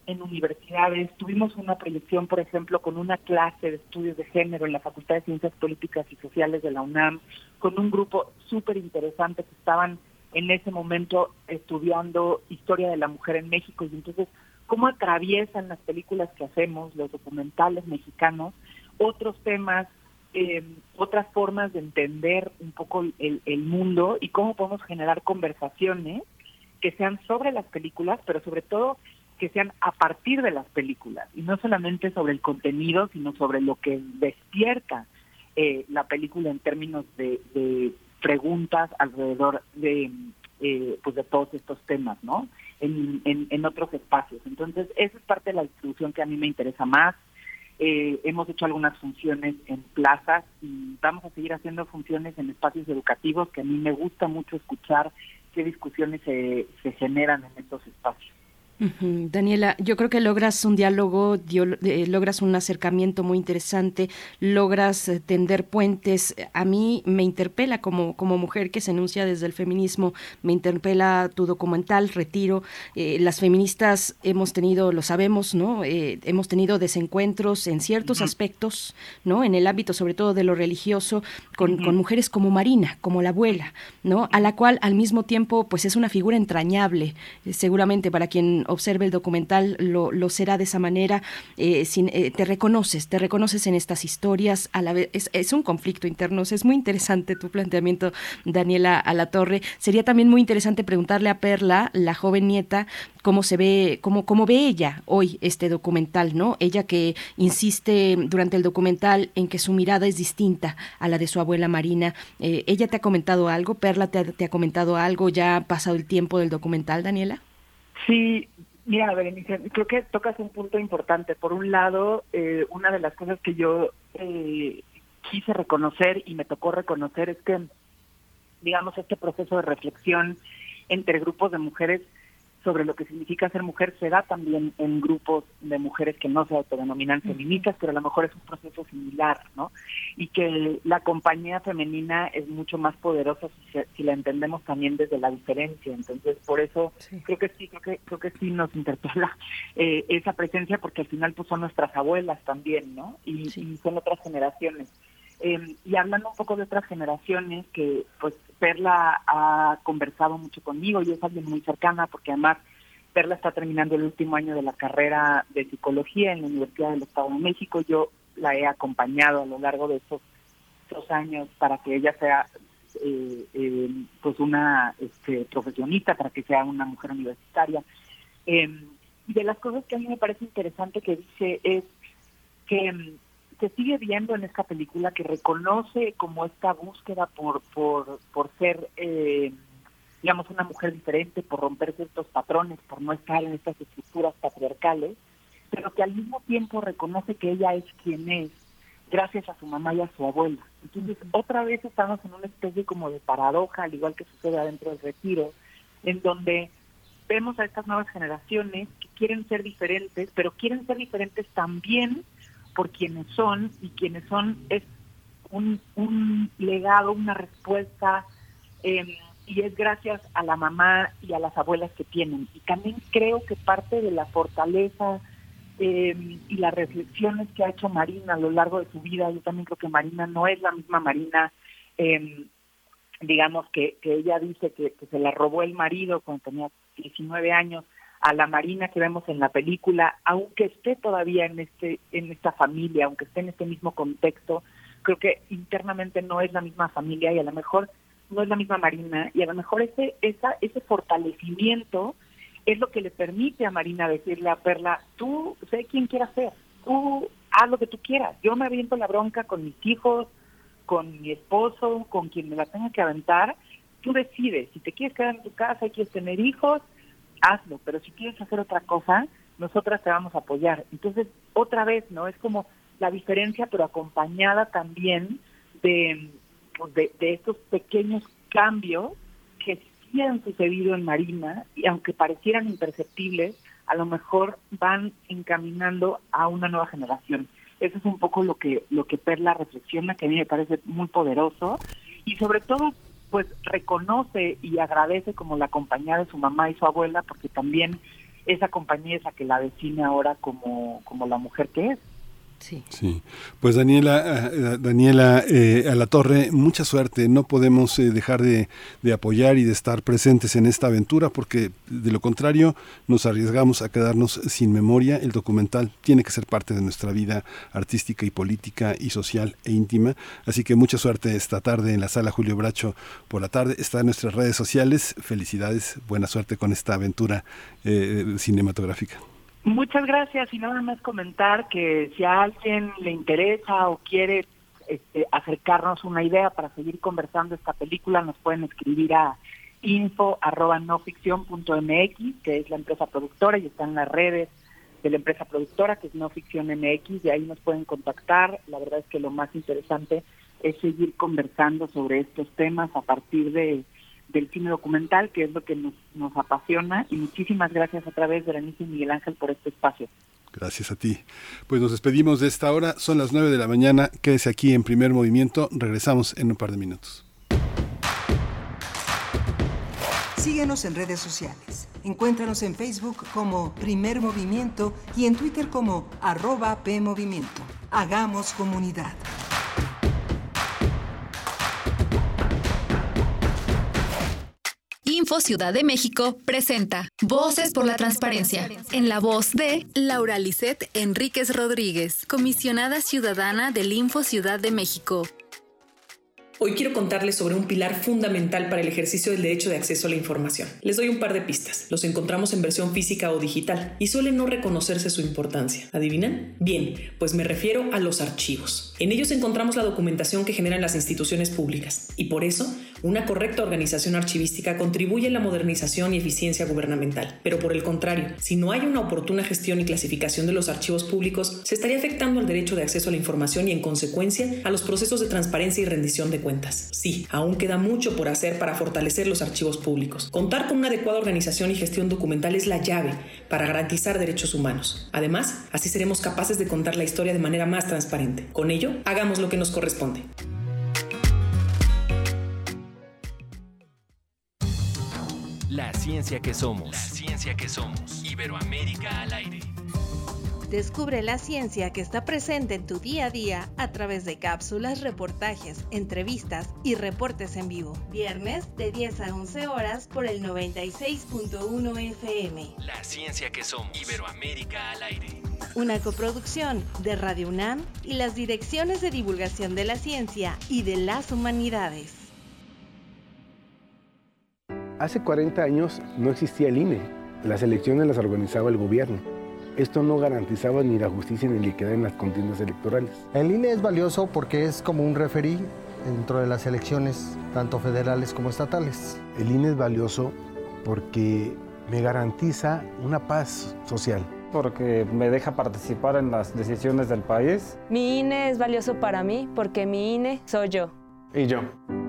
en universidades. Tuvimos una proyección, por ejemplo, con una clase de estudios de género en la Facultad de Ciencias Políticas y Sociales de la UNAM, con un grupo súper interesante que estaban en ese momento estudiando historia de la mujer en México. Y entonces, cómo atraviesan las películas que hacemos, los documentales mexicanos, otros temas, eh, otras formas de entender un poco el, el mundo, y cómo podemos generar conversaciones que sean sobre las películas, pero sobre todo que sean a partir de las películas, y no solamente sobre el contenido, sino sobre lo que despierta eh, la película en términos de, de preguntas alrededor de eh, pues de todos estos temas, ¿no? En, en, en otros espacios. Entonces, esa es parte de la distribución que a mí me interesa más. Eh, hemos hecho algunas funciones en plazas y vamos a seguir haciendo funciones en espacios educativos, que a mí me gusta mucho escuchar qué discusiones se, se generan en estos espacios. Uh-huh. Daniela, yo creo que logras un diálogo, dio, eh, logras un acercamiento muy interesante, logras eh, tender puentes. A mí me interpela como, como mujer que se enuncia desde el feminismo, me interpela tu documental, Retiro. Eh, las feministas hemos tenido, lo sabemos, ¿no? Eh, hemos tenido desencuentros en ciertos uh-huh. aspectos, ¿no? En el ámbito sobre todo de lo religioso, con, uh-huh. con mujeres como Marina, como la abuela, ¿no? A la cual al mismo tiempo pues es una figura entrañable, eh, seguramente para quien observe el documental lo, lo será de esa manera. Eh, sin, eh, te reconoces, te reconoces en estas historias, a la vez es, es un conflicto interno. O sea, es muy interesante tu planteamiento, Daniela Alatorre. Sería también muy interesante preguntarle a Perla, la joven nieta, cómo se ve, cómo, cómo ve ella hoy este documental, ¿no? Ella que insiste durante el documental en que su mirada es distinta a la de su abuela Marina. Eh, ¿Ella te ha comentado algo? ¿Perla te ha, te ha comentado algo? ¿Ya ha pasado el tiempo del documental, Daniela? Sí, mira, Berenice, creo que tocas un punto importante. Por un lado, eh, una de las cosas que yo eh, quise reconocer y me tocó reconocer es que, digamos, este proceso de reflexión entre grupos de mujeres sobre lo que significa ser mujer se da también en grupos de mujeres que no se autodenominan feministas, pero a lo mejor es un proceso similar, ¿no? Y que la compañía femenina es mucho más poderosa si, si la entendemos también desde la diferencia. Entonces, por eso sí. creo que sí, creo que creo que sí nos interpela eh, esa presencia, porque al final pues son nuestras abuelas también, ¿no? Y, sí. y son otras generaciones. Eh, y hablando un poco de otras generaciones, que pues Perla ha conversado mucho conmigo y es alguien muy cercana, porque además Perla está terminando el último año de la carrera de psicología en la Universidad del Estado de México. Yo la he acompañado a lo largo de esos, esos años para que ella sea eh, eh, pues una este, profesionista, para que sea una mujer universitaria. Eh, y de las cosas que a mí me parece interesante que dice es que se sigue viendo en esta película que reconoce como esta búsqueda por por por ser eh, digamos una mujer diferente, por romper ciertos patrones, por no estar en estas estructuras patriarcales, pero que al mismo tiempo reconoce que ella es quien es gracias a su mamá y a su abuela. Entonces otra vez estamos en una especie como de paradoja, al igual que sucede adentro del Retiro, en donde vemos a estas nuevas generaciones que quieren ser diferentes, pero quieren ser diferentes también por quienes son, y quienes son es un, un legado, una respuesta, eh, y es gracias a la mamá y a las abuelas que tienen. Y también creo que parte de la fortaleza eh, y las reflexiones que ha hecho Marina a lo largo de su vida, yo también creo que Marina no es la misma Marina, eh, digamos que, que ella dice que, que se la robó el marido cuando tenía diecinueve años, a la Marina que vemos en la película, aunque esté todavía en este en esta familia, aunque esté en este mismo contexto, creo que internamente no es la misma familia y a lo mejor no es la misma Marina, y a lo mejor ese esa ese fortalecimiento es lo que le permite a Marina decirle a Perla, tú sé quién quieras ser, tú haz lo que tú quieras, yo me aviento la bronca con mis hijos, con mi esposo, con quien me la tenga que aventar, tú decides, si te quieres quedar en tu casa y quieres tener hijos, hazlo, pero si quieres hacer otra cosa, nosotras te vamos a apoyar. Entonces, otra vez, ¿no? Es como la diferencia, pero acompañada también de, de, de estos pequeños cambios que sí han sucedido en Marina, y aunque parecieran imperceptibles, a lo mejor van encaminando a una nueva generación. Eso es un poco lo que, lo que Perla reflexiona, que a mí me parece muy poderoso, y sobre todo pues reconoce y agradece como la compañía de su mamá y su abuela, porque también esa compañía es la que la define ahora como, como la mujer que es. Sí. Sí, pues Daniela, uh, Daniela eh, Alatorre, mucha suerte. No podemos eh, dejar de, de apoyar y de estar presentes en esta aventura, porque de lo contrario nos arriesgamos a quedarnos sin memoria. El documental tiene que ser parte de nuestra vida artística y política y social e íntima. Así que mucha suerte esta tarde en la Sala Julio Bracho por la tarde. Está en nuestras redes sociales. Felicidades, buena suerte con esta aventura eh, cinematográfica. Muchas gracias, y nada más comentar que si a alguien le interesa o quiere este, acercarnos una idea para seguir conversando esta película, nos pueden escribir a info arroba noficción punto mx, que es la empresa productora, y está en las redes de la empresa productora, que es No Ficción M X, y ahí nos pueden contactar. La verdad es que lo más interesante es seguir conversando sobre estos temas a partir de del cine documental, que es lo que nos, nos apasiona, y muchísimas gracias otra vez, Berenice y Miguel Ángel, por este espacio. Gracias a ti. Pues nos despedimos de esta hora, son las nueve de la mañana, quédese aquí en Primer Movimiento, regresamos en un par de minutos. Síguenos en redes sociales, encuéntranos en Facebook como Primer Movimiento y en Twitter como arroba PMovimiento. Hagamos comunidad. Info Ciudad de México presenta Voces por la Transparencia, en la voz de Laura Lisset Enríquez Rodríguez, comisionada ciudadana del Info Ciudad de México. Hoy quiero contarles sobre un pilar fundamental para el ejercicio del derecho de acceso a la información. Les doy un par de pistas. Los encontramos en versión física o digital y suele no reconocerse su importancia. ¿Adivinan? Bien, pues me refiero a los archivos. En ellos encontramos la documentación que generan las instituciones públicas y por eso una correcta organización archivística contribuye a la modernización y eficiencia gubernamental. Pero por el contrario, si no hay una oportuna gestión y clasificación de los archivos públicos, se estaría afectando al derecho de acceso a la información y en consecuencia a los procesos de transparencia y rendición de cuentas. Sí, aún queda mucho por hacer para fortalecer los archivos públicos. Contar con una adecuada organización y gestión documental es la llave para garantizar derechos humanos. Además, así seremos capaces de contar la historia de manera más transparente. Con ello, hagamos lo que nos corresponde. La ciencia que somos. La ciencia que somos. Iberoamérica al aire. Descubre la ciencia que está presente en tu día a día a través de cápsulas, reportajes, entrevistas y reportes en vivo. Viernes de diez a once horas por el noventa y seis punto uno F M. La ciencia que somos. Iberoamérica al aire. Una coproducción de Radio UNAM y las direcciones de divulgación de la ciencia y de las humanidades. Hace cuarenta años no existía el I N E. Las elecciones las organizaba el gobierno. Esto no garantizaba ni la justicia ni la equidad en las contiendas electorales. El I N E es valioso porque es como un referí dentro de las elecciones, tanto federales como estatales. El I N E es valioso porque me garantiza una paz social. Porque me deja participar en las decisiones del país. Mi I N E es valioso para mí porque mi I N E soy yo. Y yo.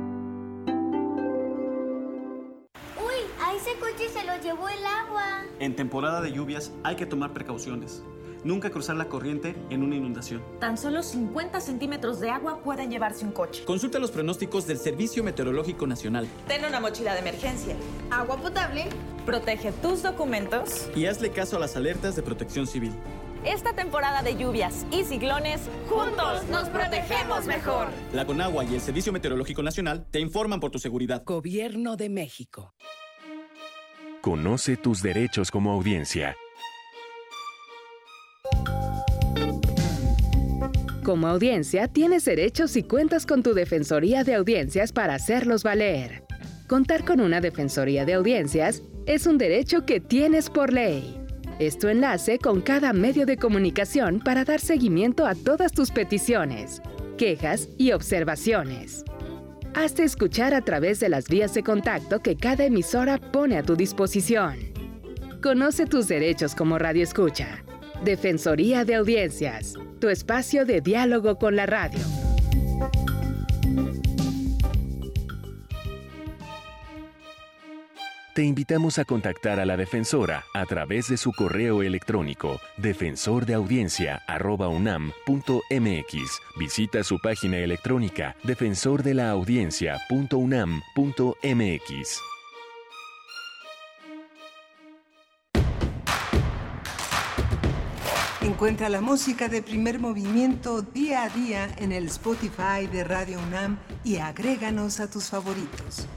Se lo llevó el agua. En temporada de lluvias hay que tomar precauciones. Nunca cruzar la corriente en una inundación. Tan solo cincuenta centímetros de agua pueden llevarse un coche. Consulta los pronósticos del Servicio Meteorológico Nacional. Ten una mochila de emergencia. Agua potable. Protege tus documentos. Y hazle caso a las alertas de Protección Civil. Esta temporada de lluvias y ciclones, juntos nos protegemos mejor. La Conagua y el Servicio Meteorológico Nacional te informan por tu seguridad. Gobierno de México. Conoce tus derechos como audiencia. Como audiencia, tienes derechos y cuentas con tu Defensoría de Audiencias para hacerlos valer. Contar con una Defensoría de Audiencias es un derecho que tienes por ley. Es tu enlace con cada medio de comunicación para dar seguimiento a todas tus peticiones, quejas y observaciones. Hazte escuchar a través de las vías de contacto que cada emisora pone a tu disposición. Conoce tus derechos como radioescucha. Defensoría de Audiencias, tu espacio de diálogo con la radio. Te invitamos a contactar a la defensora a través de su correo electrónico defensor de audiencia arroba unam punto mx. Visita su página electrónica defensor de la audiencia punto unam punto mx. Encuentra la música de Primer Movimiento día a día en el Spotify de Radio UNAM y agréganos a tus favoritos.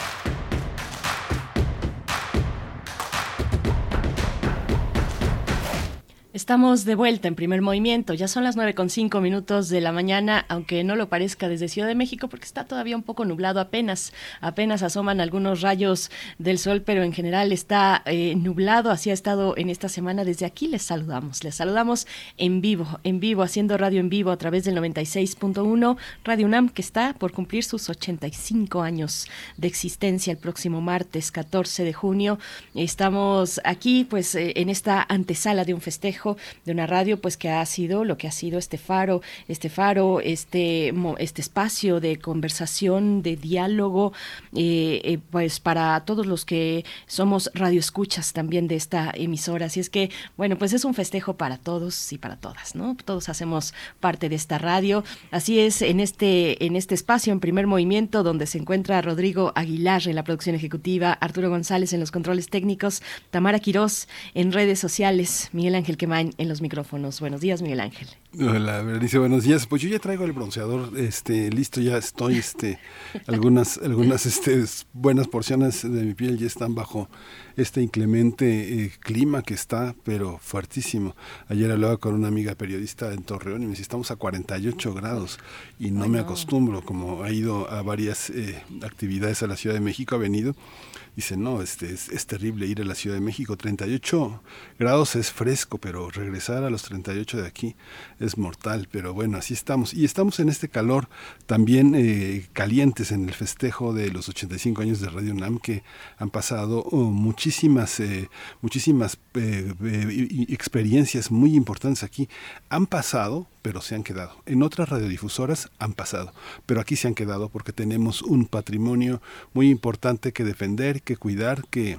Estamos de vuelta en Primer Movimiento, ya son las nueve con cinco minutos de la mañana, aunque no lo parezca desde Ciudad de México porque está todavía un poco nublado, apenas, apenas asoman algunos rayos del sol, pero en general está eh, nublado, así ha estado en esta semana. Desde aquí les saludamos, les saludamos en vivo, en vivo, haciendo radio en vivo a través del noventa y seis punto uno, Radio UNAM, que está por cumplir sus ochenta y cinco años de existencia el próximo martes catorce de junio. Estamos aquí pues eh, en esta antesala de un festejo de una radio pues que ha sido lo que ha sido este faro, este faro, este, este espacio de conversación, de diálogo, eh, eh, pues para todos los que somos radioescuchas también de esta emisora. Así es que, bueno, pues es un festejo para todos y para todas, ¿no? Todos hacemos parte de esta radio. Así es, en este, en este espacio, en Primer Movimiento, donde se encuentra Rodrigo Aguilar en la producción ejecutiva, Arturo González en los controles técnicos, Tamara Quirós en redes sociales, Miguel Ángel Quemain en los micrófonos. Buenos días, Miguel Ángel. Hola, Berenice, buenos días. Pues yo ya traigo el bronceador, este, listo, ya estoy, este, algunas, algunas, este, buenas porciones de mi piel ya están bajo este inclemente eh, clima que está, pero fuertísimo. Ayer hablaba con una amiga periodista en Torreón y me dice, estamos a cuarenta y ocho grados y no Ay, me no. acostumbro, como ha ido a varias eh, actividades a la Ciudad de México, ha venido. Dice, no, este, es, es terrible ir a la Ciudad de México, treinta y ocho grados es fresco, pero regresar a los treinta y ocho de aquí es mortal, pero bueno, así estamos. Y estamos en este calor también eh, calientes en el festejo de los ochenta y cinco años de Radio UNAM, que han pasado oh, muchísimas, eh, muchísimas eh, eh, experiencias muy importantes aquí. Han pasado, pero se han quedado. En otras radiodifusoras han pasado, pero aquí se han quedado porque tenemos un patrimonio muy importante que defender, que cuidar, que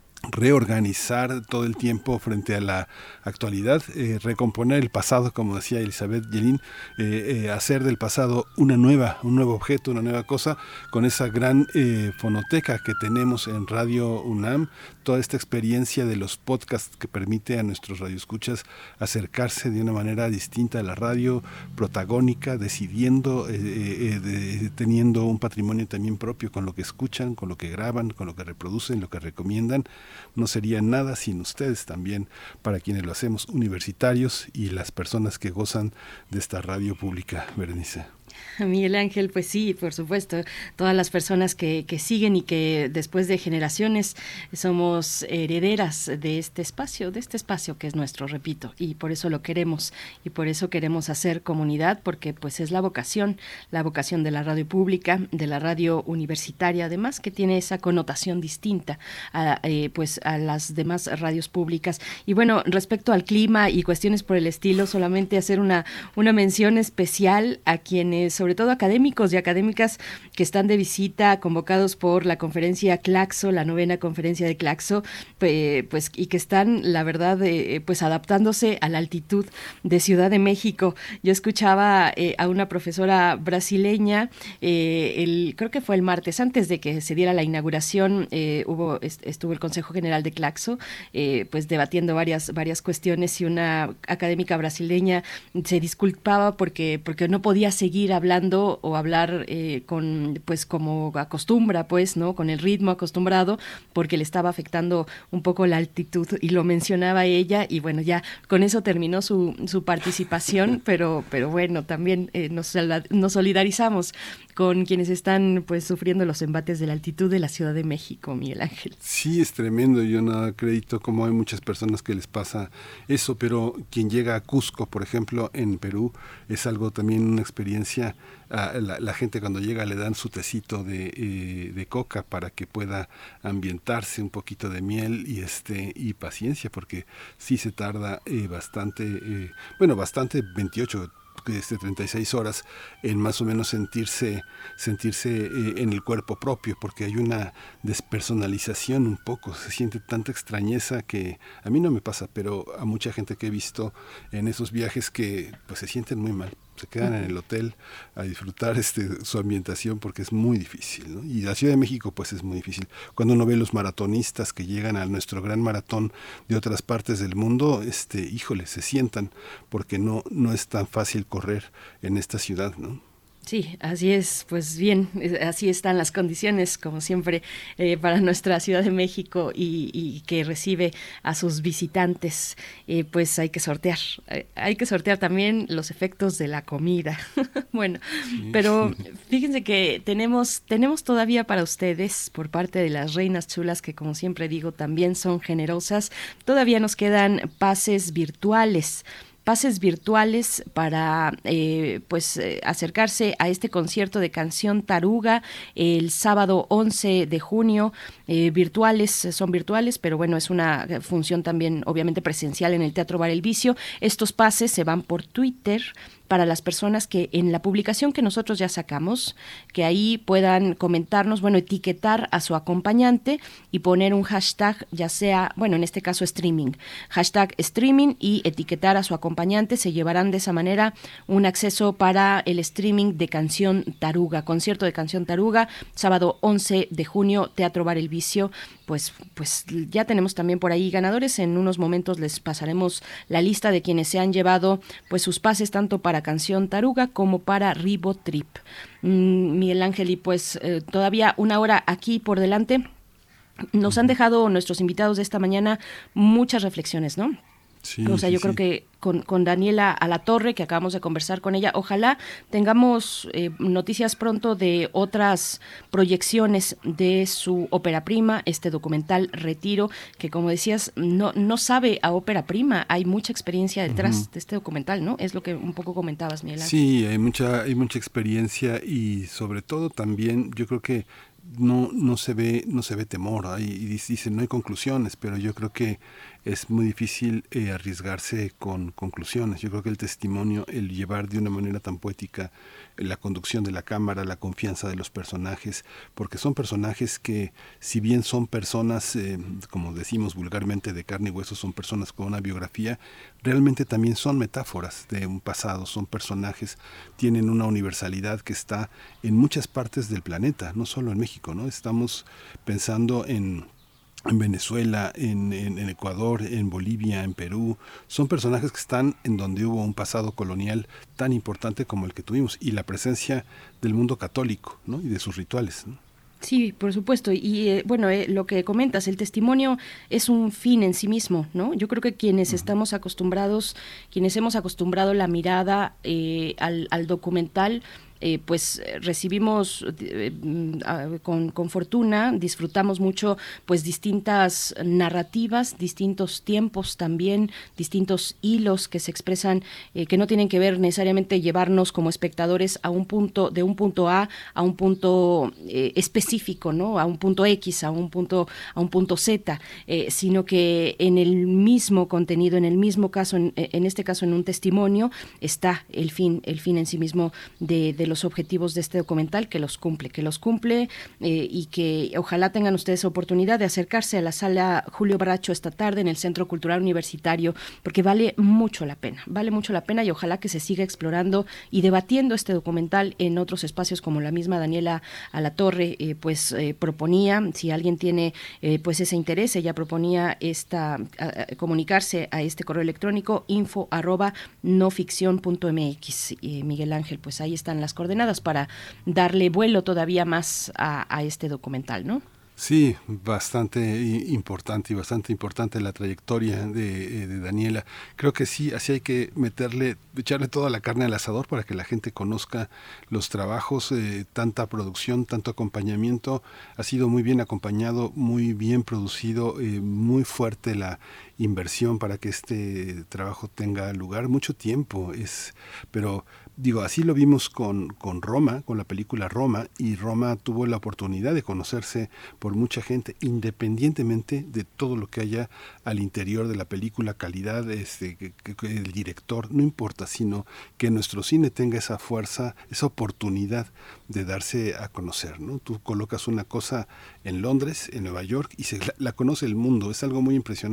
reorganizar todo el tiempo frente a la actualidad, eh, recomponer el pasado, como decía Elizabeth Yelin, eh, eh, hacer del pasado una nueva, un nuevo objeto, una nueva cosa, con esa gran eh, fonoteca que tenemos en Radio UNAM, toda esta experiencia de los podcasts que permite a nuestros radioescuchas acercarse de una manera distinta a la radio, protagónica, decidiendo, eh, eh, de, teniendo un patrimonio también propio con lo que escuchan, con lo que graban, con lo que reproducen, lo que recomiendan. No sería nada sin ustedes también, para quienes lo hacemos, universitarios y las personas que gozan de esta radio pública. Berenice. Miguel Ángel, pues sí, por supuesto, todas las personas que, que siguen y que después de generaciones somos herederas de este espacio, de este espacio que es nuestro, repito, y por eso lo queremos, y por eso queremos hacer comunidad, porque pues es la vocación, la vocación de la radio pública, de la radio universitaria, además que tiene esa connotación distinta a, eh, pues a las demás radios públicas. Y bueno, respecto al clima y cuestiones por el estilo, solamente hacer una, una mención especial a quienes, sobre todo académicos y académicas que están de visita, convocados por la conferencia Claxo, la novena conferencia de Claxo, pues y que están, la verdad, eh, pues adaptándose a la altitud de Ciudad de México. Yo escuchaba eh, a una profesora brasileña, eh, el, creo que fue el martes, antes de que se diera la inauguración, eh, hubo estuvo el Consejo General de Claxo, eh, pues debatiendo varias varias cuestiones, y una académica brasileña se disculpaba porque porque no podía seguir hablando o hablar eh, con pues como acostumbra, pues, ¿no? Con el ritmo acostumbrado, porque le estaba afectando un poco la altitud, y lo mencionaba ella, y bueno, ya con eso terminó su, su participación, pero, pero bueno, también eh, nos, nos solidarizamos con quienes están pues sufriendo los embates de la altitud de la Ciudad de México, Miguel Ángel. Sí, es tremendo, yo no acredito cómo hay muchas personas que les pasa eso, pero quien llega a Cusco, por ejemplo, en Perú, es algo también, una experiencia. A la, la gente cuando llega le dan su tecito de, eh, de coca para que pueda ambientarse, un poquito de miel y este y paciencia, porque sí se tarda eh, bastante, eh, bueno, bastante, veintiocho, este, treinta y seis horas en más o menos sentirse sentirse eh, en el cuerpo propio, porque hay una despersonalización un poco, se siente tanta extrañeza que a mí no me pasa, pero a mucha gente que he visto en esos viajes que pues se sienten muy mal. se quedan en el hotel a disfrutar este, su ambientación porque es muy difícil, ¿no? Y la Ciudad de México pues es muy difícil. Cuando uno ve los maratonistas que llegan a nuestro gran maratón de otras partes del mundo, este, híjole, se sientan porque no, no es tan fácil correr en esta ciudad, ¿no? Sí, así es, pues bien, así están las condiciones, como siempre, eh, para nuestra Ciudad de México y, y que recibe a sus visitantes, eh, pues hay que sortear, eh, hay que sortear también los efectos de la comida. Bueno, sí, pero fíjense que tenemos, tenemos todavía para ustedes, por parte de las Reinas Chulas, que como siempre digo, también son generosas, todavía nos quedan pases virtuales. Pases virtuales para eh, pues eh, acercarse a este concierto de Canción Taruga el sábado once de junio. Eh, virtuales, son virtuales, pero bueno, es una función también obviamente presencial en el Teatro Bar El Vicio. Estos pases se van por Twitter para las personas que en la publicación que nosotros ya sacamos, que ahí puedan comentarnos, bueno, etiquetar a su acompañante y poner un hashtag, ya sea, bueno, en este caso streaming, hashtag streaming y etiquetar a su acompañante, se llevarán de esa manera un acceso para el streaming de Canción Taruga, concierto de Canción Taruga, sábado once de junio, Teatro Bar El Vicio. Pues, pues ya tenemos también por ahí ganadores. En unos momentos les pasaremos la lista de quienes se han llevado pues sus pases tanto para Canción Taruga como para Ribotrip. Mm, Miguel Ángel, y pues eh, todavía una hora aquí por delante. Nos han dejado nuestros invitados de esta mañana muchas reflexiones, ¿no? Sí, o sea, sí, yo sí. creo que con, con Daniela Alatorre, que acabamos de conversar con ella, ojalá tengamos eh, noticias pronto de otras proyecciones de su ópera prima, este documental Retiro, que como decías, no, no sabe a ópera prima, hay mucha experiencia detrás uh-huh. de este documental, ¿no? Es lo que un poco comentabas, Miguel Ángel. Sí, hay mucha, hay mucha experiencia y sobre todo también yo creo que no, no se ve, no se ve temor, hay, y dicen no hay conclusiones, pero yo creo que es muy difícil eh, arriesgarse con conclusiones. Yo creo que el testimonio, el llevar de una manera tan poética la conducción de la cámara, la confianza de los personajes, porque son personajes que, si bien son personas, eh, como decimos vulgarmente, de carne y hueso, son personas con una biografía, realmente también son metáforas de un pasado, son personajes, tienen una universalidad que está en muchas partes del planeta, no solo en México, ¿no? Estamos pensando en en Venezuela, en, en, en Ecuador, en Bolivia, en Perú. Son personajes que están en donde hubo un pasado colonial tan importante como el que tuvimos, y la presencia del mundo católico, ¿no? Y de sus rituales, ¿no? Sí, por supuesto. Y eh, bueno, eh, lo que comentas, el testimonio es un fin en sí mismo, ¿no? Yo creo que quienes uh-huh. estamos acostumbrados, quienes hemos acostumbrado la mirada eh, al, al documental, Eh, pues recibimos eh, con, con fortuna, disfrutamos mucho pues distintas narrativas, distintos tiempos también, distintos hilos que se expresan, eh, que no tienen que ver necesariamente llevarnos como espectadores a un punto, de un punto A a un punto eh, específico, ¿no? A un punto X, a un punto, a un punto Z, eh, sino que en el mismo contenido, en el mismo caso, en, en este caso en un testimonio, está el fin, el fin en sí mismo de, de los objetivos de este documental, que los cumple, que los cumple eh, y que ojalá tengan ustedes oportunidad de acercarse a la sala Julio Bracho esta tarde en el Centro Cultural Universitario, porque vale mucho la pena, vale mucho la pena y ojalá que se siga explorando y debatiendo este documental en otros espacios como la misma Daniela Alatorre eh, pues eh, proponía, si alguien tiene eh, pues ese interés, ella proponía esta a, a, comunicarse a este correo electrónico info arroba noficción punto mx. Eh, Miguel Ángel, pues ahí están las coordenadas para darle vuelo todavía más a, a este documental, ¿no? Sí, bastante importante y bastante importante la trayectoria de, de Daniela. Creo que sí, así hay que meterle, echarle toda la carne al asador para que la gente conozca los trabajos, eh, tanta producción, tanto acompañamiento. Ha sido muy bien acompañado, muy bien producido, eh, muy fuerte la inversión para que este trabajo tenga lugar. Mucho tiempo es, pero digo, así lo vimos con, con Roma, con la película Roma, y Roma tuvo la oportunidad de conocerse por mucha gente, independientemente de todo lo que haya al interior de la película, calidad, este, que, que, el director, no importa, sino que nuestro cine tenga esa fuerza, esa oportunidad de darse a conocer, ¿no? Tú colocas una cosa en Londres, en Nueva York, y se la, la conoce el mundo. Es algo muy impresionante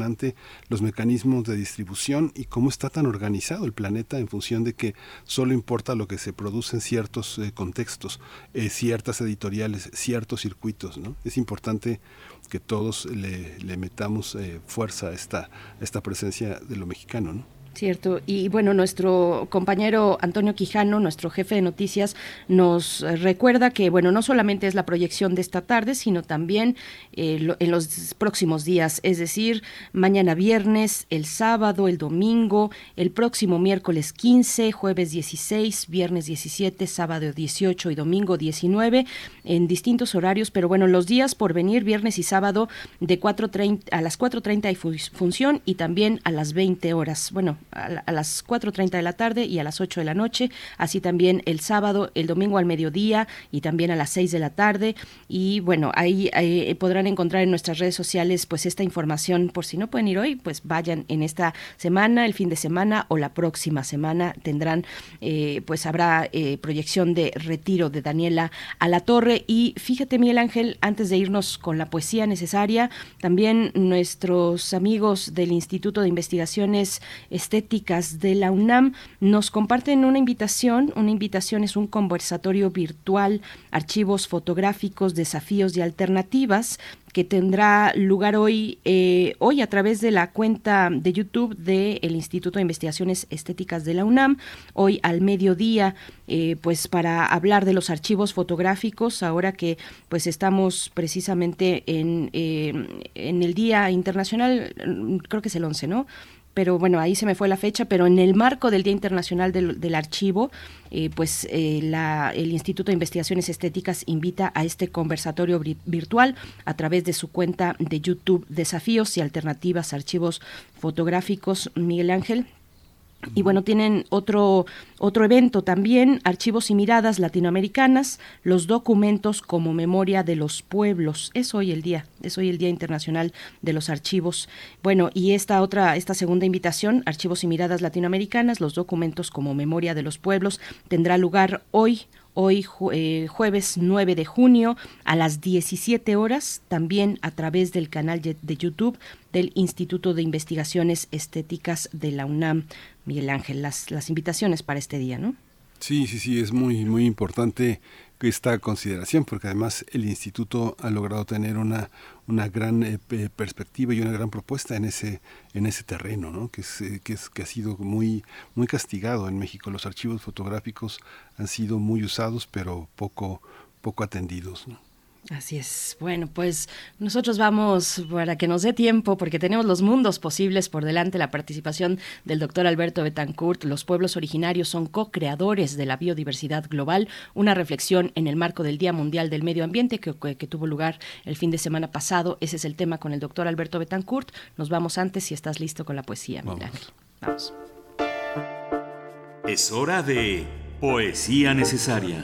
los mecanismos de distribución y cómo está tan organizado el planeta en función de que solo importa lo que se produce en ciertos eh, contextos, eh, ciertas editoriales, ciertos circuitos, ¿no? Es importante que todos le, le metamos eh, fuerza a esta, a esta presencia de lo mexicano, ¿no? Cierto, y bueno, nuestro compañero Antonio Quijano, nuestro jefe de noticias, nos recuerda que, bueno, no solamente es la proyección de esta tarde, sino también eh, lo, en los próximos días, es decir, mañana viernes, el sábado, el domingo, el próximo miércoles quince, jueves dieciséis, viernes diecisiete, sábado dieciocho y domingo diecinueve, en distintos horarios, pero bueno, los días por venir, viernes y sábado, de cuatro treinta a las cuatro treinta hay función y también a las veinte horas, bueno, a las cuatro treinta de la tarde y a las ocho de la noche, así también el sábado, el domingo al mediodía y también a las seis de la tarde, y bueno, ahí, ahí podrán encontrar en nuestras redes sociales pues esta información, por si no pueden ir hoy, pues vayan en esta semana, el fin de semana o la próxima semana tendrán, eh, pues habrá eh, proyección de Retiro de Daniela Alatorre. Y fíjate, Miguel Ángel, antes de irnos con la poesía necesaria, también nuestros amigos del Instituto de Investigaciones Estéticas de la UNAM nos comparten una invitación. Una invitación es un conversatorio virtual, archivos fotográficos, desafíos y alternativas, que tendrá lugar hoy, eh, hoy a través de la cuenta de YouTube del Instituto de Investigaciones Estéticas de la UNAM, hoy al mediodía, eh, pues para hablar de los archivos fotográficos, ahora que pues estamos precisamente en, eh, en el Día Internacional, creo que es el once, ¿no? Pero bueno, ahí se me fue la fecha, pero en el marco del Día Internacional del, del Archivo, eh, pues eh, la, el Instituto de Investigaciones Estéticas invita a este conversatorio vi- virtual a través de su cuenta de YouTube, Desafíos y Alternativas, Archivos Fotográficos, Miguel Ángel. Y bueno, tienen otro otro evento también, Archivos y Miradas Latinoamericanas, los documentos como memoria de los pueblos. Es hoy el día, es hoy el Día Internacional de los Archivos. Bueno, y esta otra, esta segunda invitación, Archivos y Miradas Latinoamericanas, los documentos como memoria de los pueblos, tendrá lugar hoy, Hoy eh, jueves nueve de junio a las diecisiete horas, también a través del canal de YouTube del Instituto de Investigaciones Estéticas de la UNAM. Miguel Ángel, las, las invitaciones para este día, ¿no? Sí, sí, sí, es muy, muy importante esta consideración, porque además el instituto ha logrado tener una una gran eh, perspectiva y una gran propuesta en ese en ese terreno, ¿no? Que es, eh, que es que ha sido muy muy castigado en México. Los archivos fotográficos han sido muy usados, pero poco poco atendidos, ¿no? Así es. Bueno, pues nosotros vamos, para que nos dé tiempo, porque tenemos los mundos posibles por delante, la participación del doctor Alberto Betancourt. Los pueblos originarios son co-creadores de la biodiversidad global, una reflexión en el marco del Día Mundial del Medio Ambiente que, que, que tuvo lugar el fin de semana pasado. Ese es el tema con el doctor Alberto Betancourt. Nos vamos antes, si estás listo con la poesía, Miguel Ángel. Vamos. Es hora de Poesía Necesaria.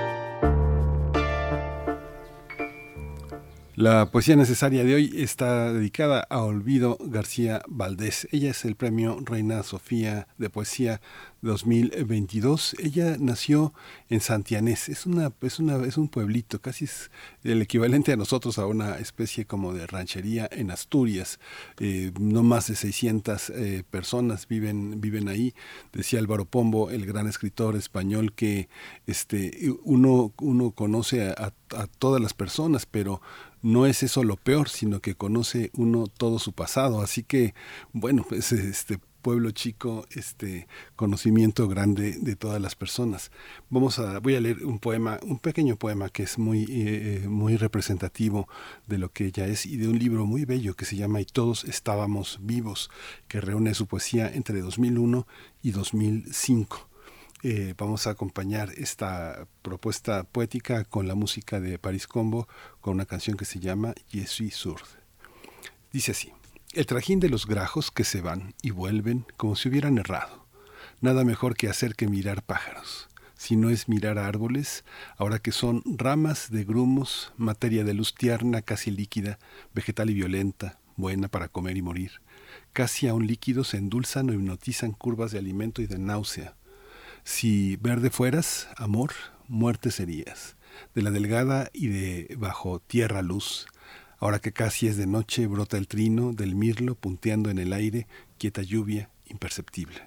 La poesía necesaria de hoy está dedicada a Olvido García Valdés. Ella es el premio Reina Sofía de Poesía dos mil veintidós. Ella nació en Santianés. Es una, es una, es un pueblito, casi es el equivalente a nosotros a una especie como de ranchería en Asturias. Eh, no más de seiscientas eh, personas viven, viven ahí. Decía Álvaro Pombo, el gran escritor español, que este, uno, uno conoce a, a, a todas las personas, pero no es eso lo peor, sino que conoce uno todo su pasado. Así que, bueno, pues este pueblo chico, este conocimiento grande de todas las personas. Vamos a, voy a leer un poema, un pequeño poema que es muy, eh, muy representativo de lo que ella es y de un libro muy bello que se llama Y todos estábamos vivos, que reúne su poesía entre dos mil uno y dos mil cinco. Eh, vamos a acompañar esta propuesta poética con la música de Paris Combo, con una canción que se llama Je suis sourde. Dice así: el trajín de los grajos que se van y vuelven como si hubieran errado. Nada mejor que hacer que mirar pájaros. Si no es mirar árboles, ahora que son ramas de grumos, materia de luz tierna, casi líquida, vegetal y violenta, buena para comer y morir. Casi aún líquidos se endulzan o hipnotizan curvas de alimento y de náusea. Si verde fueras, amor, muerte serías, de la delgada y de bajo tierra luz. Ahora que casi es de noche, brota el trino del mirlo punteando en el aire, quieta lluvia imperceptible.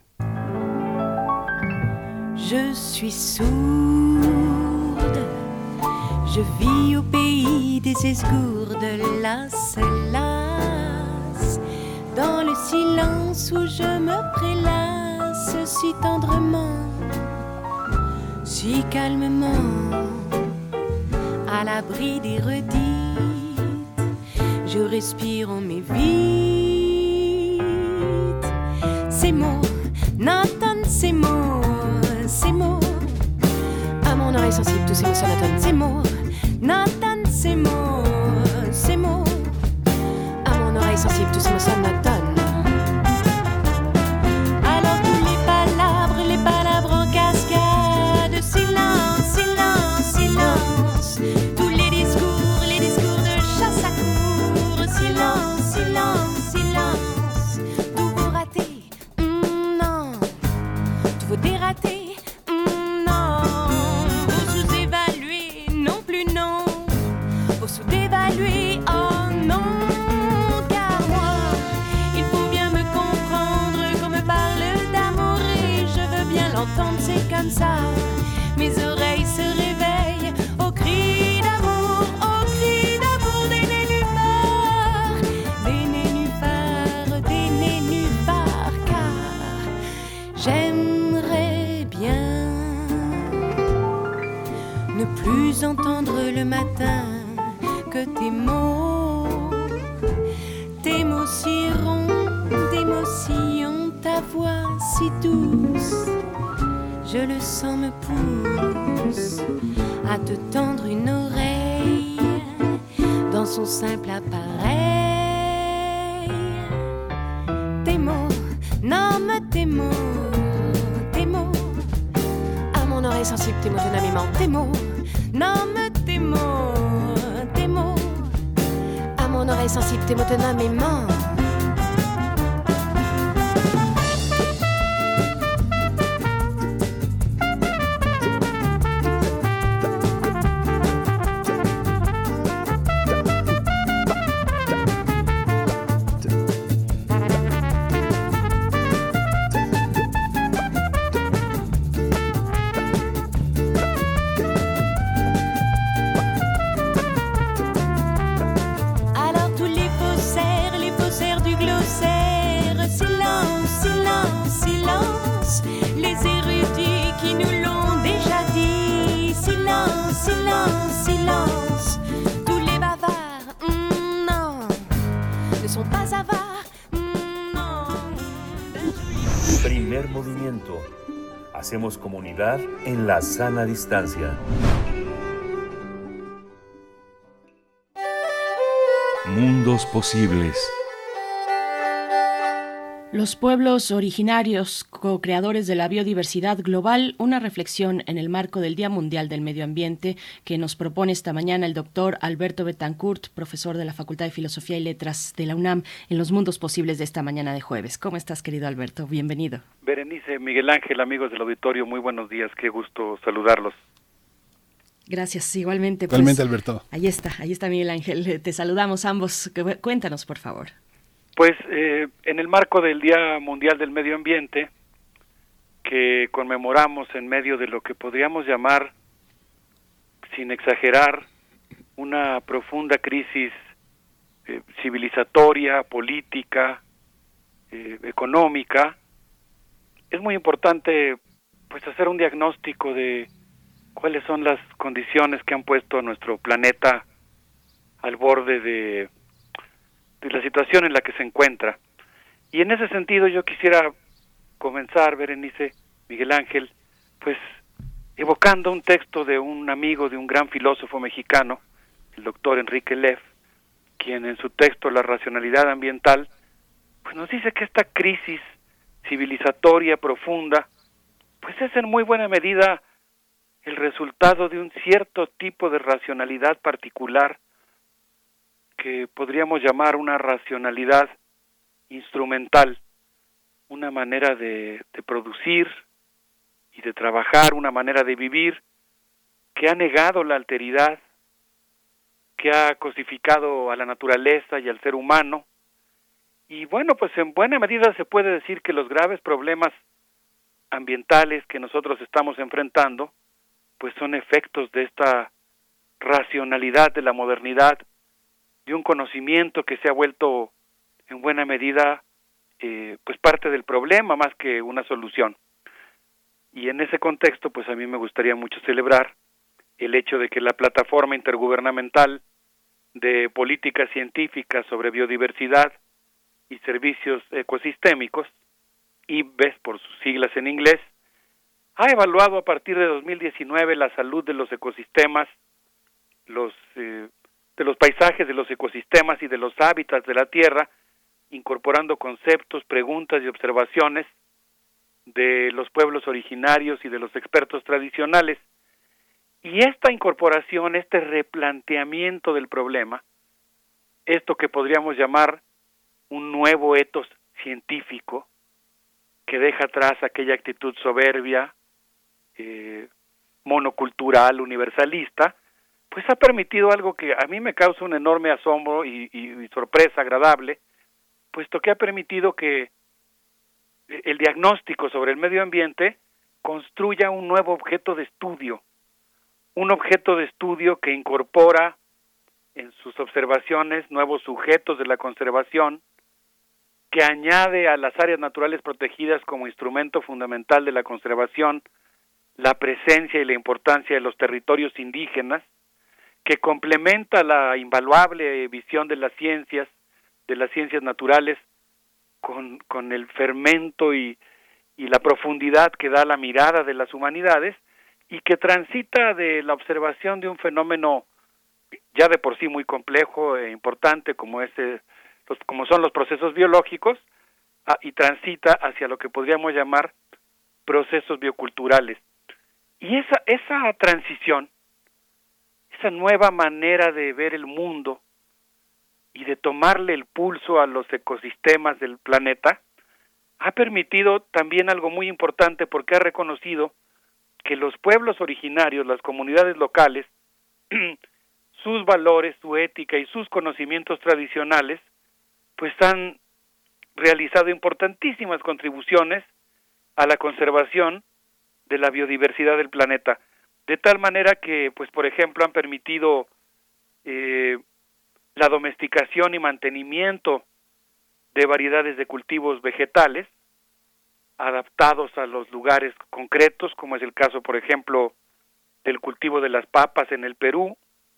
Je suis sourde, je vis au pays des esgourdes, las, las, dans le silence où je me prélasse si tendrement, si calmement, à l'abri des redites, je respire en m'évite. Ces mots n'entendent ces mots, ces mots, à mon oreille sensible, tous ces mots sonatonnent. Ces mots n'entendent ces mots, ces mots, à mon oreille sensible, tous ces mots sonatonnent. Alors tous les palabres, les palabres en cascade, silence, silence, silence. Tous les discours, les discours de chasse à cour, silence, silence, silence. Tout vous rater, mm, non, tout vous dérater. D'évaluer, oh non, car moi, il faut bien me comprendre qu'on me parle d'amour et je veux bien l'entendre, c'est comme ça. Mes oreilles se réveillent au cri d'amour, au cri d'amour des nénuphars, des nénuphars, des nénuphars, car j'aimerais bien ne plus entendre le matin que tes mots, tes mots si ronds, tes mots si ont ta voix si douce, je le sens me pousse à te tendre une oreille dans son simple appareil. Tes mots, nomme tes mots, tes mots, à mon oreille sensible, tes mots tenamment, tes mots, nomme tes mots. Mon oreille sensible, tes mots tenant mes mains. Primer movimiento. Hacemos comunidad en la sana distancia. Mundos posibles. Los pueblos originarios, co-creadores de la biodiversidad global, una reflexión en el marco del Día Mundial del Medio Ambiente que nos propone esta mañana el doctor Alberto Betancourt, profesor de la Facultad de Filosofía y Letras de la UNAM, en los Mundos Posibles de esta mañana de jueves. ¿Cómo estás, querido Alberto? Bienvenido. Berenice, Miguel Ángel, amigos del auditorio, muy buenos días, qué gusto saludarlos. Gracias, igualmente. Igualmente, pues, Alberto. Ahí está, ahí está Miguel Ángel. Te saludamos ambos. Cuéntanos, por favor. Pues eh, en el marco del Día Mundial del Medio Ambiente, que conmemoramos en medio de lo que podríamos llamar, sin exagerar, una profunda crisis eh, civilizatoria, política, eh, económica, es muy importante pues hacer un diagnóstico de cuáles son las condiciones que han puesto a nuestro planeta al borde de de la situación en la que se encuentra. Y en ese sentido yo quisiera comenzar, Berenice, Miguel Ángel, pues evocando un texto de un amigo, de un gran filósofo mexicano, el doctor Enrique Leff, quien en su texto La racionalidad ambiental, pues nos dice que esta crisis civilizatoria profunda, pues es en muy buena medida el resultado de un cierto tipo de racionalidad particular que podríamos llamar una racionalidad instrumental, una manera de, de producir y de trabajar, una manera de vivir que ha negado la alteridad, que ha cosificado a la naturaleza y al ser humano. Y bueno, pues en buena medida se puede decir que los graves problemas ambientales que nosotros estamos enfrentando, pues son efectos de esta racionalidad de la modernidad, de un conocimiento que se ha vuelto en buena medida eh, pues parte del problema más que una solución. Y en ese contexto, pues a mí me gustaría mucho celebrar el hecho de que la Plataforma Intergubernamental de Políticas Científicas sobre Biodiversidad y Servicios Ecosistémicos, I B E S por sus siglas en inglés, ha evaluado a partir de dos mil diecinueve la salud de los ecosistemas, los eh, de los paisajes, de los ecosistemas y de los hábitats de la Tierra, incorporando conceptos, preguntas y observaciones de los pueblos originarios y de los expertos tradicionales. Y esta incorporación, este replanteamiento del problema, esto que podríamos llamar un nuevo etos científico, que deja atrás aquella actitud soberbia, eh, monocultural, universalista, pues ha permitido algo que a mí me causa un enorme asombro y, y, y sorpresa agradable, puesto que ha permitido que el diagnóstico sobre el medio ambiente construya un nuevo objeto de estudio, un objeto de estudio que incorpora en sus observaciones nuevos sujetos de la conservación, que añade a las áreas naturales protegidas como instrumento fundamental de la conservación la presencia y la importancia de los territorios indígenas, que complementa la invaluable visión de las ciencias, de las ciencias naturales, con, con el fermento y, y la profundidad que da la mirada de las humanidades, y que transita de la observación de un fenómeno ya de por sí muy complejo e importante como es, eh, los, como son los procesos biológicos, a, y transita hacia lo que podríamos llamar procesos bioculturales. Y esa, esa transición, esa nueva manera de ver el mundo y de tomarle el pulso a los ecosistemas del planeta, ha permitido también algo muy importante, porque ha reconocido que los pueblos originarios, las comunidades locales, sus valores, su ética y sus conocimientos tradicionales, pues han realizado importantísimas contribuciones a la conservación de la biodiversidad del planeta, de tal manera que, pues por ejemplo, han permitido eh, la domesticación y mantenimiento de variedades de cultivos vegetales adaptados a los lugares concretos, como es el caso, por ejemplo, del cultivo de las papas en el Perú.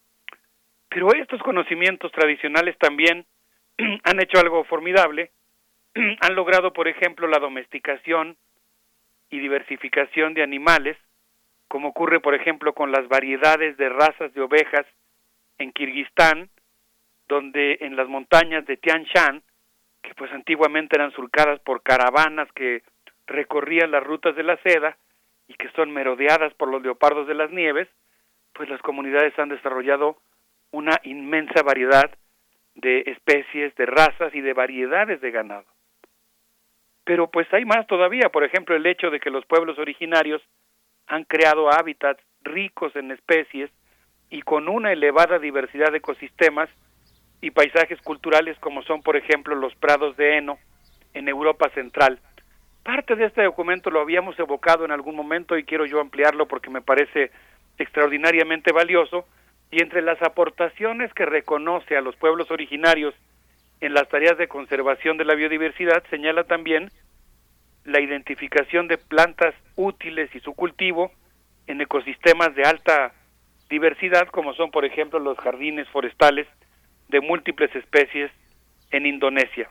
Pero estos conocimientos tradicionales también han hecho algo formidable, han logrado, por ejemplo, la domesticación y diversificación de animales, como ocurre, por ejemplo, con las variedades de razas de ovejas en Kirguistán, donde en las montañas de Tian Shan, que pues antiguamente eran surcadas por caravanas que recorrían las rutas de la seda y que son merodeadas por los leopardos de las nieves, pues las comunidades han desarrollado una inmensa variedad de especies, de razas y de variedades de ganado. Pero pues hay más todavía, por ejemplo, el hecho de que los pueblos originarios han creado hábitats ricos en especies y con una elevada diversidad de ecosistemas y paisajes culturales, como son, por ejemplo, los prados de heno en Europa Central. Parte de este documento lo habíamos evocado en algún momento y quiero yo ampliarlo porque me parece extraordinariamente valioso, y entre las aportaciones que reconoce a los pueblos originarios en las tareas de conservación de la biodiversidad, señala también la identificación de plantas útiles y su cultivo en ecosistemas de alta diversidad, como son, por ejemplo, los jardines forestales de múltiples especies en Indonesia.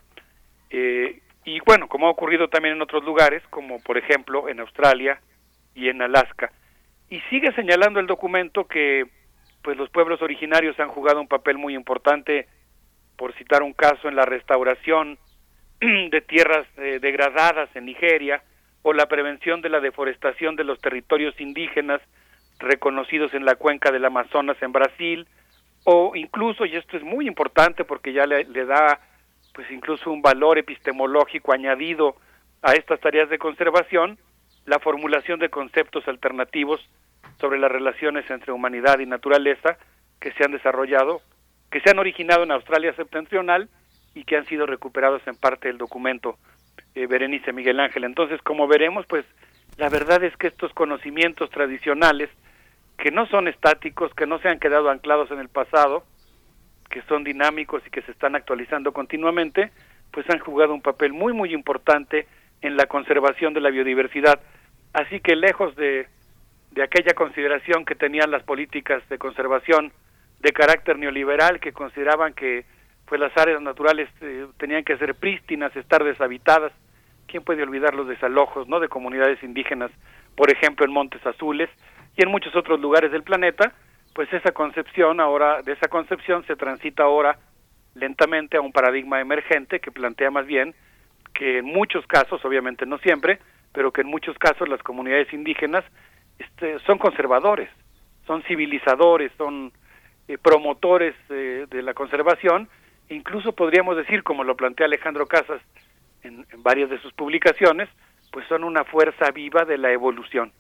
Eh, y bueno, como ha ocurrido también en otros lugares, como por ejemplo en Australia y en Alaska. Y sigue señalando el documento que pues los pueblos originarios han jugado un papel muy importante, por citar un caso, en la restauración de tierras eh, degradadas en Nigeria, o la prevención de la deforestación de los territorios indígenas reconocidos en la cuenca del Amazonas en Brasil, o incluso, y esto es muy importante porque ya le, le da pues incluso un valor epistemológico añadido a estas tareas de conservación, la formulación de conceptos alternativos sobre las relaciones entre humanidad y naturaleza que se han desarrollado que se han originado en Australia septentrional y que han sido recuperados en parte del documento, eh, Berenice, Miguel Ángel. Entonces, como veremos, pues la verdad es que estos conocimientos tradicionales, que no son estáticos, que no se han quedado anclados en el pasado, que son dinámicos y que se están actualizando continuamente, pues han jugado un papel muy, muy importante en la conservación de la biodiversidad. Así que lejos de, de aquella consideración que tenían las políticas de conservación de carácter neoliberal, que consideraban que pues las áreas naturales eh, tenían que ser prístinas, estar deshabitadas. ¿Quién puede olvidar los desalojos, no, de comunidades indígenas, por ejemplo, en Montes Azules y en muchos otros lugares del planeta? Pues esa concepción ahora, de esa concepción se transita ahora lentamente a un paradigma emergente que plantea más bien que en muchos casos, obviamente no siempre, pero que en muchos casos las comunidades indígenas este, son conservadores, son civilizadores, son eh, promotores eh, de la conservación. Incluso podríamos decir, como lo plantea Alejandro Casas en, en varias de sus publicaciones, pues son una fuerza viva de la evolución.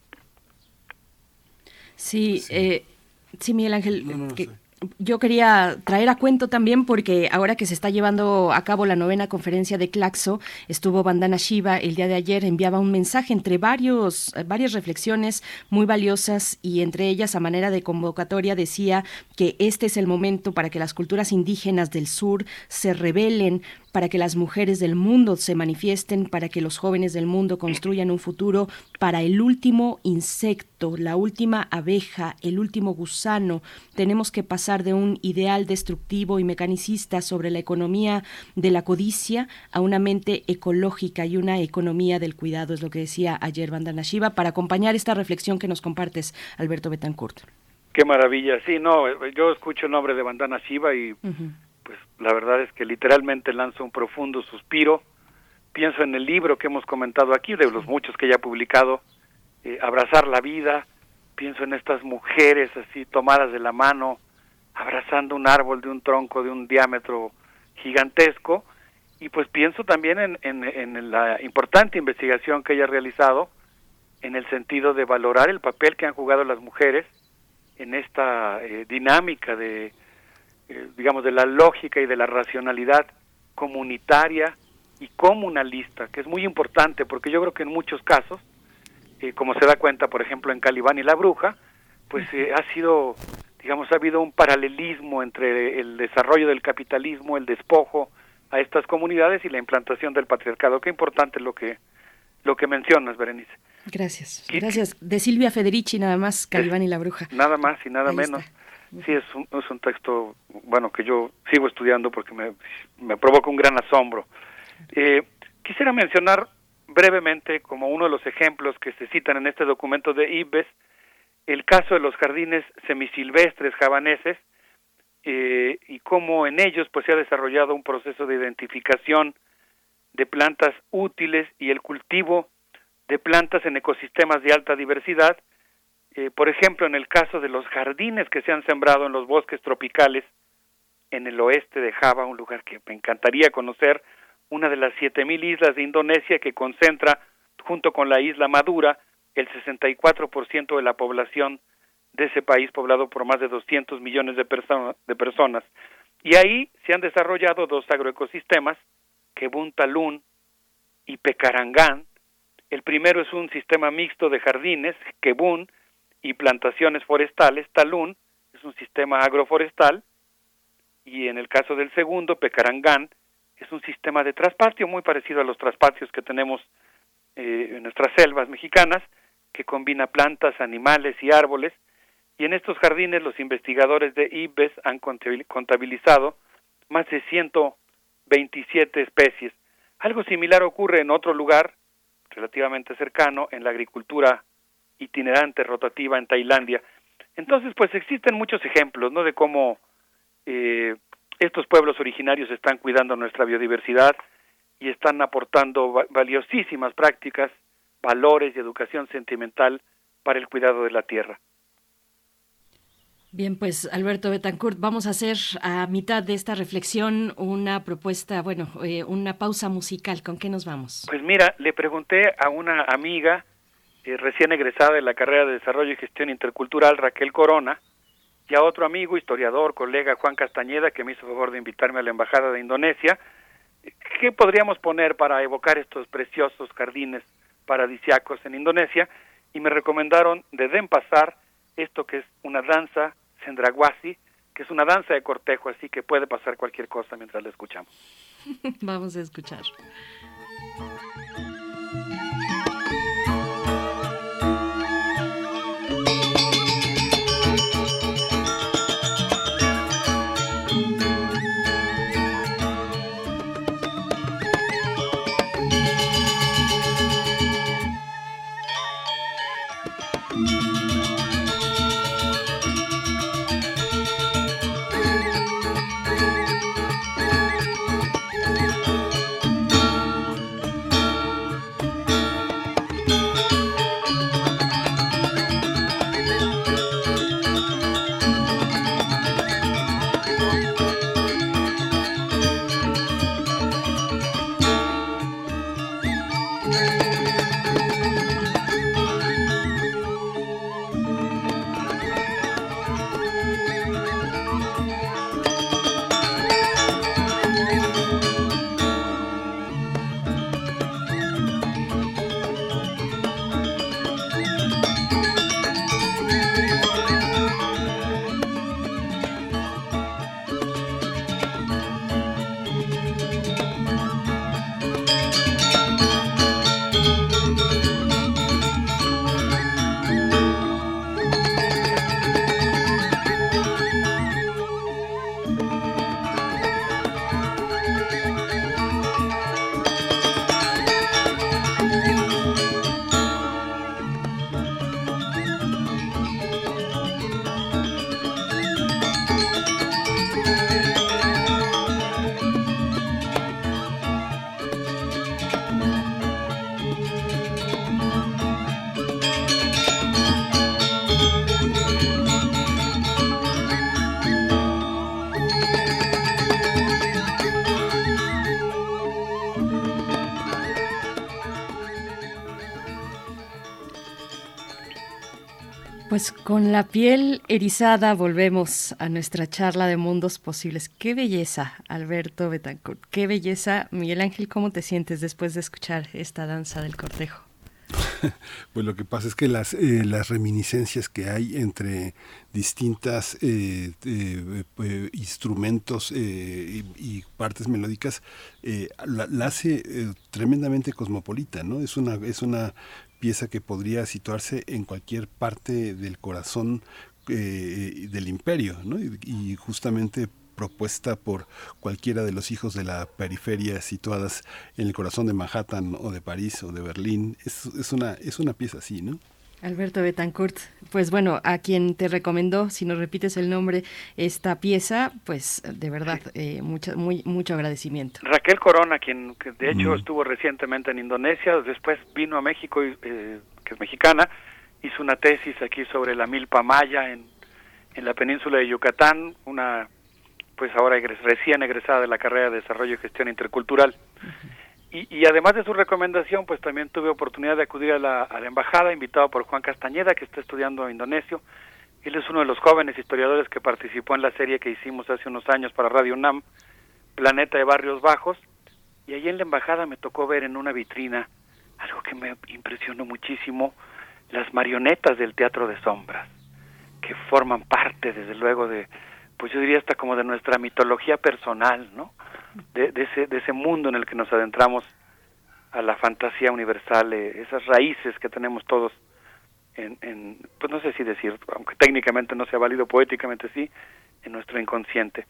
Sí, sí, eh, sí Miguel Ángel, no, no, que, sí. Yo quería traer a cuento también, porque ahora que se está llevando a cabo la novena conferencia de Claxo, estuvo Vandana Shiva el día de ayer, enviaba un mensaje entre varios, varias reflexiones muy valiosas, y entre ellas, a manera de convocatoria, decía que este es el momento para que las culturas indígenas del sur se rebelen, para que las mujeres del mundo se manifiesten, para que los jóvenes del mundo construyan un futuro para el último insecto, la última abeja, el último gusano. Tenemos que pasar de un ideal destructivo y mecanicista sobre la economía de la codicia a una mente ecológica y una economía del cuidado, es lo que decía ayer Vandana Shiva, para acompañar esta reflexión que nos compartes, Alberto Betancourt. Qué maravilla, sí, no, yo escucho el nombre de Vandana Shiva y... Uh-huh. Pues la verdad es que literalmente lanzo un profundo suspiro. Pienso en el libro que hemos comentado aquí, de los muchos que ya ha publicado, eh, Abrazar la vida. Pienso en estas mujeres así tomadas de la mano, abrazando un árbol de un tronco de un diámetro gigantesco. Y pues pienso también en, en, en la importante investigación que ella ha realizado en el sentido de valorar el papel que han jugado las mujeres en esta eh, dinámica de... digamos, de la lógica y de la racionalidad comunitaria y comunalista, que es muy importante, porque yo creo que en muchos casos, eh, como se da cuenta, por ejemplo, en Calibán y la Bruja, pues eh, ha sido, digamos, ha habido un paralelismo entre el desarrollo del capitalismo, el despojo a estas comunidades y la implantación del patriarcado. Qué importante lo que, lo que mencionas, Berenice. Gracias, gracias. De Silvia Federici, nada más, Calibán y la Bruja. Nada más y nada Ahí menos. Está. Sí, es un, es un texto, bueno, que yo sigo estudiando porque me, me provoca un gran asombro. Eh, quisiera mencionar brevemente, como uno de los ejemplos que se citan en este documento de I B E S, el caso de los jardines semisilvestres javaneses, eh, y cómo en ellos pues se ha desarrollado un proceso de identificación de plantas útiles y el cultivo de plantas en ecosistemas de alta diversidad. Eh, por ejemplo, en el caso de los jardines que se han sembrado en los bosques tropicales en el oeste de Java, un lugar que me encantaría conocer, una de las siete mil islas de Indonesia que concentra, junto con la isla Madura, el sesenta y cuatro por ciento de la población de ese país, poblado por más de doscientos millones de, perso- de personas. Y ahí se han desarrollado dos agroecosistemas, Kebun Talun y Pecarangán. El primero es un sistema mixto de jardines, Kebun, y plantaciones forestales. Talún es un sistema agroforestal, y en el caso del segundo, Pecarangán, es un sistema de traspatio muy parecido a los traspatios que tenemos eh, en nuestras selvas mexicanas, que combina plantas, animales y árboles. Y en estos jardines los investigadores de I B E S han contabilizado más de ciento veintisiete especies. Algo similar ocurre en otro lugar relativamente cercano, en la agricultura itinerante, rotativa en Tailandia. Entonces, pues existen muchos ejemplos, ¿no?, de cómo eh, estos pueblos originarios están cuidando nuestra biodiversidad y están aportando va- valiosísimas prácticas, valores y educación sentimental para el cuidado de la tierra. Bien, pues Alberto Betancourt, vamos a hacer a mitad de esta reflexión una propuesta, bueno, eh, una pausa musical. ¿Con qué nos vamos? Pues mira, le pregunté a una amiga eh, recién egresada de la carrera de Desarrollo y Gestión Intercultural, Raquel Corona, y a otro amigo, historiador, colega, Juan Castañeda, que me hizo favor de invitarme a la Embajada de Indonesia. ¿Qué podríamos poner para evocar estos preciosos jardines paradisiacos en Indonesia? Y me recomendaron de Denpasar esto que es una danza Cendrawasih, que es una danza de cortejo, así que puede pasar cualquier cosa mientras la escuchamos. Vamos a escuchar. Pues con la piel erizada volvemos a nuestra charla de mundos posibles. Qué belleza, Alberto Betancourt. Qué belleza. Miguel Ángel, ¿cómo te sientes después de escuchar esta danza del cortejo? Pues lo que pasa es que las, eh, las reminiscencias que hay entre distintas eh, eh, eh, instrumentos eh, y, y partes melódicas eh, la, la hace eh, tremendamente cosmopolita, ¿no? Es una, es una pieza que podría situarse en cualquier parte del corazón eh, del imperio, ¿no? Y, y justamente propuesta por cualquiera de los hijos de la periferia situadas en el corazón de Manhattan o de París o de Berlín. Es, es, una, es una pieza así, ¿no? Alberto Betancourt, pues bueno, a quien te recomendó, si nos repites el nombre, esta pieza, pues de verdad, eh, mucho, muy, mucho agradecimiento. Raquel Corona, quien que de hecho mm. estuvo recientemente en Indonesia, después vino a México, eh, que es mexicana, hizo una tesis aquí sobre la milpa maya en, en la península de Yucatán, una pues ahora egres, recién egresada de la carrera de Desarrollo y Gestión Intercultural. Uh-huh. Y, y además de su recomendación, pues también tuve oportunidad de acudir a la, a la embajada, invitado por Juan Castañeda, que está estudiando indonesio. Él es uno de los jóvenes historiadores que participó en la serie que hicimos hace unos años para Radio UNAM, Planeta de Barrios Bajos, y ahí en la embajada me tocó ver en una vitrina algo que me impresionó muchísimo, las marionetas del Teatro de Sombras, que forman parte, desde luego, de pues yo diría hasta como de nuestra mitología personal, ¿no? De, de ese de ese mundo en el que nos adentramos a la fantasía universal, eh, esas raíces que tenemos todos en, en, pues no sé si decir, aunque técnicamente no sea válido, poéticamente sí, en nuestro inconsciente.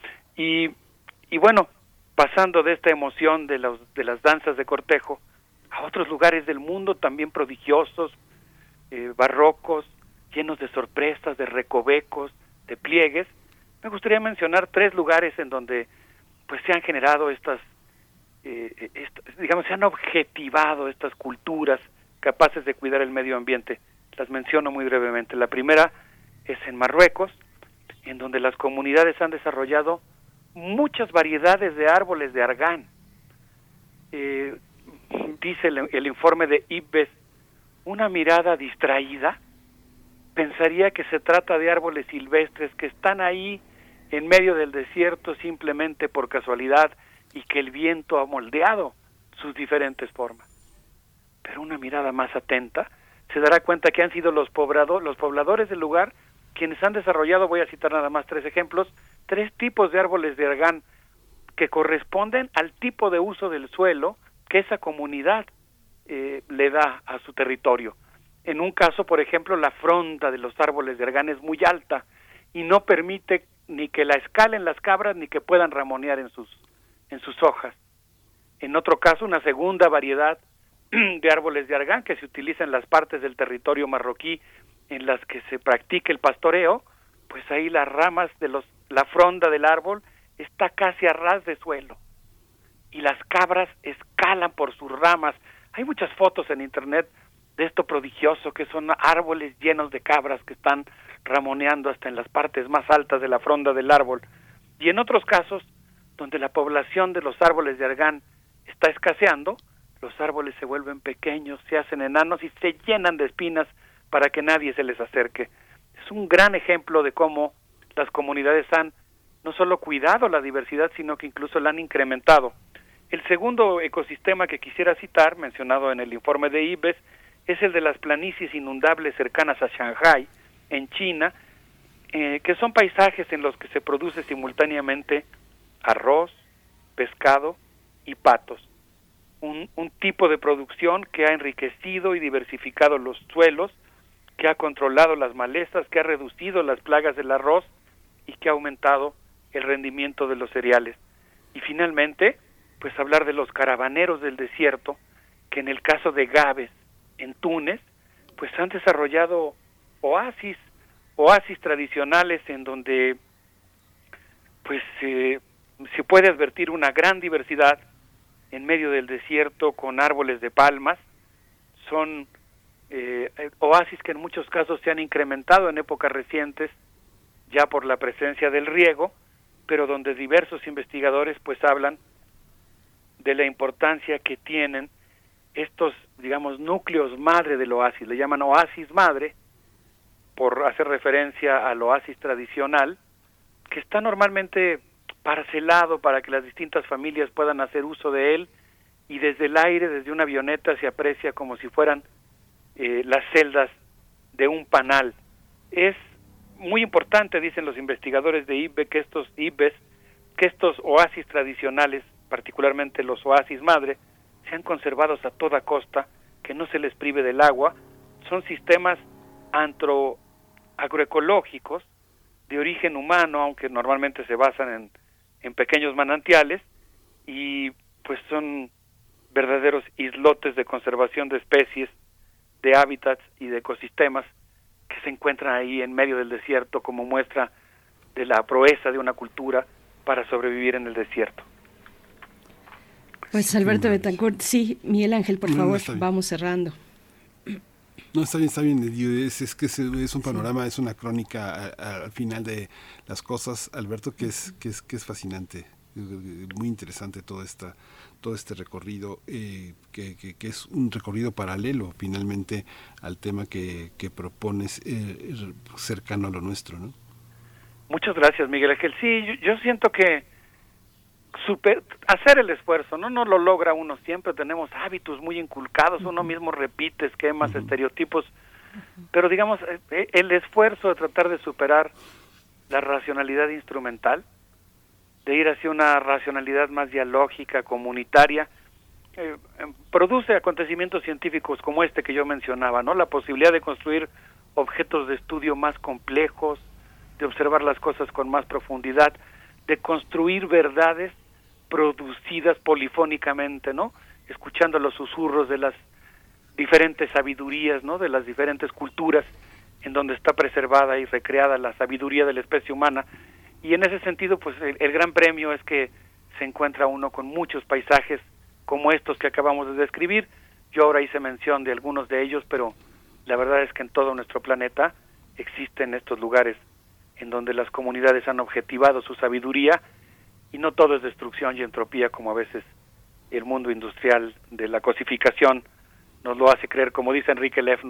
Y, y bueno, pasando de esta emoción de, los, de las danzas de cortejo a otros lugares del mundo también prodigiosos, eh, barrocos, llenos de sorpresas, de recovecos, de pliegues, me gustaría mencionar tres lugares en donde pues se han generado estas, eh, est- digamos, se han objetivado estas culturas capaces de cuidar el medio ambiente. Las menciono muy brevemente. La primera es en Marruecos, en donde las comunidades han desarrollado muchas variedades de árboles de argán. Eh, dice el, el informe de I P B E S, una mirada distraída pensaría que se trata de árboles silvestres que están ahí en medio del desierto simplemente por casualidad y que el viento ha moldeado sus diferentes formas. Pero una mirada más atenta se dará cuenta que han sido los, poblado, los pobladores del lugar quienes han desarrollado, voy a citar nada más tres ejemplos, tres tipos de árboles de argán que corresponden al tipo de uso del suelo que esa comunidad eh, le da a su territorio. En un caso, por ejemplo, la fronda de los árboles de argán es muy alta y no permite ni que la escalen las cabras ni que puedan ramonear en sus, en sus hojas. En otro caso, una segunda variedad de árboles de argán que se utiliza en las partes del territorio marroquí en las que se practica el pastoreo, pues ahí las ramas de los, la fronda del árbol está casi a ras de suelo y las cabras escalan por sus ramas. Hay muchas fotos en internet de esto prodigioso que son árboles llenos de cabras que están ramoneando hasta en las partes más altas de la fronda del árbol. Y en otros casos, donde la población de los árboles de argán está escaseando, los árboles se vuelven pequeños, se hacen enanos y se llenan de espinas para que nadie se les acerque. Es un gran ejemplo de cómo las comunidades han no solo cuidado la diversidad, sino que incluso la han incrementado. El segundo ecosistema que quisiera citar, mencionado en el informe de I B E S, es el de las planicies inundables cercanas a Shanghái, en China, eh, que son paisajes en los que se produce simultáneamente arroz, pescado y patos. Un, un tipo de producción que ha enriquecido y diversificado los suelos, que ha controlado las malezas, que ha reducido las plagas del arroz y que ha aumentado el rendimiento de los cereales. Y finalmente, pues hablar de los caravaneros del desierto, que en el caso de Gabes, en Túnez, pues han desarrollado oasis, oasis tradicionales en donde pues eh, se puede advertir una gran diversidad en medio del desierto con árboles de palmas. Son eh, oasis que en muchos casos se han incrementado en épocas recientes ya por la presencia del riego, pero donde diversos investigadores pues hablan de la importancia que tienen estos, digamos, núcleos madre del oasis. Le llaman oasis madre por hacer referencia al oasis tradicional, que está normalmente parcelado para que las distintas familias puedan hacer uso de él, y desde el aire, desde una avioneta, se aprecia como si fueran eh, las celdas de un panal. Es muy importante, dicen los investigadores de I B E S, que estos I B E S, que estos oasis tradicionales, particularmente los oasis madre, sean conservados a toda costa, que no se les prive del agua. Son sistemas antro agroecológicos de origen humano, aunque normalmente se basan en, en pequeños manantiales, y pues son verdaderos islotes de conservación de especies, de hábitats y de ecosistemas que se encuentran ahí en medio del desierto como muestra de la proeza de una cultura para sobrevivir en el desierto. Pues Alberto sí, Betancourt, sí, Miguel Ángel, por no, favor, no vamos cerrando. No, está bien, está bien, es, es que es, es un panorama, sí. Es una crónica al final de las cosas, Alberto, que es que es que es fascinante, muy interesante todo esta todo este recorrido, eh, que, que, que es un recorrido paralelo finalmente al tema que, que propones, eh, cercano a lo nuestro, ¿no? Muchas gracias, Miguel Ángel. Sí, yo, yo siento que super, hacer el esfuerzo, ¿no? No lo logra uno siempre, tenemos hábitos muy inculcados, uno mismo repite esquemas, uh-huh. estereotipos, uh-huh. pero digamos, el esfuerzo de tratar de superar la racionalidad instrumental, de ir hacia una racionalidad más dialógica, comunitaria, eh, produce acontecimientos científicos como este que yo mencionaba, ¿no? La posibilidad de construir objetos de estudio más complejos, de observar las cosas con más profundidad, de construir verdades producidas polifónicamente, ¿no? Escuchando los susurros de las diferentes sabidurías, ¿no? De las diferentes culturas en donde está preservada y recreada la sabiduría de la especie humana. Y en ese sentido, pues el, el gran premio es que se encuentra uno con muchos paisajes como estos que acabamos de describir. Yo ahora hice mención de algunos de ellos, pero la verdad es que en todo nuestro planeta existen estos lugares en donde las comunidades han objetivado su sabiduría, y no todo es destrucción y entropía como a veces el mundo industrial de la cosificación nos lo hace creer, como dice Enrique Leff, ¿no?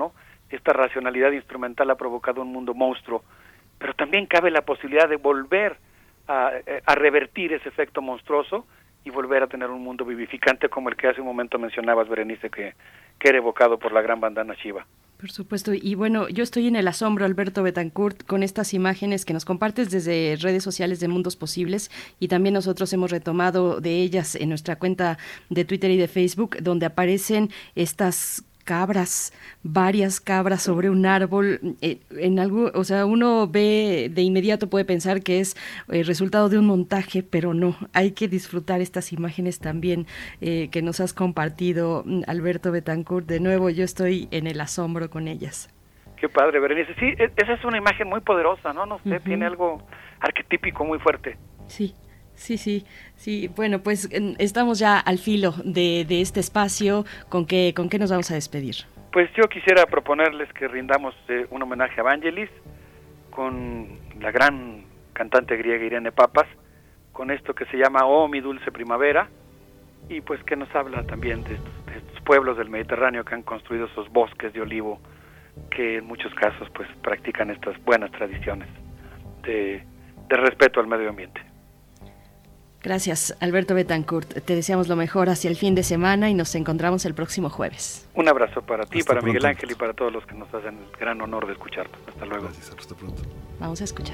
esta racionalidad instrumental ha provocado un mundo monstruo, pero también cabe la posibilidad de volver a, a revertir ese efecto monstruoso y volver a tener un mundo vivificante como el que hace un momento mencionabas, Berenice, que, que era evocado por la gran bandana Shiva. Por supuesto, y bueno, yo estoy en el asombro, Alberto Betancourt, con estas imágenes que nos compartes desde redes sociales de Mundos Posibles, y también nosotros hemos retomado de ellas en nuestra cuenta de Twitter y de Facebook, donde aparecen estas cabras, varias cabras sobre un árbol. Eh, en algo, o sea, uno ve de inmediato, puede pensar que es el resultado de un montaje, pero no, hay que disfrutar estas imágenes también eh, que nos has compartido, Alberto Betancourt. De nuevo, yo estoy en el asombro con ellas. Qué padre, Berenice. Sí, esa es una imagen muy poderosa, ¿no? No sé, uh-huh. Tiene algo arquetípico muy fuerte. Sí. Sí, sí, sí. Bueno, pues estamos ya al filo de, de este espacio. ¿Con qué, con qué nos vamos a despedir? Pues yo quisiera proponerles que rindamos eh, un homenaje a Vangelis con la gran cantante griega Irene Papas, con esto que se llama Oh, mi dulce primavera, y pues que nos habla también de estos, de estos pueblos del Mediterráneo que han construido esos bosques de olivo, que en muchos casos pues practican estas buenas tradiciones de, de respeto al medio ambiente. Gracias, Alberto Betancourt. Te deseamos lo mejor hacia el fin de semana y nos encontramos el próximo jueves. Un abrazo para ti, hasta para pronto. Miguel Ángel y para todos los que nos hacen el gran honor de escucharnos. Hasta luego. Gracias, hasta pronto. Vamos a escuchar.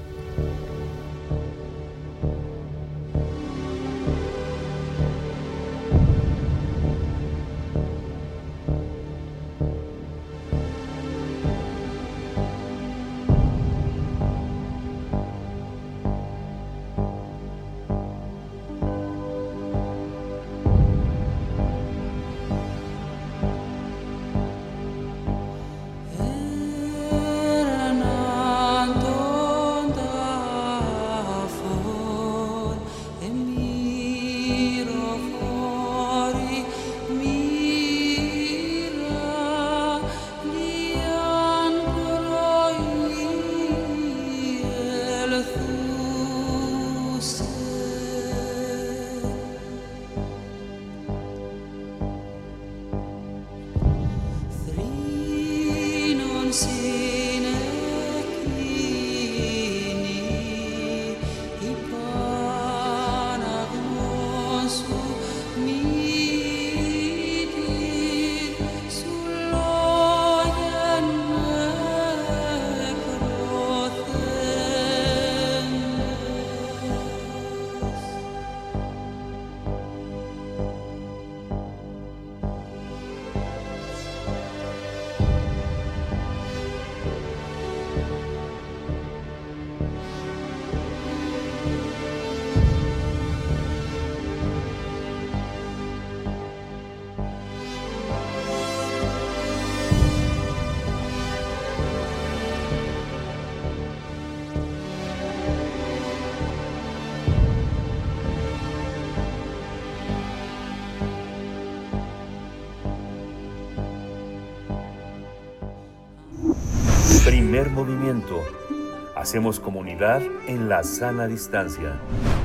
Primer movimiento. Hacemos comunidad en la sana distancia.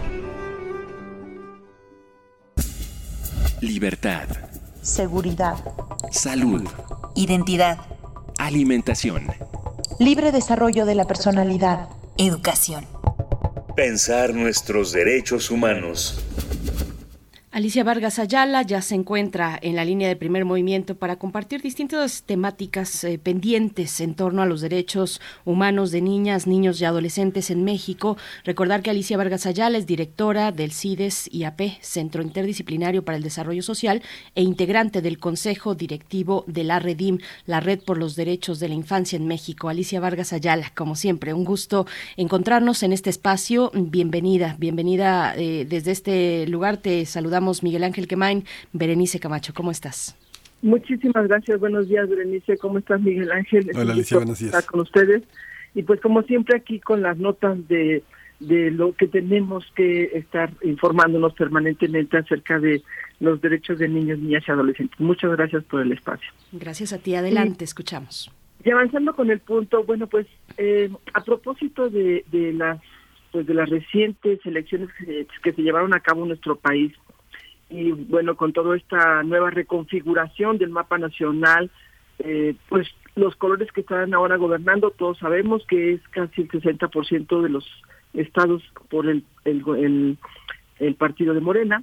Libertad. Seguridad. Salud. Identidad. Alimentación. Libre desarrollo de la personalidad. Educación. Pensar nuestros derechos humanos. Alicia Vargas Ayala ya se encuentra en la línea de Primer Movimiento para compartir distintas temáticas eh, pendientes en torno a los derechos humanos de niñas, niños y adolescentes en México. Recordar que Alicia Vargas Ayala es directora del CIDES I A P, Centro Interdisciplinario para el Desarrollo Social, e integrante del Consejo Directivo de la REDIM, la Red por los Derechos de la Infancia en México. Alicia Vargas Ayala, como siempre, un gusto encontrarnos en este espacio. Bienvenida, bienvenida eh, desde este lugar. Te saludamos Miguel Ángel Quemain, Berenice Camacho, ¿cómo estás? Muchísimas gracias, buenos días Berenice, ¿cómo estás Miguel Ángel? Hola Alicia, buenos días. Estar con ustedes y pues como siempre aquí con las notas de, de lo que tenemos que estar informándonos permanentemente acerca de los derechos de niños, niñas y adolescentes. Muchas gracias por el espacio. Gracias a ti, adelante, y, escuchamos. Y avanzando con el punto, bueno pues eh, a propósito de, de las pues de las recientes elecciones que, que se llevaron a cabo en nuestro país, y bueno, con toda esta nueva reconfiguración del mapa nacional, eh, pues los colores que están ahora gobernando, todos sabemos que es casi el sesenta por ciento de los estados por el, el, el, el partido de Morena.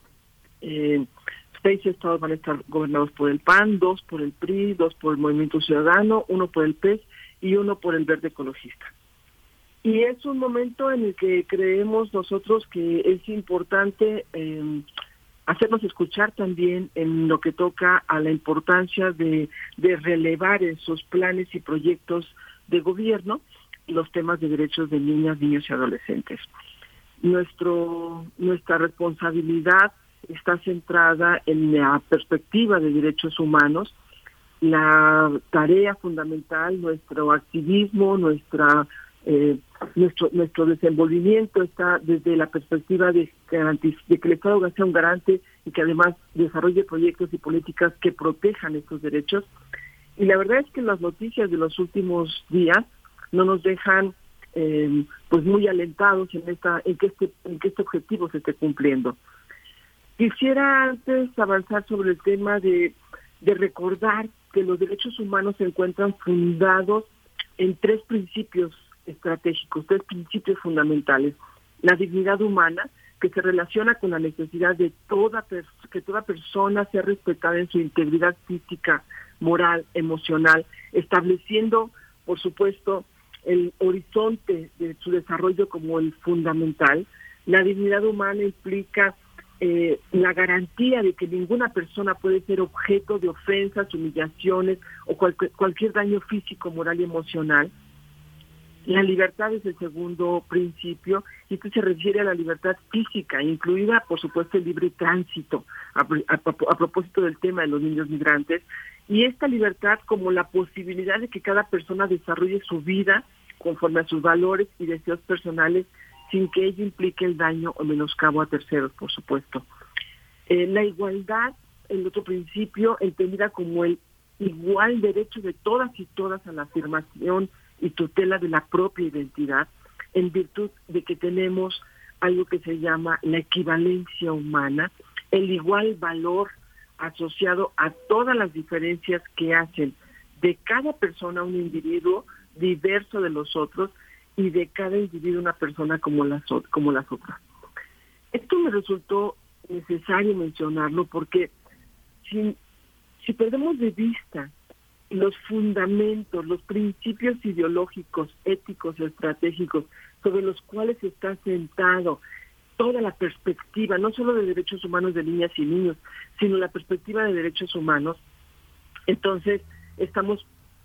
Eh, seis estados van a estar gobernados por el P A N, dos por el P R I, dos por el Movimiento Ciudadano, uno por el P E S y uno por el Verde Ecologista. Y es un momento en el que creemos nosotros que es importante eh, hacernos escuchar también en lo que toca a la importancia de, de relevar en sus planes y proyectos de gobierno los temas de derechos de niñas, niños y adolescentes. Nuestro, nuestra responsabilidad está centrada en la perspectiva de derechos humanos. La tarea fundamental, nuestro activismo, nuestra eh, nuestro nuestro desenvolvimiento está desde la perspectiva de, de que el Estado sea un garante y que además desarrolle proyectos y políticas que protejan estos derechos. Y la verdad es que las noticias de los últimos días no nos dejan eh, pues muy alentados en esta en que este en que este objetivo se esté cumpliendo. Quisiera antes avanzar sobre el tema de, de recordar que los derechos humanos se encuentran fundados en tres principios estratégicos, tres principios fundamentales. La dignidad humana, que se relaciona con la necesidad de toda que toda persona sea respetada en su integridad física, moral, emocional, estableciendo, por supuesto, el horizonte de su desarrollo como el fundamental. La dignidad humana implica eh, la garantía de que ninguna persona puede ser objeto de ofensas, humillaciones o cual, cualquier daño físico, moral y emocional. La libertad es el segundo principio, y esto se refiere a la libertad física, incluida, por supuesto, el libre tránsito, a, a, a propósito del tema de los niños migrantes, y esta libertad como la posibilidad de que cada persona desarrolle su vida conforme a sus valores y deseos personales, sin que ello implique el daño o menoscabo a terceros, por supuesto. Eh, la igualdad, el otro principio, entendida como el igual derecho de todas y todas a la afirmación y tutela de la propia identidad, en virtud de que tenemos algo que se llama la equivalencia humana, el igual valor asociado a todas las diferencias que hacen de cada persona un individuo diverso de los otros y de cada individuo una persona como las, como las otras. Esto me resultó necesario mencionarlo porque si, si perdemos de vista los fundamentos, los principios ideológicos, éticos, estratégicos sobre los cuales está sentado toda la perspectiva, no solo de derechos humanos de niñas y niños, sino la perspectiva de derechos humanos, entonces estamos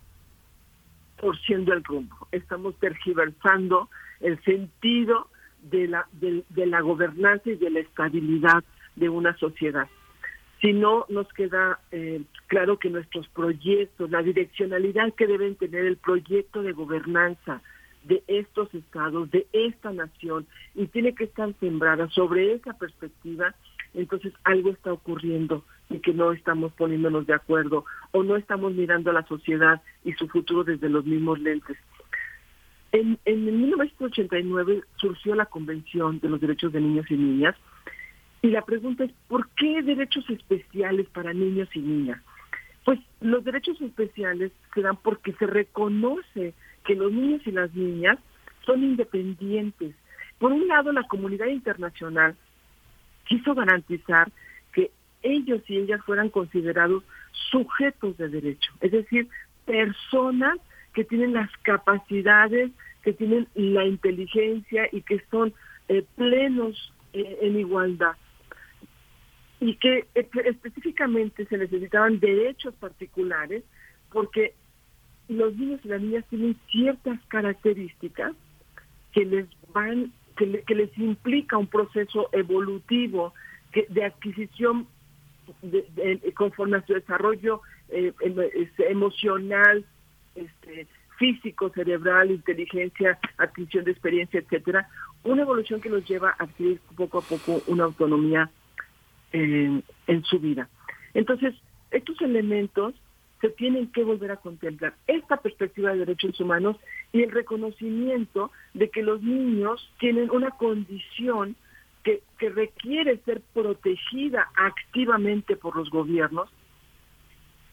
torciendo el rumbo, estamos tergiversando el sentido de la, de, de la gobernanza y de la estabilidad de una sociedad. Si no nos queda eh, claro que nuestros proyectos, la direccionalidad que deben tener el proyecto de gobernanza de estos estados, de esta nación, y tiene que estar sembrada sobre esa perspectiva, entonces algo está ocurriendo y que no estamos poniéndonos de acuerdo o no estamos mirando a la sociedad y su futuro desde los mismos lentes. En, en mil novecientos ochenta y nueve surgió la Convención de los Derechos de Niños y Niñas, y la pregunta es, ¿por qué derechos especiales para niños y niñas? Pues los derechos especiales se dan porque se reconoce que los niños y las niñas son independientes. Por un lado, la comunidad internacional quiso garantizar que ellos y ellas fueran considerados sujetos de derecho, es decir, personas que tienen las capacidades, que tienen la inteligencia y que son eh, plenos eh, en igualdad. Y que específicamente se necesitaban derechos particulares porque los niños y las niñas tienen ciertas características que les van, que, le, que les implica un proceso evolutivo que, de adquisición de, de, conforme a su desarrollo eh, emocional, este, físico, cerebral, inteligencia, adquisición de experiencia, etcétera, una evolución que los lleva a adquirir poco a poco una autonomía En, en su vida. Entonces, estos elementos se tienen que volver a contemplar, esta perspectiva de derechos humanos y el reconocimiento de que los niños tienen una condición que, que requiere ser protegida activamente por los gobiernos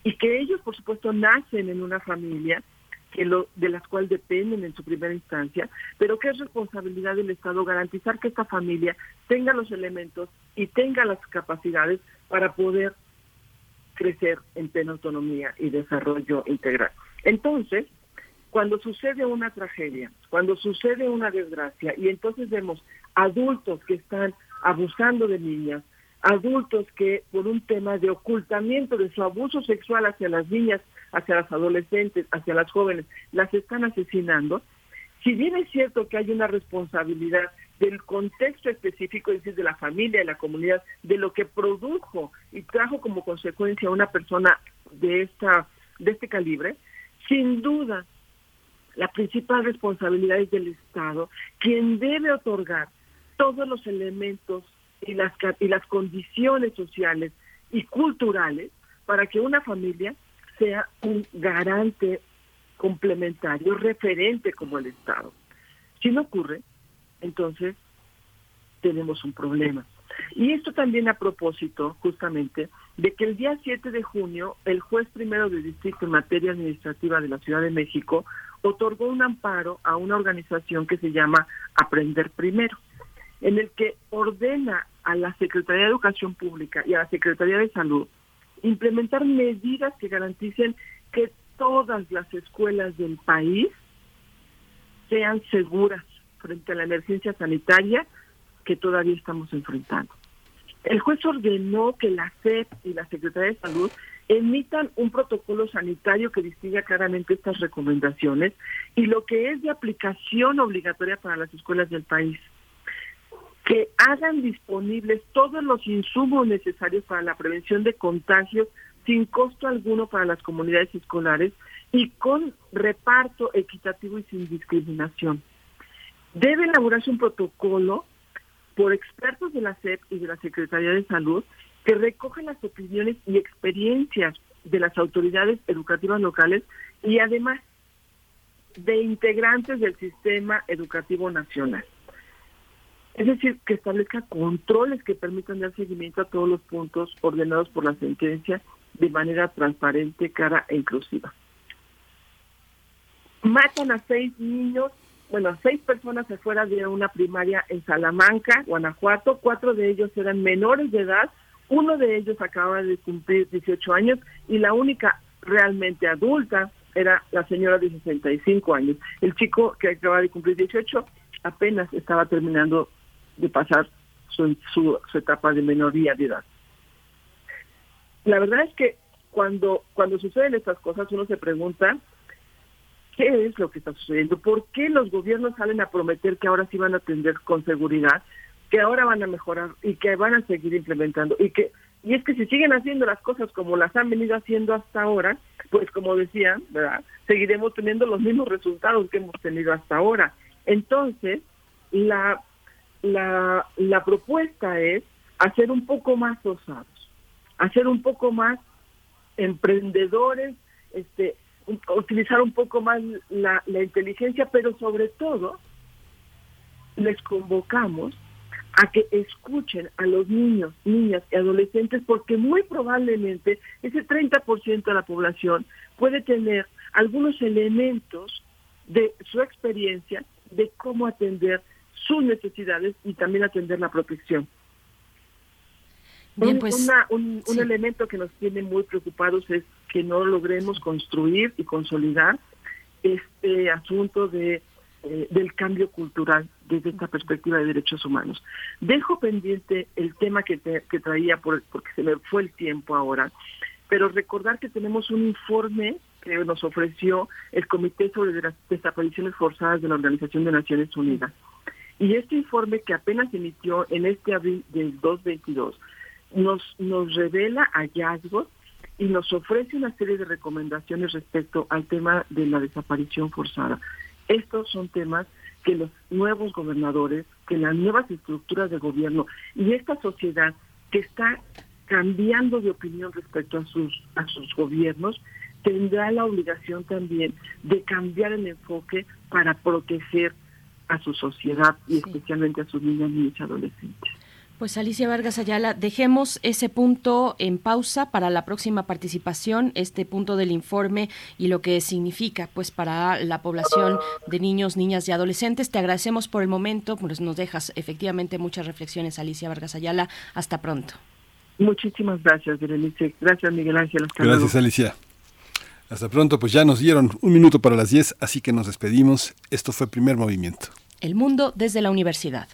y que ellos, por supuesto, nacen en una familia que lo, de las cuales dependen en su primera instancia, pero que es responsabilidad del Estado garantizar que esta familia tenga los elementos y tenga las capacidades para poder crecer en plena autonomía y desarrollo integral. Entonces, cuando sucede una tragedia, cuando sucede una desgracia, y entonces vemos adultos que están abusando de niñas, adultos que por un tema de ocultamiento de su abuso sexual hacia las niñas, hacia las adolescentes, hacia las jóvenes, las están asesinando, si bien es cierto que hay una responsabilidad del contexto específico, es decir, de la familia, de la comunidad, de lo que produjo y trajo como consecuencia a una persona de esta de este calibre, sin duda la principal responsabilidad es del Estado, quien debe otorgar todos los elementos y las y las condiciones sociales y culturales para que una familia sea un garante complementario, referente como el Estado. Si no ocurre, entonces tenemos un problema. Y esto también a propósito, justamente, de que el día siete de junio, el juez primero de distrito en materia administrativa de la Ciudad de México otorgó un amparo a una organización que se llama Aprender Primero, en el que ordena a la Secretaría de Educación Pública y a la Secretaría de Salud implementar medidas que garanticen que todas las escuelas del país sean seguras frente a la emergencia sanitaria que todavía estamos enfrentando. El juez ordenó que la S E P y la Secretaría de Salud emitan un protocolo sanitario que distinga claramente estas recomendaciones y lo que es de aplicación obligatoria para las escuelas del país, que hagan disponibles todos los insumos necesarios para la prevención de contagios sin costo alguno para las comunidades escolares y con reparto equitativo y sin discriminación. Debe elaborarse un protocolo por expertos de la S E P y de la Secretaría de Salud que recojan las opiniones y experiencias de las autoridades educativas locales y además de integrantes del sistema educativo nacional. Es decir, que establezca controles que permitan dar seguimiento a todos los puntos ordenados por la sentencia de manera transparente, clara e inclusiva. Matan a seis niños, bueno, seis personas afuera de una primaria en Salamanca, Guanajuato. Cuatro de ellos eran menores de edad, uno de ellos acababa de cumplir dieciocho años y la única realmente adulta era la señora de sesenta y cinco años. El chico que acababa de cumplir dieciocho apenas estaba terminando de pasar su, su, su etapa de minoría de edad. La verdad es que cuando, cuando suceden estas cosas uno se pregunta ¿qué es lo que está sucediendo? ¿Por qué los gobiernos salen a prometer que ahora sí van a atender con seguridad, que ahora van a mejorar y que van a seguir implementando? Y que y es que si siguen haciendo las cosas como las han venido haciendo hasta ahora, pues como decía, ¿verdad?, seguiremos teniendo los mismos resultados que hemos tenido hasta ahora. Entonces, la, la, la propuesta es hacer un poco más osados, hacer un poco más emprendedores, este utilizar un poco más la, la inteligencia, pero sobre todo les convocamos a que escuchen a los niños, niñas y adolescentes, porque muy probablemente ese treinta por ciento de la población puede tener algunos elementos de su experiencia de cómo atender sus necesidades y también atender la protección. Bien, un, pues, una, un, sí. un elemento que nos tiene muy preocupados es que no logremos construir y consolidar este asunto de eh, del cambio cultural desde esta perspectiva de derechos humanos. Dejo pendiente el tema que, te, que traía por, porque se me fue el tiempo ahora, pero recordar que tenemos un informe que nos ofreció el Comité sobre las Desapariciones Forzadas de la Organización de Naciones Unidas. Y este informe que apenas emitió en este abril del dos mil veintidós nos, nos revela hallazgos y nos ofrece una serie de recomendaciones respecto al tema de la desaparición forzada. Estos son temas que los nuevos gobernadores, que las nuevas estructuras de gobierno y esta sociedad que está cambiando de opinión respecto a sus a sus gobiernos, tendrá la obligación también de cambiar el enfoque para proteger a su sociedad y sí. especialmente a sus niñas, niños y adolescentes. Pues Alicia Vargas Ayala, dejemos ese punto en pausa para la próxima participación, este punto del informe y lo que significa pues para la población de niños, niñas y adolescentes. Te agradecemos por el momento, pues nos dejas efectivamente muchas reflexiones, Alicia Vargas Ayala. Hasta pronto. Muchísimas gracias, Berenice. Gracias, Miguel Ángel. Hasta Gracias, luego. Alicia. Hasta pronto, pues ya nos dieron un minuto para las diez, así que nos despedimos. Esto fue Primer Movimiento. El mundo desde la universidad.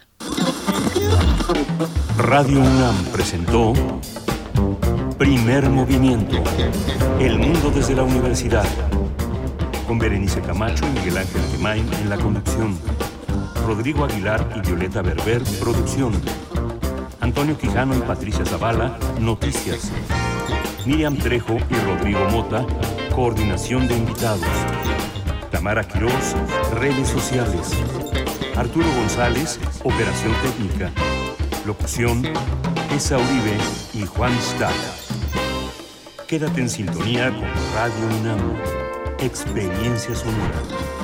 Radio UNAM presentó Primer Movimiento, El mundo desde la universidad, con Berenice Camacho y Miguel Ángel Gemain en la conducción, Rodrigo Aguilar y Violeta Berber, producción, Antonio Quijano y Patricia Zavala, noticias, Miriam Trejo y Rodrigo Mota, coordinación de invitados, Tamara Quirós, redes sociales, Arturo González, operación técnica. Locución, Esa Uribe y Juan Stack. Quédate en sintonía con Radio UNAM. Experiencia sonora.